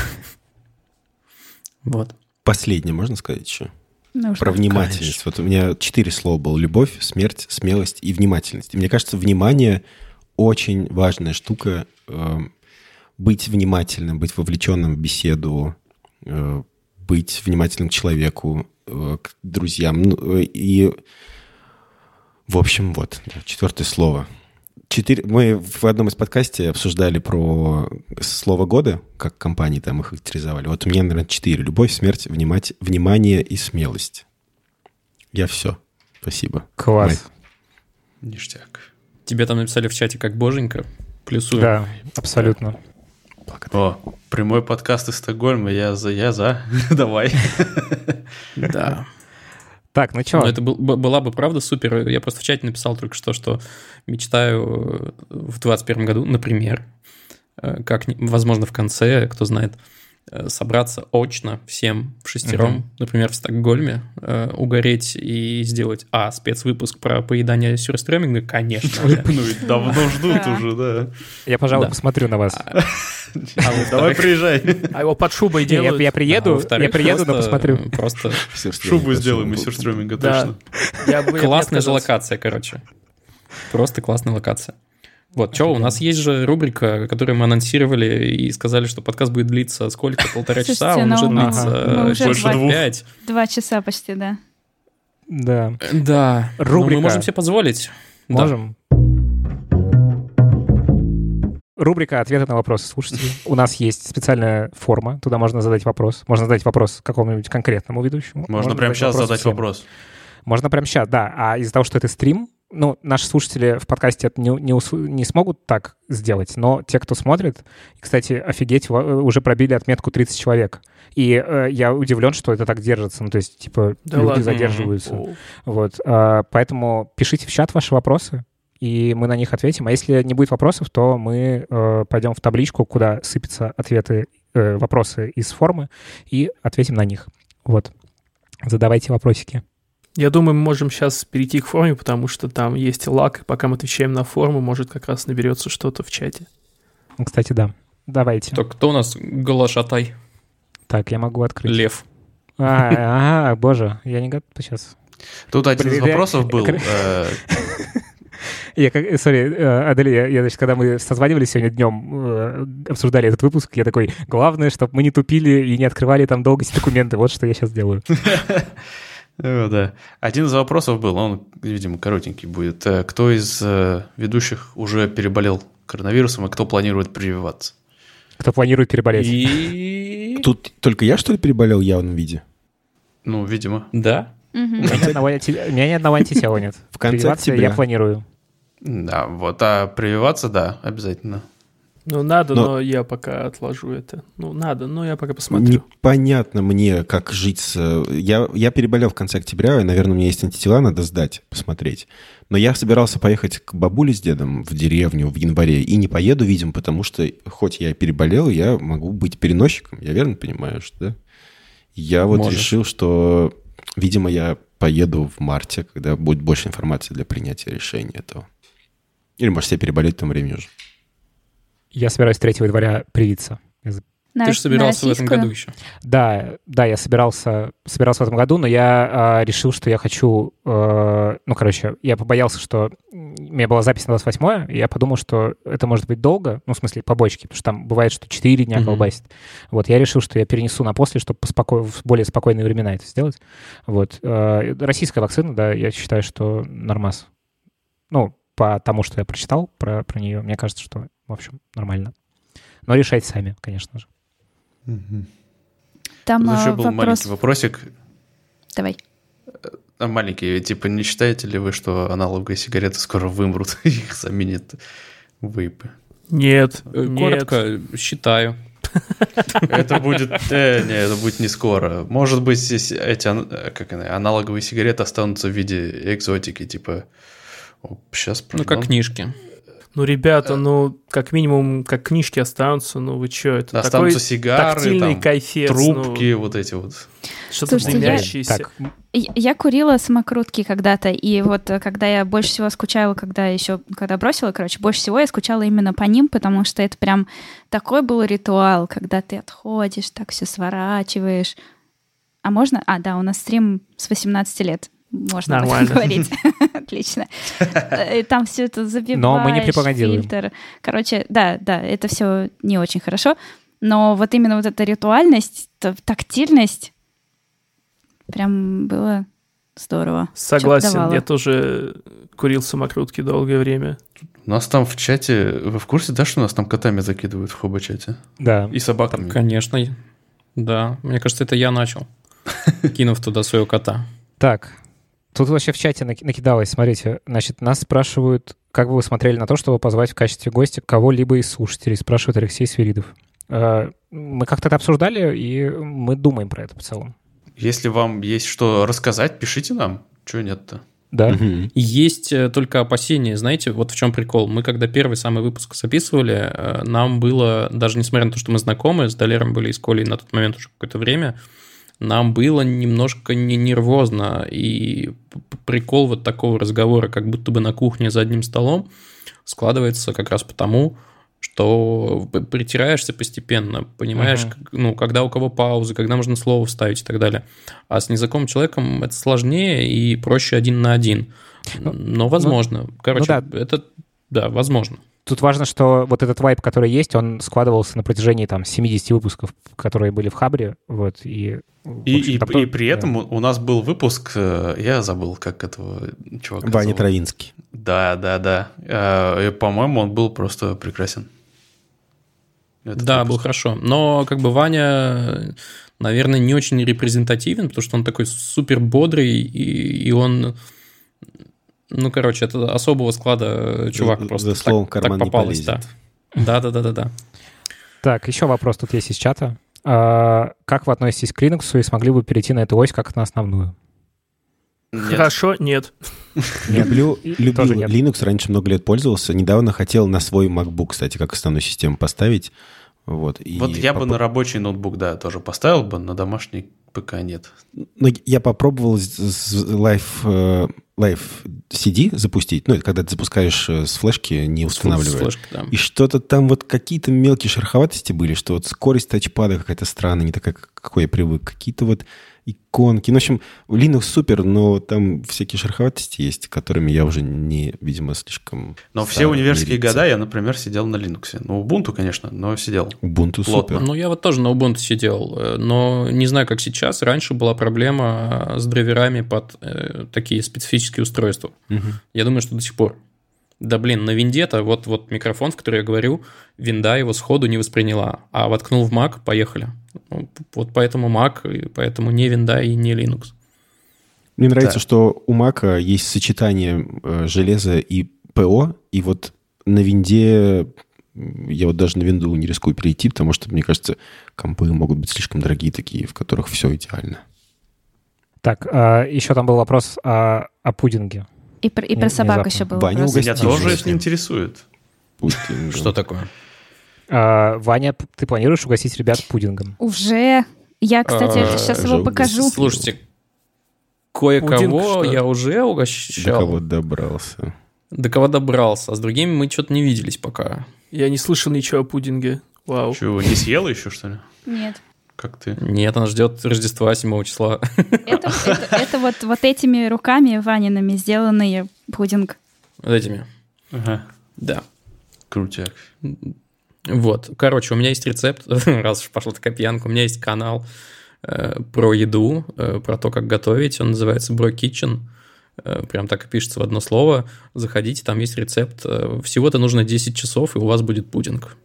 Вот. Последнее можно сказать еще? Про внимательность. Конечно. Вот у меня 4 слова было: любовь, смерть, смелость и внимательность. И мне кажется, внимание очень важная штука. Быть внимательным, быть вовлеченным в беседу, быть внимательным к человеку, к друзьям. И, в общем, вот, 4 слово. Мы в одном из подкастов обсуждали про слово года, как компании там их характеризовали. Вот у меня, наверное, 4. Любовь, смерть, внимание и смелость. Я все. Спасибо. Класс. Ништяк. Тебе там написали в чате как боженька. Плюсую. Да, абсолютно. О, прямой подкаст из Стокгольма. Я за. Давай. Да. Так, ну что? Это была бы, правда, супер. Я просто в чате написал только что мечтаю в 2021 году, например, как, возможно, в конце, кто знает, собраться очно всем вшестером, например, в Стокгольме, угореть и сделать, спецвыпуск про поедание сюрстрёминга, конечно. Ну, давно ждут уже, да. Я, пожалуй, посмотрю на вас. Давай приезжай. А его под шубой делают. Я приеду, но посмотрю. Просто шубу сделаем из сюрстрёминга, точно. Классная же локация, короче. Просто классная локация. Вот, что, у нас есть же рубрика, которую мы анонсировали и сказали, что подкаст будет длиться сколько? 1,5 часа, он уже длится больше 5. 2 часа почти, да. Да. Да, рубрика. Мы можем себе позволить. Можем. Рубрика «Ответы на вопросы слушателей». У нас есть специальная форма, туда можно задать вопрос. Можно задать вопрос какому-нибудь конкретному ведущему. Можно прямо сейчас задать вопрос. Можно прямо сейчас, да. А из-за того, что это стрим, наши слушатели в подкасте это не смогут так сделать, но те, кто смотрит, кстати, офигеть, уже пробили отметку 30 человек. И я удивлен, что это так держится. То есть, люди задерживаются. Вот. Поэтому пишите в чат ваши вопросы, и мы на них ответим. А если не будет вопросов, то мы пойдем в табличку, куда сыпятся вопросы из формы, и ответим на них. Вот. Задавайте вопросики. Я думаю, мы можем сейчас перейти к форме, потому что там есть лаг, и пока мы отвечаем на форму, может, как раз наберется что-то в чате. Кстати, да. Давайте. Так, кто у нас глашатай? Так, я могу открыть. Лев. Боже, я не готов сейчас. Тут один из вопросов был. Адель, значит, когда мы созванивались сегодня днем, обсуждали этот выпуск, я такой, главное, чтобы мы не тупили и не открывали там долго эти документы. Вот что я сейчас делаю. Да. Один из вопросов был, он, видимо, коротенький будет. Кто из ведущих уже переболел коронавирусом, и кто планирует прививаться? Кто планирует переболеть? Тут только я, что ли, переболел в явном виде? Ну, видимо. Да. У меня ни одного антитела нет. В конце прививаться октября. Я планирую. Да, вот. А прививаться, да, обязательно. Но я пока отложу это. Но я пока посмотрю. Непонятно мне, как жить с... Я переболел в конце октября, и, наверное, у меня есть антитела, надо сдать, посмотреть. Но я собирался поехать к бабуле с дедом в деревню в январе, и не поеду, видимо, потому что, хоть я переболел, я могу быть переносчиком. Я верно понимаю, что да? Я вот решил, что, видимо, я поеду в марте, когда будет больше информации для принятия решения этого. Или, может, себе переболеть в том времени уже. Я собираюсь 3 января привиться. Ты же собирался в этом году еще. Да, я собирался в этом году, но я решил, что я хочу... я побоялся, что... У меня была запись на 28-е, и я подумал, что это может быть долго, в смысле, побочки, потому что там бывает, что 4 дня колбасит. Вот, я решил, что я перенесу на после, чтобы в более спокойные времена это сделать. Вот. Российская вакцина, да, я считаю, что нормас. По тому, что я прочитал про нее, мне кажется, что, в общем, нормально. Но решайте сами, конечно же. Там тут еще был маленький вопросик. Давай. Маленький, не считаете ли вы, что аналоговые сигареты скоро вымрут, их заменят вейпы? Нет. Коротко, считаю. Это будет не скоро. Может быть, здесь эти аналоговые сигареты останутся в виде экзотики, сейчас... как книжки. Ребята, как минимум, как книжки останутся, вы что, это останутся такой сигары, тактильный кайфец. Трубки, вот эти вот. Что-то дымящееся. Я курила самокрутки когда-то, и вот когда я больше всего скучала, когда бросила, больше всего я скучала именно по ним, потому что это прям такой был ритуал, когда ты отходишь, так все сворачиваешь. А можно? Да, у нас стрим с 18 лет. Можно об этом говорить. Отлично. Там все это забиваешь. Но мы не пропагандируем. Фильтр. Да, это все не очень хорошо. Но вот именно вот эта ритуальность, тактильность, прям было здорово. Согласен, я тоже курил самокрутки долгое время. У нас там в чате... Вы в курсе, да, что у нас там котами закидывают в хоба-чате? Да. И собаками. Конечно. Да. Мне кажется, это я начал, кинув туда своего кота. Так, тут вообще в чате накидалось, смотрите, значит, нас спрашивают, как бы вы смотрели на то, чтобы позвать в качестве гостя кого-либо из слушателей, спрашивает Алексей Свиридов. Мы как-то это обсуждали, и мы думаем про это в целом. Если вам есть что рассказать, пишите нам. Чего нет-то? Да. Есть только опасения, знаете, вот в чем прикол. Мы когда первый самый выпуск записывали, нам было, даже несмотря на то, что мы знакомы, с Далером были и с Колей на тот момент уже какое-то время, нам было немножко нервозно, и прикол вот такого разговора, как будто бы на кухне за одним столом, складывается как раз потому, что притираешься постепенно, понимаешь, когда у кого паузы, когда можно слово вставить и так далее. А с незнакомым человеком это сложнее и проще 1 на 1. Но возможно. Это, возможно. Тут важно, что вот этот вайб, который есть, он складывался на протяжении там 70 выпусков, которые были в Хабре, вот, и при этом у нас был выпуск, я забыл, как этого чувака Ваня зовут. Травинский. Да. И, по-моему, он был просто прекрасен. Был хорошо. Но как бы Ваня, наверное, не очень репрезентативен, потому что он такой супер бодрый, и он... это особого склада чувак просто за словом карман так попалось. не полезет. Да. Так, еще вопрос тут есть из чата. Как вы относитесь к Linux и смогли бы перейти на эту ось как на основную? Нет. Хорошо, нет. Любил Тоже нет. Linux, раньше много лет пользовался. Недавно хотел на свой MacBook, кстати, как основную систему поставить. Вот я бы на рабочий ноутбук, тоже поставил бы, на домашний ПК нет. Но я попробовал Live CD запустить, когда ты запускаешь с флешки, не устанавливая. С флешки, да. И что-то там вот какие-то мелкие шероховатости были, что вот скорость тачпада какая-то странная, не такая, какой я привык. Какие-то вот иконки. В общем, Linux супер, но там всякие шероховатости есть, которыми я уже видимо, слишком... Но все университетские года я, например, сидел на Linux. Ubuntu, конечно, но сидел. Ubuntu плотно. супер. Я вот тоже на Ubuntu сидел, но не знаю, как сейчас. Раньше была проблема с драйверами под такие специфические устройства. Я думаю, что до сих пор. Да блин, на винде-то вот микрофон, в который я говорю, винда его сходу не восприняла, а воткнул в Mac, поехали. Вот поэтому Mac, и поэтому не винда и не Linux. Мне нравится, что у Mac есть сочетание железа и ПО, и вот на винде я вот даже на винду не рискую перейти, потому что, мне кажется, компы могут быть слишком дорогие такие, в которых все идеально. Так, еще там был вопрос о пудинге. И про собак еще был Ваня вопрос. Меня тоже это интересует. Что такое? Ваня, ты планируешь угостить ребят пудингом? Уже. Я, кстати, сейчас его покажу. Слушайте, кое-кого я уже До угощал. кого добрался. До кого добрался, а с другими мы что-то не виделись пока. Я не слышал ничего о пудинге. Вау. Чего, не съела еще, что ли? Нет. Как ты? Нет, она ждет Рождества 7 числа. Это вот этими руками Ваниными сделанный пудинг. Вот этими. Ага. Да. Крутяк. Вот. Короче, у меня есть рецепт, раз уж пошла такая пьянка, у меня есть канал про еду, про то, как готовить. Он называется Bro Kitchen. Прям так и пишется в одно слово. Заходите, там есть рецепт. Всего-то нужно 10 часов, и у вас будет пудинг.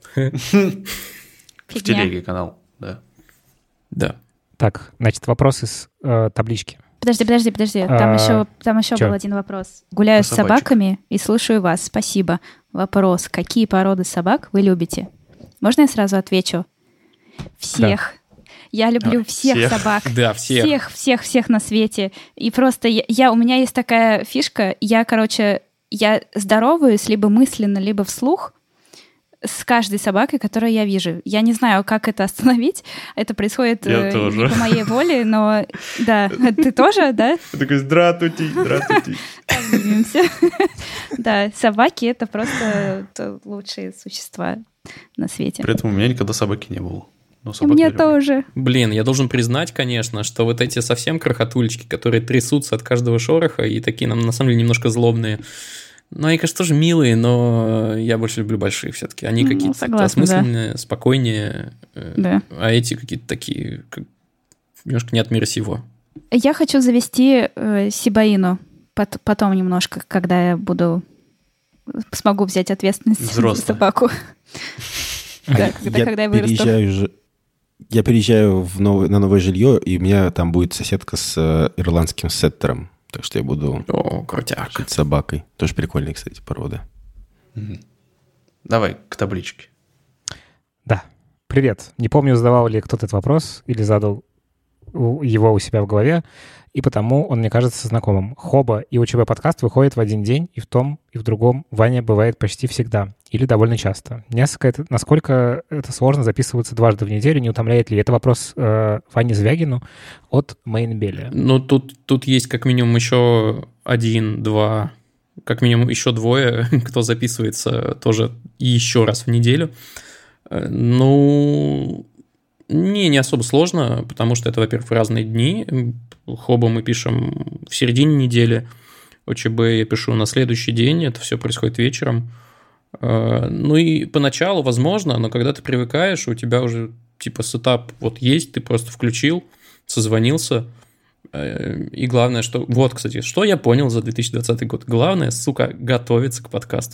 В телеге канал, да. Да. Так, значит, вопрос из таблички. Подожди. Там еще чё? был один вопрос. Гуляю с Про собачек. собаками и слушаю вас. Спасибо. Вопрос. Какие породы собак вы любите? Можно я сразу отвечу? Всех. Я люблю всех собак. Да, всех. Всех на свете. И просто у меня есть такая фишка. Я здороваюсь либо мысленно, либо вслух с каждой собакой, которую я вижу. Я не знаю, как это остановить. Это происходит не по моей воле, но да. Ты тоже, да? Я такой, здравствуйте. Обнимемся. Да, собаки — это просто лучшие существа на свете. При этом у меня никогда собаки не было. Но У собак меня я люблю. тоже. Блин, я должен признать, конечно, что вот эти совсем крохотульчики, которые трясутся от каждого шороха и такие на самом деле немножко злобные, ну, они, конечно, тоже милые, но я больше люблю большие все-таки. Они какие-то согласна, осмысленные, спокойнее, Да. а эти какие-то такие немножко не от мира сего. Я хочу завести сибаину потом немножко, когда я смогу взять ответственность Взрослая. за собаку. Да, когда я вырасту. Я переезжаю на новое жилье, и у меня там будет соседка с ирландским сеттером. Так что я буду О, крутяк. жить с собакой. Тоже прикольная, кстати, порода. Давай к табличке. Да. Привет. Не помню, задавал ли кто-то этот вопрос или задал его у себя в голове, и потому он мне кажется знакомым. Хоба и УЧБ подкаст выходят в один день, и в том, и в другом Ваня бывает почти всегда, или довольно часто. Насколько это сложно записываться дважды в неделю, не утомляет ли? Это вопрос Ване Звягину от Мейнбеля. Ну, тут есть как минимум еще 1, 2, как минимум еще 2, кто записывается тоже еще раз в неделю. Ну, не особо сложно, потому что это, во-первых, разные дни. Хоба мы пишем в середине недели, ОЧБ я пишу на следующий день, это все происходит вечером. Ну и поначалу, возможно, но когда ты привыкаешь, у тебя уже типа сетап вот есть, ты просто включил, созвонился. И главное, что... Вот, кстати, что я понял за 2020 год. Главное, сука, готовиться к подкасту.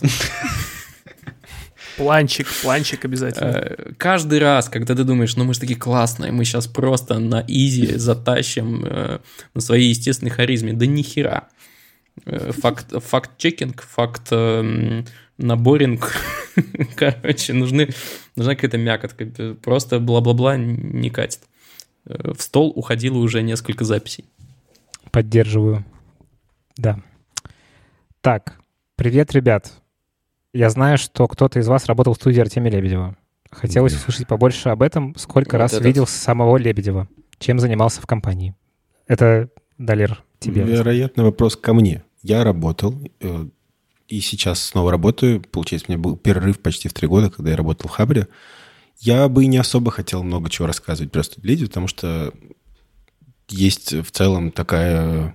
Планчик обязательно. Каждый раз, когда ты думаешь, ну мы же такие классные, мы сейчас просто на изи затащим на своей естественной харизме. Да нихера. Факт-чекинг, наборинг. Короче, нужна какая-то мякотка. Просто бла-бла-бла не катит. В стол уходило уже несколько записей. Поддерживаю. Да. Так, привет, ребят. Я знаю, что кто-то из вас работал в студии Артемия Лебедева. Хотелось услышать побольше об этом. Сколько раз видел самого Лебедева? Чем занимался в компании? Это, Далер, тебе. Вероятно, вопрос ко мне. Я работал, и сейчас снова работаю. Получается, у меня был перерыв почти в 3 года, когда я работал в Хабре. Я бы не особо хотел много чего рассказывать про студию, потому что есть в целом такое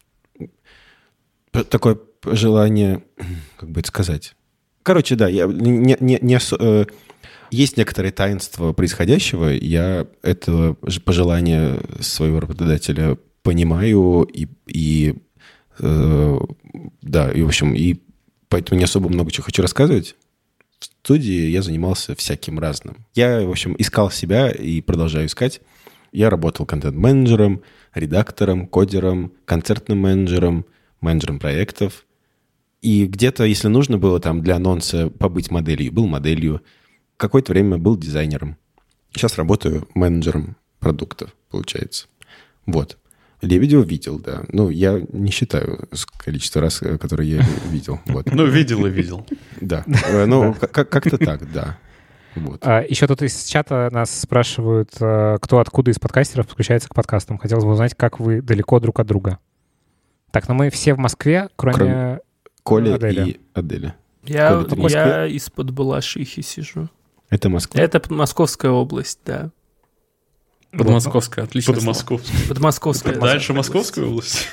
желание, как бы это сказать... Короче, да, есть некоторые таинства происходящего, я это пожелание своего работодателя понимаю, в общем, и поэтому не особо много чего хочу рассказывать. В студии я занимался всяким разным. Я, в общем, искал себя и продолжаю искать. Я работал контент-менеджером, редактором, кодером, концертным менеджером, менеджером проектов. И где-то, если нужно было там для анонса побыть моделью, был моделью. Какое-то время был дизайнером. Сейчас работаю менеджером продуктов, получается. Вот. Лебедева видел, да. Ну, я не считаю количество раз, которые я видел. Вот. Ну, видел и видел. Да. Ну, как-то так, да. Вот. Еще тут из чата нас спрашивают, кто откуда из подкастеров подключается к подкастам. Хотелось бы узнать, как вы далеко друг от друга. Так, ну мы все в Москве, кроме Коли Аделя. и Аделя. Я из-под Балашихи сижу. Это Москва? Это Московская область, да. Подмосковская, отлично. Подмосковская. Дальше Московская область.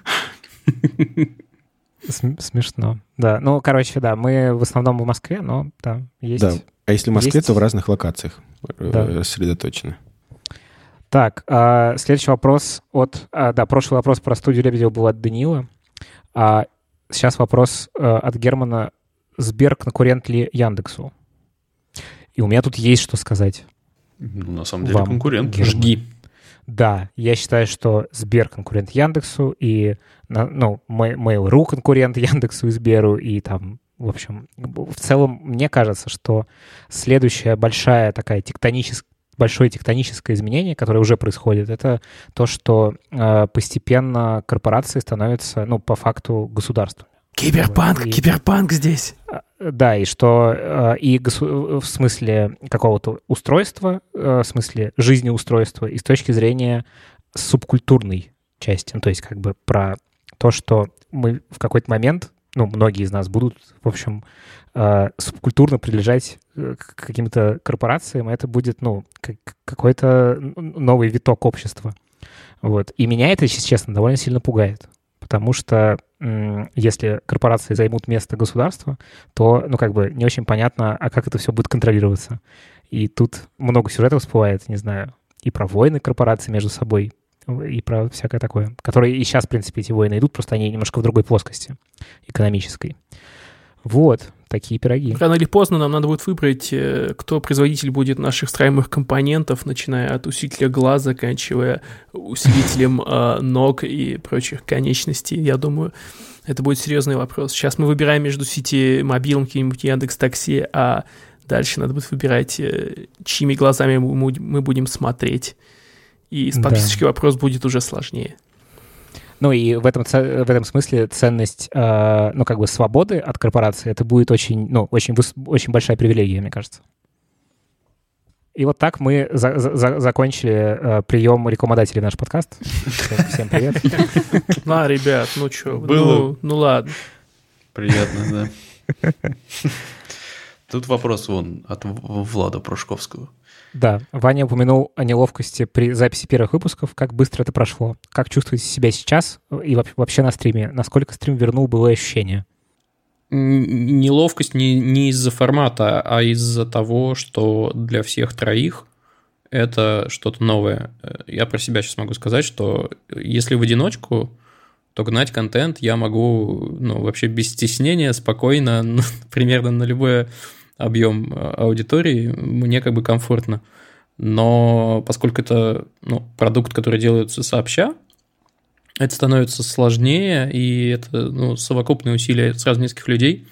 Смешно. Да, ну, короче, да, мы в основном в Москве, но да, есть. Да, а если в Москве, то в разных локациях сосредоточены. Так, следующий вопрос прошлый вопрос про студию Лебедева был от Даниила. Сейчас вопрос от Германа. Сбер конкурент ли Яндексу? И у меня тут есть что сказать. Ну, на самом деле конкурент. Жги. Да, я считаю, что Сбер конкурент Яндексу, и Mail.ru конкурент Яндексу и Сберу, и там, в общем, в целом, мне кажется, что следующее большое тектоническое изменение, которое уже происходит, это то, что постепенно корпорации становятся, по факту, государствами. Киберпанк здесь. Да, и что в смысле какого-то устройства, в смысле жизнеустройства, и с точки зрения субкультурной части. То есть как бы про то, что мы в какой-то момент, многие из нас будут, в общем, субкультурно принадлежать к каким-то корпорациям, и это будет, какой-то новый виток общества. Вот. И меня это, если честно, довольно сильно пугает. Потому что если корпорации займут место государства, то, не очень понятно, а как это все будет контролироваться. И тут много сюжетов всплывает, не знаю, и про войны корпораций между собой, и про всякое такое, которые и сейчас, в принципе, эти войны идут, просто они немножко в другой плоскости экономической. Вот, такие пироги. Рано или поздно нам надо будет выбрать, кто производитель будет наших встраиваемых компонентов, начиная от усилителя глаз, заканчивая усилителем ног и прочих конечностей. Я думаю, это будет серьезный вопрос. Сейчас мы выбираем между Ситимобилом, каким-нибудь Яндекс.Такси, а дальше надо будет выбирать, чьими глазами мы будем смотреть. и с подписочкой вопрос будет уже сложнее. Ну и в этом смысле ценность, свободы от корпорации, это будет очень большая привилегия, мне кажется. И вот так мы закончили прием рекламодателей в наш подкаст. Всем привет. Ребят, ну что, ну ладно. Приятно, да. Тут вопрос от Влада Прошковского. Да, Ваня упомянул о неловкости при записи первых выпусков. Как быстро это прошло? Как чувствуете себя сейчас и вообще на стриме? Насколько стрим вернул былые ощущения? Неловкость не из-за формата, а из-за того, что для всех троих это что-то новое. Я про себя сейчас могу сказать, что если в одиночку, то гнать контент я могу вообще без стеснения, спокойно, примерно на любой объем аудитории, мне как бы комфортно. Но поскольку это продукт, который делается сообща, это становится сложнее, и это совокупные усилия сразу нескольких людей,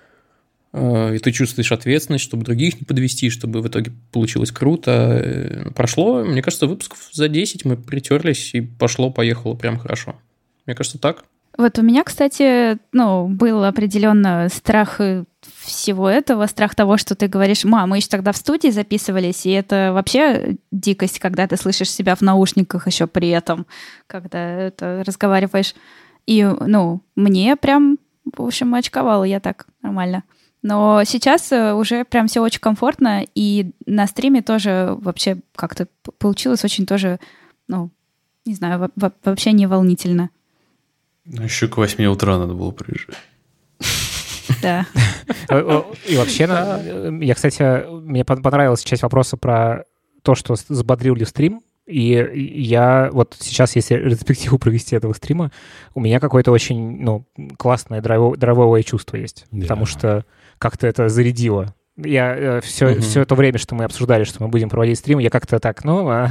и ты чувствуешь ответственность, чтобы других не подвести, чтобы в итоге получилось круто. Прошло, мне кажется, выпусков за 10 мы притерлись, и пошло-поехало прям хорошо. Мне кажется, так. Вот у меня, кстати, был определенно страх всего этого, страх того, что ты говоришь, мы еще тогда в студии записывались, и это вообще дикость, когда ты слышишь себя в наушниках еще при этом, когда это разговариваешь. И, мне прям, в общем, очковало я так нормально. Но сейчас уже прям все очень комфортно, и на стриме тоже вообще как-то получилось очень тоже, не знаю, вообще не волнительно. Еще к 8 утра надо было приезжать. Да. И вообще, мне понравилась часть вопроса про то, что взбодрил ли стрим. И я вот сейчас, если ретроспективу провести этого стрима, у меня какое-то очень классное драйвовое чувство есть. Да. Потому что как-то это зарядило. Я все это время, что мы обсуждали, что мы будем проводить стрим, я как-то так,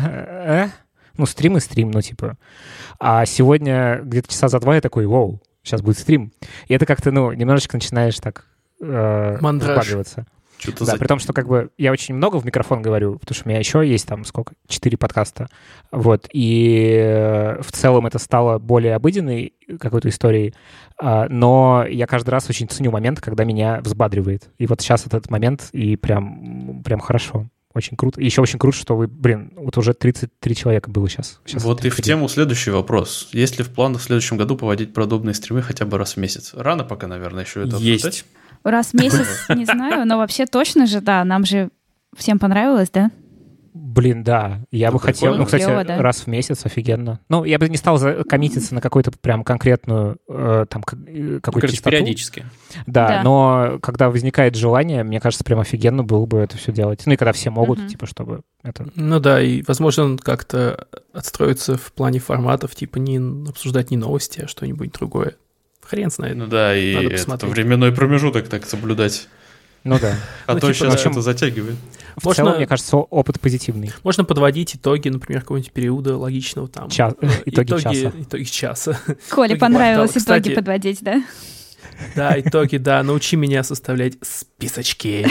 стрим и стрим, А сегодня где-то часа за 2 я такой, вау, сейчас будет стрим. И это как-то, немножечко начинаешь так вкладываться. Да, при том, что я очень много в микрофон говорю, потому что у меня еще есть 4 подкаста. Вот, и в целом это стало более обыденной какой-то историей, но я каждый раз очень ценю момент, когда меня взбадривает. И вот сейчас этот момент, и прям хорошо. Очень круто. И еще очень круто, что вы, вот уже 33 человека было сейчас. Вот и в тему следующий вопрос. Есть ли в планах в следующем году проводить подобные стримы хотя бы раз в месяц? Рано пока, наверное, еще это обсуждать. Есть. Раз в месяц, не знаю, но вообще точно же, да. Нам же всем понравилось, да? Да. Я бы хотел, кстати, клево, да? Раз в месяц, офигенно. Я бы не стал коммититься на какую-то прям конкретную какую-то частоту. Периодически. Да, но когда возникает желание, мне кажется, прям офигенно было бы это все делать. И когда все могут, чтобы это... И, возможно, он как-то отстроится в плане форматов, не обсуждать не новости, а что-нибудь другое. Хрен знает. И это временной промежуток так соблюдать. Да. А то сейчас это затягивает. В целом, мне кажется, опыт позитивный. Можно подводить итоги, например, какого-нибудь периода логичного там. Итоги часа. Итоги часа. Коле понравилось итоги подводить, да? Да, итоги, да. Научи меня составлять списочки.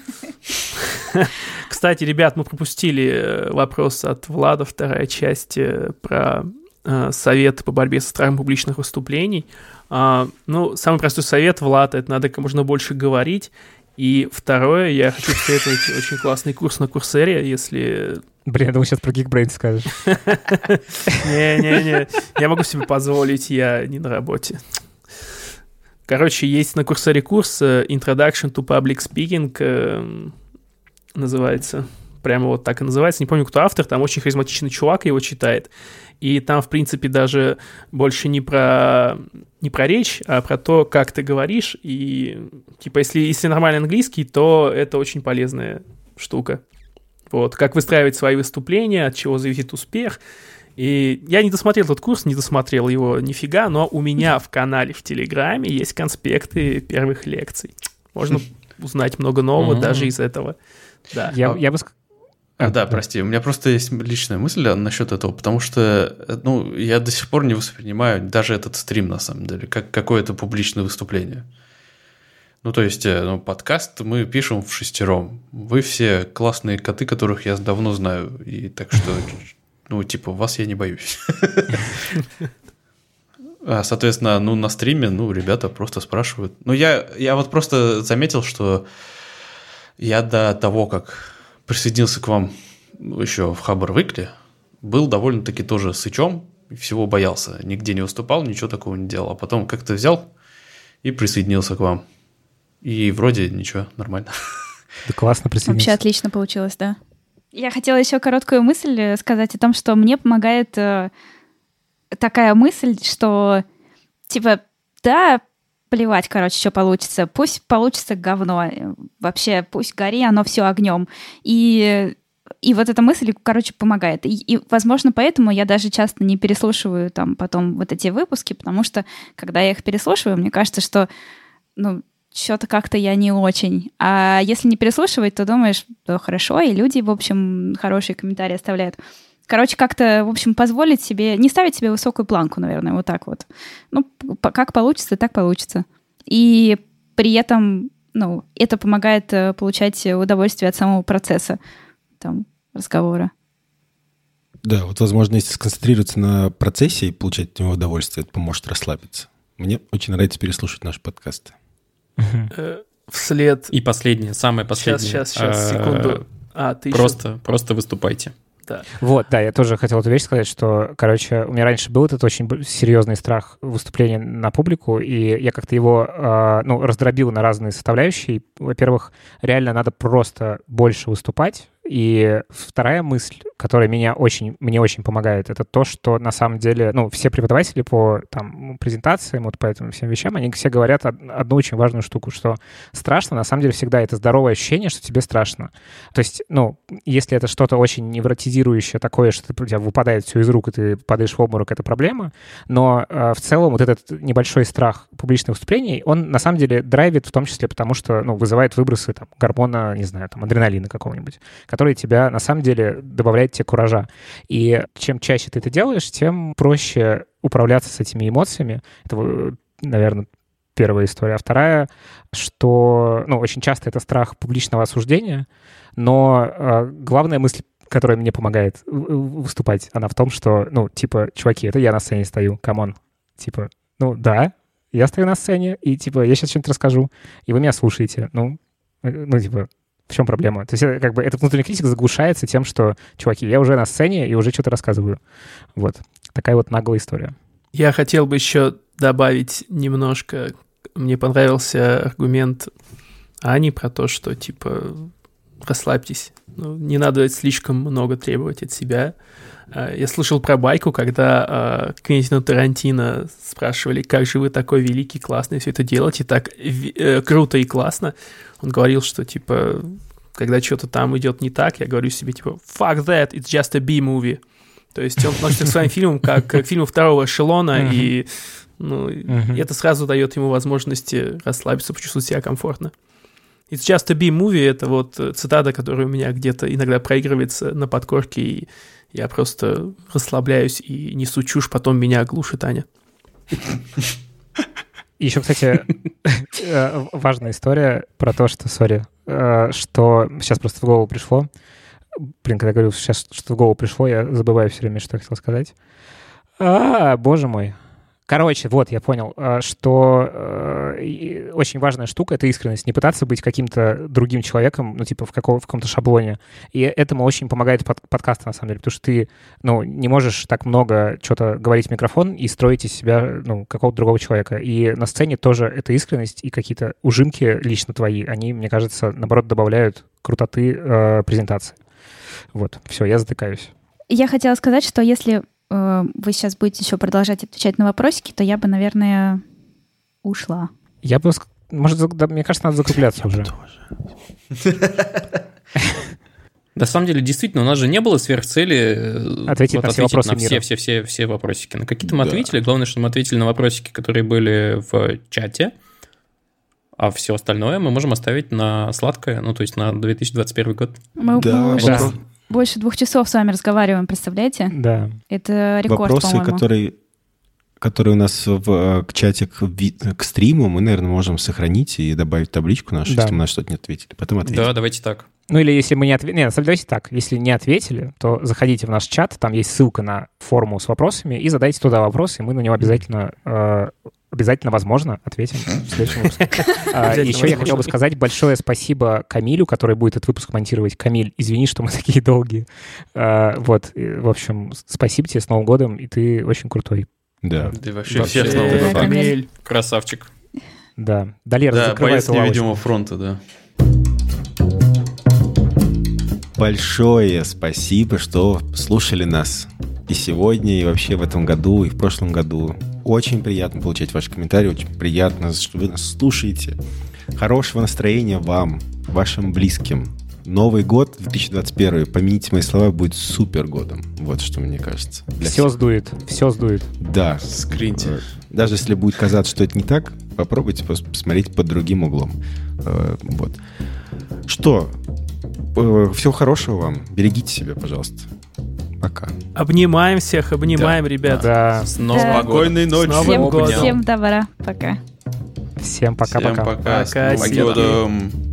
Кстати, ребят, мы пропустили вопрос от Влада, вторая часть про совет по борьбе со страхом публичных выступлений. Самый простой совет, Влад, это надо как можно больше говорить. И второе, я хочу посоветовать очень классный курс на Курсере, если... Я думал, сейчас про Geekbrains скажешь. Не-не-не, я могу себе позволить, я не на работе. Короче, есть на Курсере курс Introduction to Public Speaking, называется. Прямо вот так и называется. Не помню, кто автор, там очень харизматичный чувак его читает. И там, в принципе, даже больше не про речь, а про то, как ты говоришь. И, если нормальный английский, то это очень полезная штука. Вот, как выстраивать свои выступления, от чего зависит успех. И я не досмотрел этот курс, не досмотрел его нифига, но у меня в канале в Телеграме есть конспекты первых лекций. Можно узнать много нового даже из этого. Да. Я бы сказал... Да, прости, у меня просто есть личная мысль насчет этого, потому что, я до сих пор не воспринимаю даже этот стрим, на самом деле, как какое-то публичное выступление. То есть, подкаст мы пишем вшестером. Вы все классные коты, которых я давно знаю, и так что Ну, типа, вас я не боюсь. Соответственно, ну, на стриме, ну, ребята просто спрашивают. Ну, я вот просто заметил, что я до того, как присоединился к вам еще в Хабр Weekly, был довольно-таки тоже сычом, всего боялся, нигде не выступал, ничего такого не делал. А потом как-то взял и присоединился к вам. И вроде ничего, нормально. Да классно присоединился. Вообще отлично получилось, да. Я хотела еще короткую мысль сказать о том, что мне помогает такая мысль, что типа, да, плевать, короче, что получится. Пусть получится говно. Вообще, пусть гори оно все огнем. И вот эта мысль, короче, помогает. И, возможно, поэтому я даже часто не переслушиваю там потом вот эти выпуски, потому что, когда я их переслушиваю, мне кажется, что, ну, что-то как-то я не очень. А если не переслушивать, то думаешь, да, хорошо, и люди, в общем, хорошие комментарии оставляют. Короче, как-то, в общем, позволить себе, не ставить себе высокую планку, наверное, вот так вот. Ну, как получится, так получится. И при этом, ну, это помогает получать удовольствие от самого процесса там разговора. Да, вот, возможно, если сконцентрироваться на процессе и получать от него удовольствие, это поможет расслабиться. Мне очень нравится переслушать наши подкасты. Вслед... И последнее, самое последнее. Сейчас, секунду. Ты просто выступайте. Да. Вот, да, я тоже хотел эту вещь сказать, что, короче, у меня раньше был этот очень серьезный страх выступления на публику, и я как-то его, раздробил на разные составляющие. Во-первых, реально надо просто больше выступать. И вторая мысль, которая мне очень помогает, это то, что на самом деле, ну, все преподаватели по там, презентациям, вот по этим всем вещам, они все говорят одну очень важную штуку, что страшно, на самом деле, всегда это здоровое ощущение, что тебе страшно. То есть, ну, если это что-то очень невротизирующее такое, что у тебя выпадает все из рук, и ты падаешь в обморок, это проблема. Но в целом вот этот небольшой страх публичных выступлений, он на самом деле драйвит в том числе потому, что, ну, вызывает выбросы там, гормона, не знаю, там, адреналина какого-нибудь, который тебя на самом деле добавляет тебе куража. И чем чаще ты это делаешь, тем проще управляться с этими эмоциями. Это, наверное, первая история. А вторая, что, ну, очень часто это страх публичного осуждения, но главная мысль, которая мне помогает выступать, она в том, что, ну, типа, чуваки, это я на сцене стою, камон. Типа, ну, да, я стою на сцене, и, типа, я сейчас что-нибудь расскажу, и вы меня слушаете. Ну, типа, в чем проблема? То есть, как бы, эта внутренняя критика заглушается тем, что, чуваки, я уже на сцене и уже что-то рассказываю. Вот. Такая вот наглая история. Я хотел бы еще добавить немножко. Мне понравился аргумент Ани про то, что, типа, расслабьтесь. Ну, не надо слишком много требовать от себя. Я слышал про байку, когда Квентина Тарантино спрашивали, как же вы такой великий, классный все это делаете, так круто и классно. Он говорил, что, типа, когда что-то там идет не так, я говорю себе, типа, fuck that, it's just a B-movie. То есть он относится к своим фильмам как к фильму второго эшелона, и это сразу дает ему возможности расслабиться, почувствовать себя комфортно. It's just a B-movie — это вот цитата, которая у меня где-то иногда проигрывается на подкорке, и я просто расслабляюсь и несу чушь, потом меня глушит Аня. Еще, кстати, важная история про то, что, что сейчас просто в голову пришло. Когда я говорю сейчас, что в голову пришло, я забываю все время, что я хотел сказать. Боже мой. Короче, вот, я понял, что очень важная штука — это искренность. Не пытаться быть каким-то другим человеком, ну, типа, в каком-то шаблоне. И этому очень помогает подкаст, на самом деле, потому что ты, ну, не можешь так много что-то говорить в микрофон и строить из себя, ну, какого-то другого человека. И на сцене тоже эта искренность и какие-то ужимки лично твои, они, мне кажется, наоборот, добавляют крутоты презентации. Вот, все, я затыкаюсь. Я хотела сказать, что если вы сейчас будете еще продолжать отвечать на вопросики, то я бы, наверное, ушла. Я бы, мне кажется, надо закругляться уже. На самом деле, действительно, у нас же не было сверхцели ответить на все вопросы мира. Все вопросики. На какие-то мы ответили. Главное, что мы ответили на вопросики, которые были в чате, а все остальное мы можем оставить на сладкое, ну, то есть на 2021 год. Мы больше 2 часов с вами разговариваем, представляете? Да. Это рекорд, вопросы, по-моему. который у нас в чате к стриму, мы, наверное, можем сохранить и добавить табличку нашу, Да. если мы на что-то не ответили. Потом ответим. Да, давайте так. Ну или если мы не ответили... Нет, давайте так. Если не ответили, то заходите в наш чат, там есть ссылка на форму с вопросами, и задайте туда вопрос, и мы на него обязательно, возможно, ответим в следующем выпуске. Еще я хотел бы сказать большое спасибо Камилю, который будет этот выпуск монтировать. Камиль, извини, что мы такие долгие. Вот, в общем, спасибо тебе, с Новым годом, и ты очень крутой. Да. Да и вообще Вообще, всех с Новым годом. Камиль. Красавчик. Да. Далер, Да, закрывай боец эту лавочку. невидимого фронта, да. Большое спасибо, что слушали нас и сегодня, и вообще в этом году, и в прошлом году. Очень приятно получать ваши комментарии, очень приятно, что вы нас слушаете. Хорошего настроения вам, вашим близким. Новый год, 2021, помяните мои слова, будет супер годом. Вот что мне кажется. Все сдует, все сдует. Да. Скриньте. Даже если будет казаться, что это не так, попробуйте посмотреть под другим углом. Вот. Что? Всего хорошего вам. Берегите себя, пожалуйста. Пока. Обнимаем всех, обнимаем, ребят. Да. С Новым Да. годом. Спокойной ночи. С Новым годом. Всем добра. Пока. Всем пока-пока. Всем пока. С Пока, Новым Сергей. годом.